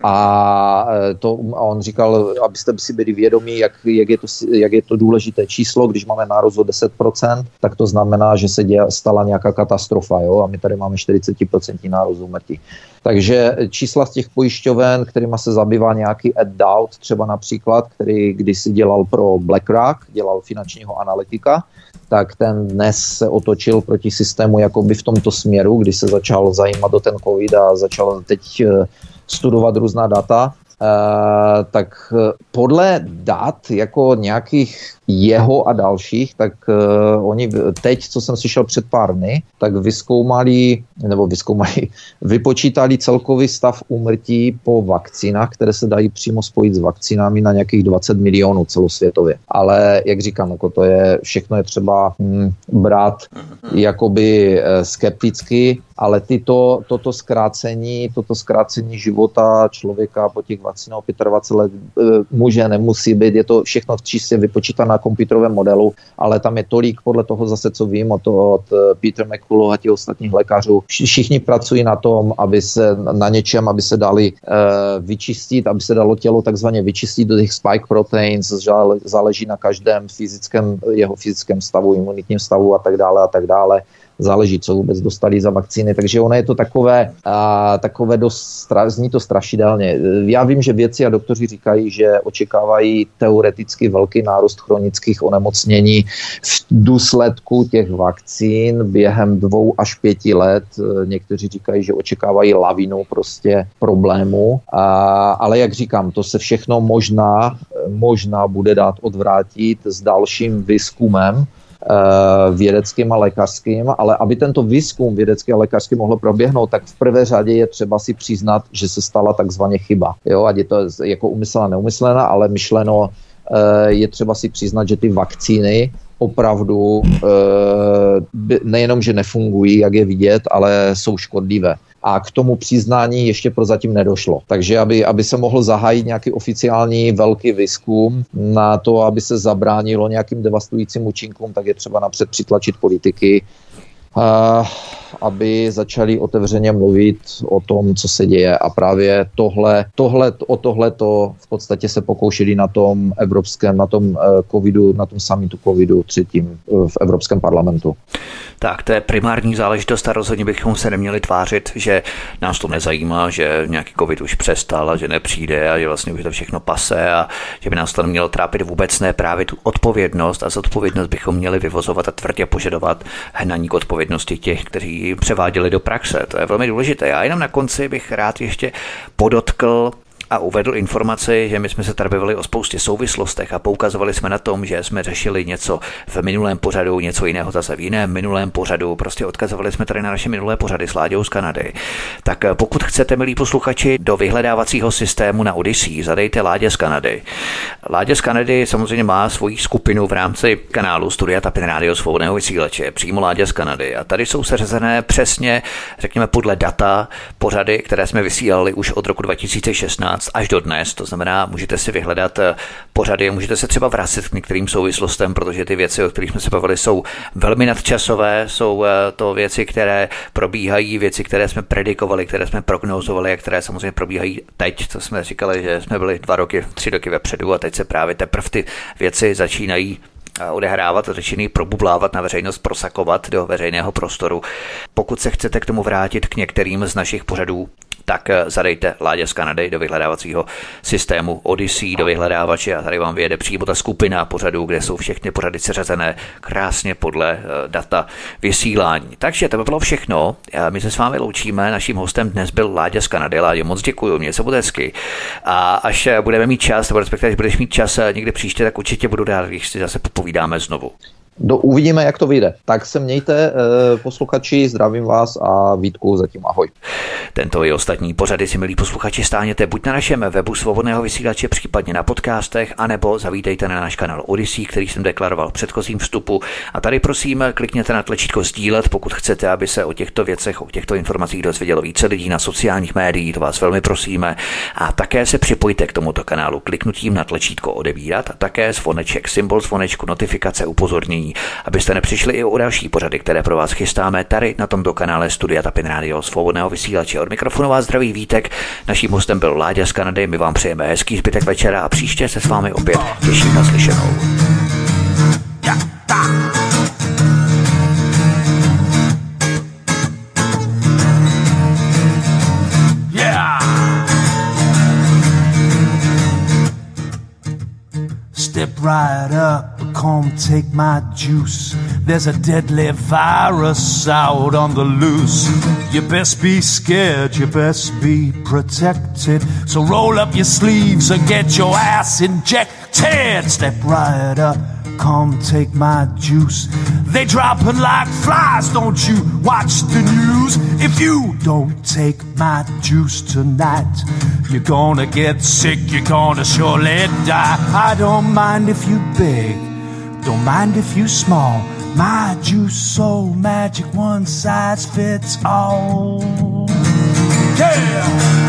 A, to, a on říkal, abyste si byli vědomí, jak, jak, je to, jak je to důležité číslo, když máme nárůst o deset procent, tak to znamená, že se děla, stala nějaká katastrofa, jo? A my tady máme čtyřicet procent nárůst úmrtí. Takže čísla z těch pojišťoven, kterýma se zabývá nějaký Ed Dowd, třeba například, který kdysi dělal pro BlackRock, dělal finančního analytika, tak ten dnes se otočil proti systému jakoby v tomto směru, kdy se začal zajímat o ten covid a začal teď studovat různá data. Uh, tak podle dat jako nějakých jeho a dalších, tak uh, oni teď, co jsem slyšel před pár dny, tak vyzkoumali, nebo vyzkoumali, vypočítali celkový stav úmrtí po vakcínách, které se dají přímo spojit s vakcínami na nějakých dvacet milionů celosvětově. Ale jak říkám, jako to je, všechno je třeba hm, brát jakoby eh, skepticky, ale tyto, toto zkrácení, toto zkrácení života člověka po těch vakcínách dvacet pět let e, může, nemusí být, je to všechno čistě vypočítané na počítačovém modelu, ale tam je tolik podle toho zase, co vím od, od Peter McCullough a těch ostatních lékařů. Všichni pracují na tom, aby se na něčem, aby se dali e, vyčistit, aby se dalo tělo takzvaně vyčistit do těch spike proteins, záleží na každém fyzickém, jeho fyzickém stavu, imunitním stavu a tak dále a tak dále. Záleží, co vůbec dostali za vakcíny, takže ono je to takové, a, takové dost, zní to strašidelně. Já vím, že vědci a doktoři říkají, že očekávají teoreticky velký nárůst chronických onemocnění v důsledku těch vakcín během dvou až pěti let. Někteří říkají, že očekávají lavinu prostě problémů, a, ale jak říkám, to se všechno možná, možná bude dát odvrátit s dalším výzkumem, vědeckým a lékařským, ale aby tento výzkum vědecký a lékařský mohlo proběhnout, tak v prvé řadě je třeba si přiznat, že se stala takzvaně chyba. Jo, ať je to jako umyslená, neumyslená, ale myšleno je třeba si přiznat, že ty vakcíny opravdu nejenom, že nefungují, jak je vidět, ale jsou škodlivé. a k tomu přiznání ještě prozatím nedošlo. Takže aby, aby se mohl zahájit nějaký oficiální velký výzkum na to, aby se zabránilo nějakým devastujícím účinkům, tak je třeba napřed přitlačit politiky, Uh, aby začali otevřeně mluvit o tom, co se děje. A právě tohle, tohle, o tohleto v podstatě se pokoušeli na tom evropském, na tom uh, covidu, na tom summitu covidu třetím uh, v Evropském parlamentu. Tak, to je primární záležitost a rozhodně bychom se neměli tvářit, že nás to nezajímá, že nějaký covid už přestal a že nepřijde a že vlastně už to všechno pase a že by nás to nemělo trápit, vůbec ne, právě tu odpovědnost a zodpovědnost bychom měli vyvozovat a tvrdě požadovat hnaní k odpovědnosti těch, kteří ji převáděli do praxe. To je velmi důležité. Já jenom na konci bych rád ještě podotkl a uvedl informaci, že my jsme se tady bavili o spoustě souvislostech a poukazovali jsme na tom, že jsme řešili něco v minulém pořadu, něco jiného zase v jiném minulém pořadu. Prostě odkazovali jsme tady na naše minulé pořady s Láďou z Kanady. Tak pokud chcete, milí posluchači, do vyhledávacího systému na Odyssey, zadejte Láďa z Kanady. Láďa z Kanady samozřejmě má svoji skupinu v rámci kanálu Studia Tapin Rádio Svobodného vysílače, přímo Láďa z Kanady. A tady jsou seřazené přesně, řekněme, podle data pořady, které jsme vysílali už od roku dva tisíce šestnáct až do dnes, to znamená, můžete si vyhledat pořady, můžete se třeba vracet k některým souvislostem, protože ty věci, o kterých jsme se bavili, jsou velmi nadčasové, jsou to věci, které probíhají, věci, které jsme predikovali, které jsme prognozovali a které samozřejmě probíhají teď, co jsme říkali, že jsme byli dva roky, tři roky vepředu a teď se právě teprve ty věci začínají odehrávat, začínají probublávat na veřejnost, prosakovat do veřejného prostoru. Pokud se chcete k tomu vrátit k některým z našich pořadů, tak zadejte Láďa z Kanady do vyhledávacího systému Odyssey, do vyhledávače a tady vám vyjede přímo ta skupina pořadů, kde jsou všechny pořady seřazené krásně podle data vysílání. Takže to by bylo všechno. My se s vámi loučíme. Naším hostem dnes byl Láďa z Kanady. Láďo, moc děkuju, mě se bude hezky. A až budeme mít čas, nebo respektive, až budeš mít čas někdy příště, tak určitě budu rád, když si zase popovídáme znovu. Do, uvidíme, jak to vyjde. Tak se mějte, eh, posluchači, zdravím vás a Vítku, zatím ahoj. Tento i ostatní pořady si, milí posluchači, stáhněte buď na našem webu Svobodného vysílače, případně na podcastech, anebo zavítejte na náš kanál Odyssey, který jsem deklaroval v předchozím vstupu. A tady prosím, klikněte na tlačítko sdílet, pokud chcete, aby se o těchto věcech, o těchto informacích dozvědělo více lidí na sociálních médiích, to vás velmi prosíme. A také se připojte k tomuto kanálu kliknutím na tlačítko odebírat a také zvoneček, symbol zvonečku, notifikace, upozornění, abyste nepřišli i o další pořady, které pro vás chystáme tady na tomto kanále Studia Tapin Rádio Svobodného vysílače. Od mikrofonu vás zdraví Vítek, naším hostem byl Láďa z Kanady, my vám přejeme hezký zbytek večera a příště se s vámi opět těším na slyšenou. Step right up, come take my juice. There's a deadly virus out on the loose. You best be scared, you best be protected. So roll up your sleeves and get your ass injected. Step right up, come take my juice. They dropping like flies, don't you watch the news? If you don't take my juice tonight, you're gonna get sick, you're gonna surely die. I don't mind if you big, don't mind if you small. My juice so magic, one size fits all. Yeah!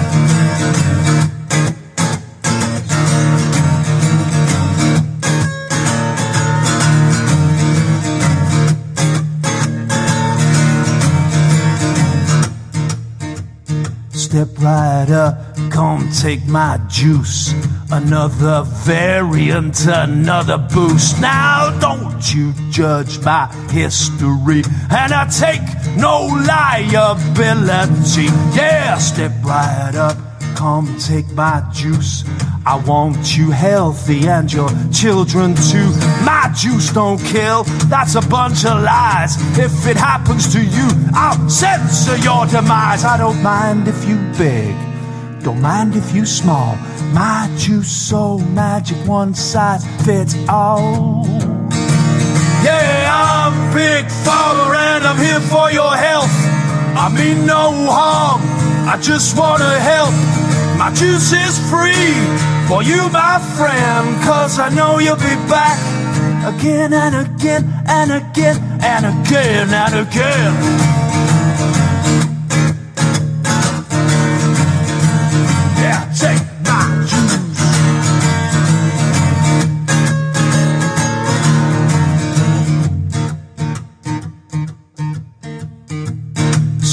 Step right up, come take my juice. Another variant, another boost. Now don't you judge my history, and I take no liability. Yeah, step right up, come take my juice. I want you healthy and your children too. My juice don't kill, that's a bunch of lies. If it happens to you, I'll censor your demise. I don't mind if you big, don't mind if you small. My juice so magic, one size fits all. Yeah, I'm Big Pharma and I'm here for your health. I mean no harm, I just wanna help. My juice is free for you, my friend, 'cause I know you'll be back again and again and again and again and again.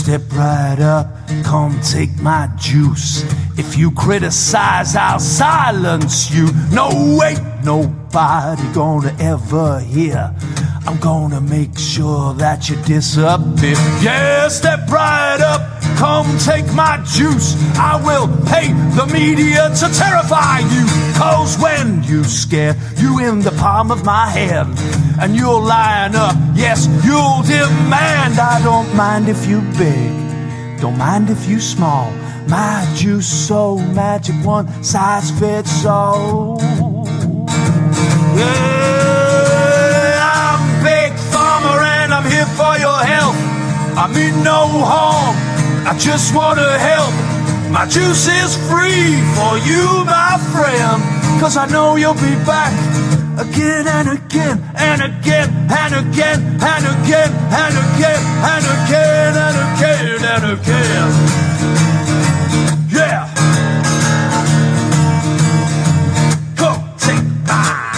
Step right up, come take my juice. If you criticize, I'll silence you. No, wait, nobody gonna ever hear. I'm gonna make sure that you disappear. Yeah, step right up, come take my juice. I will pay the media to terrify you. Cause when you scare, you in the palm of my hand. And you'll line up, yes, you'll demand. I don't mind if you big, don't mind if you small. My juice so magic, one size fits all. Yeah, I'm Big Pharma and I'm here for your health. I mean no harm, I just wanna help. My juice is free for you, my friend. Cause I know you'll be back again and again and again and again and again and again and again and again and again. Yeah. Go take mine.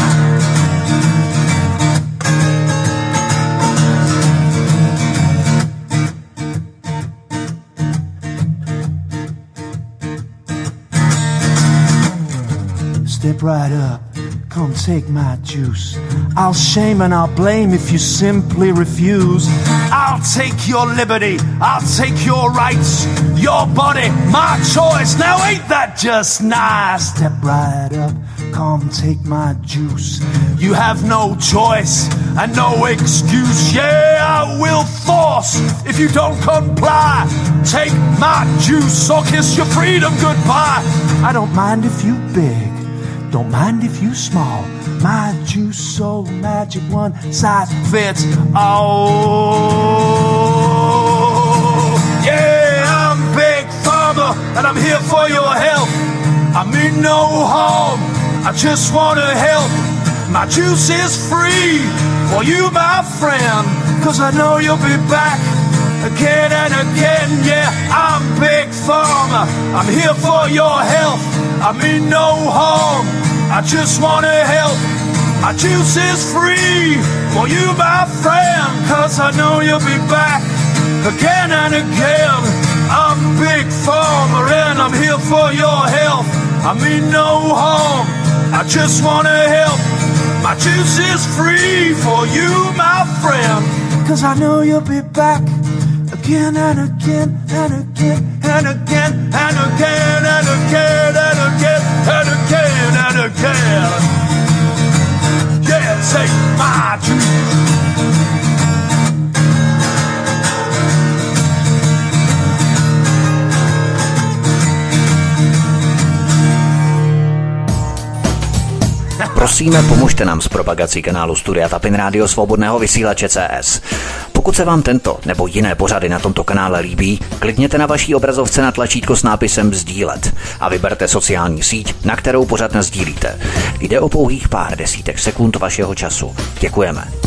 Step right up. Come take my juice. I'll shame and I'll blame if you simply refuse. I'll take your liberty, I'll take your rights, your body, my choice. Now ain't that just nice? Step right up, come take my juice. You have no choice and no excuse. Yeah, I will force if you don't comply. Take my juice or kiss your freedom goodbye. I don't mind if you big, don't mind if you small. My juice so magic, one size fits all. Yeah, I'm Big Pharma and I'm here for your health. I mean no harm, I just wanna help. My juice is free for you, my friend. Cause I know you'll be back again and again. Yeah, I'm Big Pharma, I'm here for your health. I mean no harm, I just wanna help. My juice is free for you, my friend. Cause I know you'll be back again and again. I'm Big Pharma and I'm here for your health. I mean no harm, I just wanna help. My juice is free for you, my friend. Cause I know you'll be back again and again and again and again and again and again and again and again and again. Yeah, take my juice. Prosíme, pomožte nám s propagací kanálu Studia Tapin Rádio Svobodného vysílače C S. Pokud se vám tento nebo jiné pořady na tomto kanále líbí, klikněte na vaší obrazovce na tlačítko s nápisem sdílet a vyberte sociální síť, na kterou pořad nasdílíte. Jde o pouhých pár desítek sekund vašeho času. Děkujeme.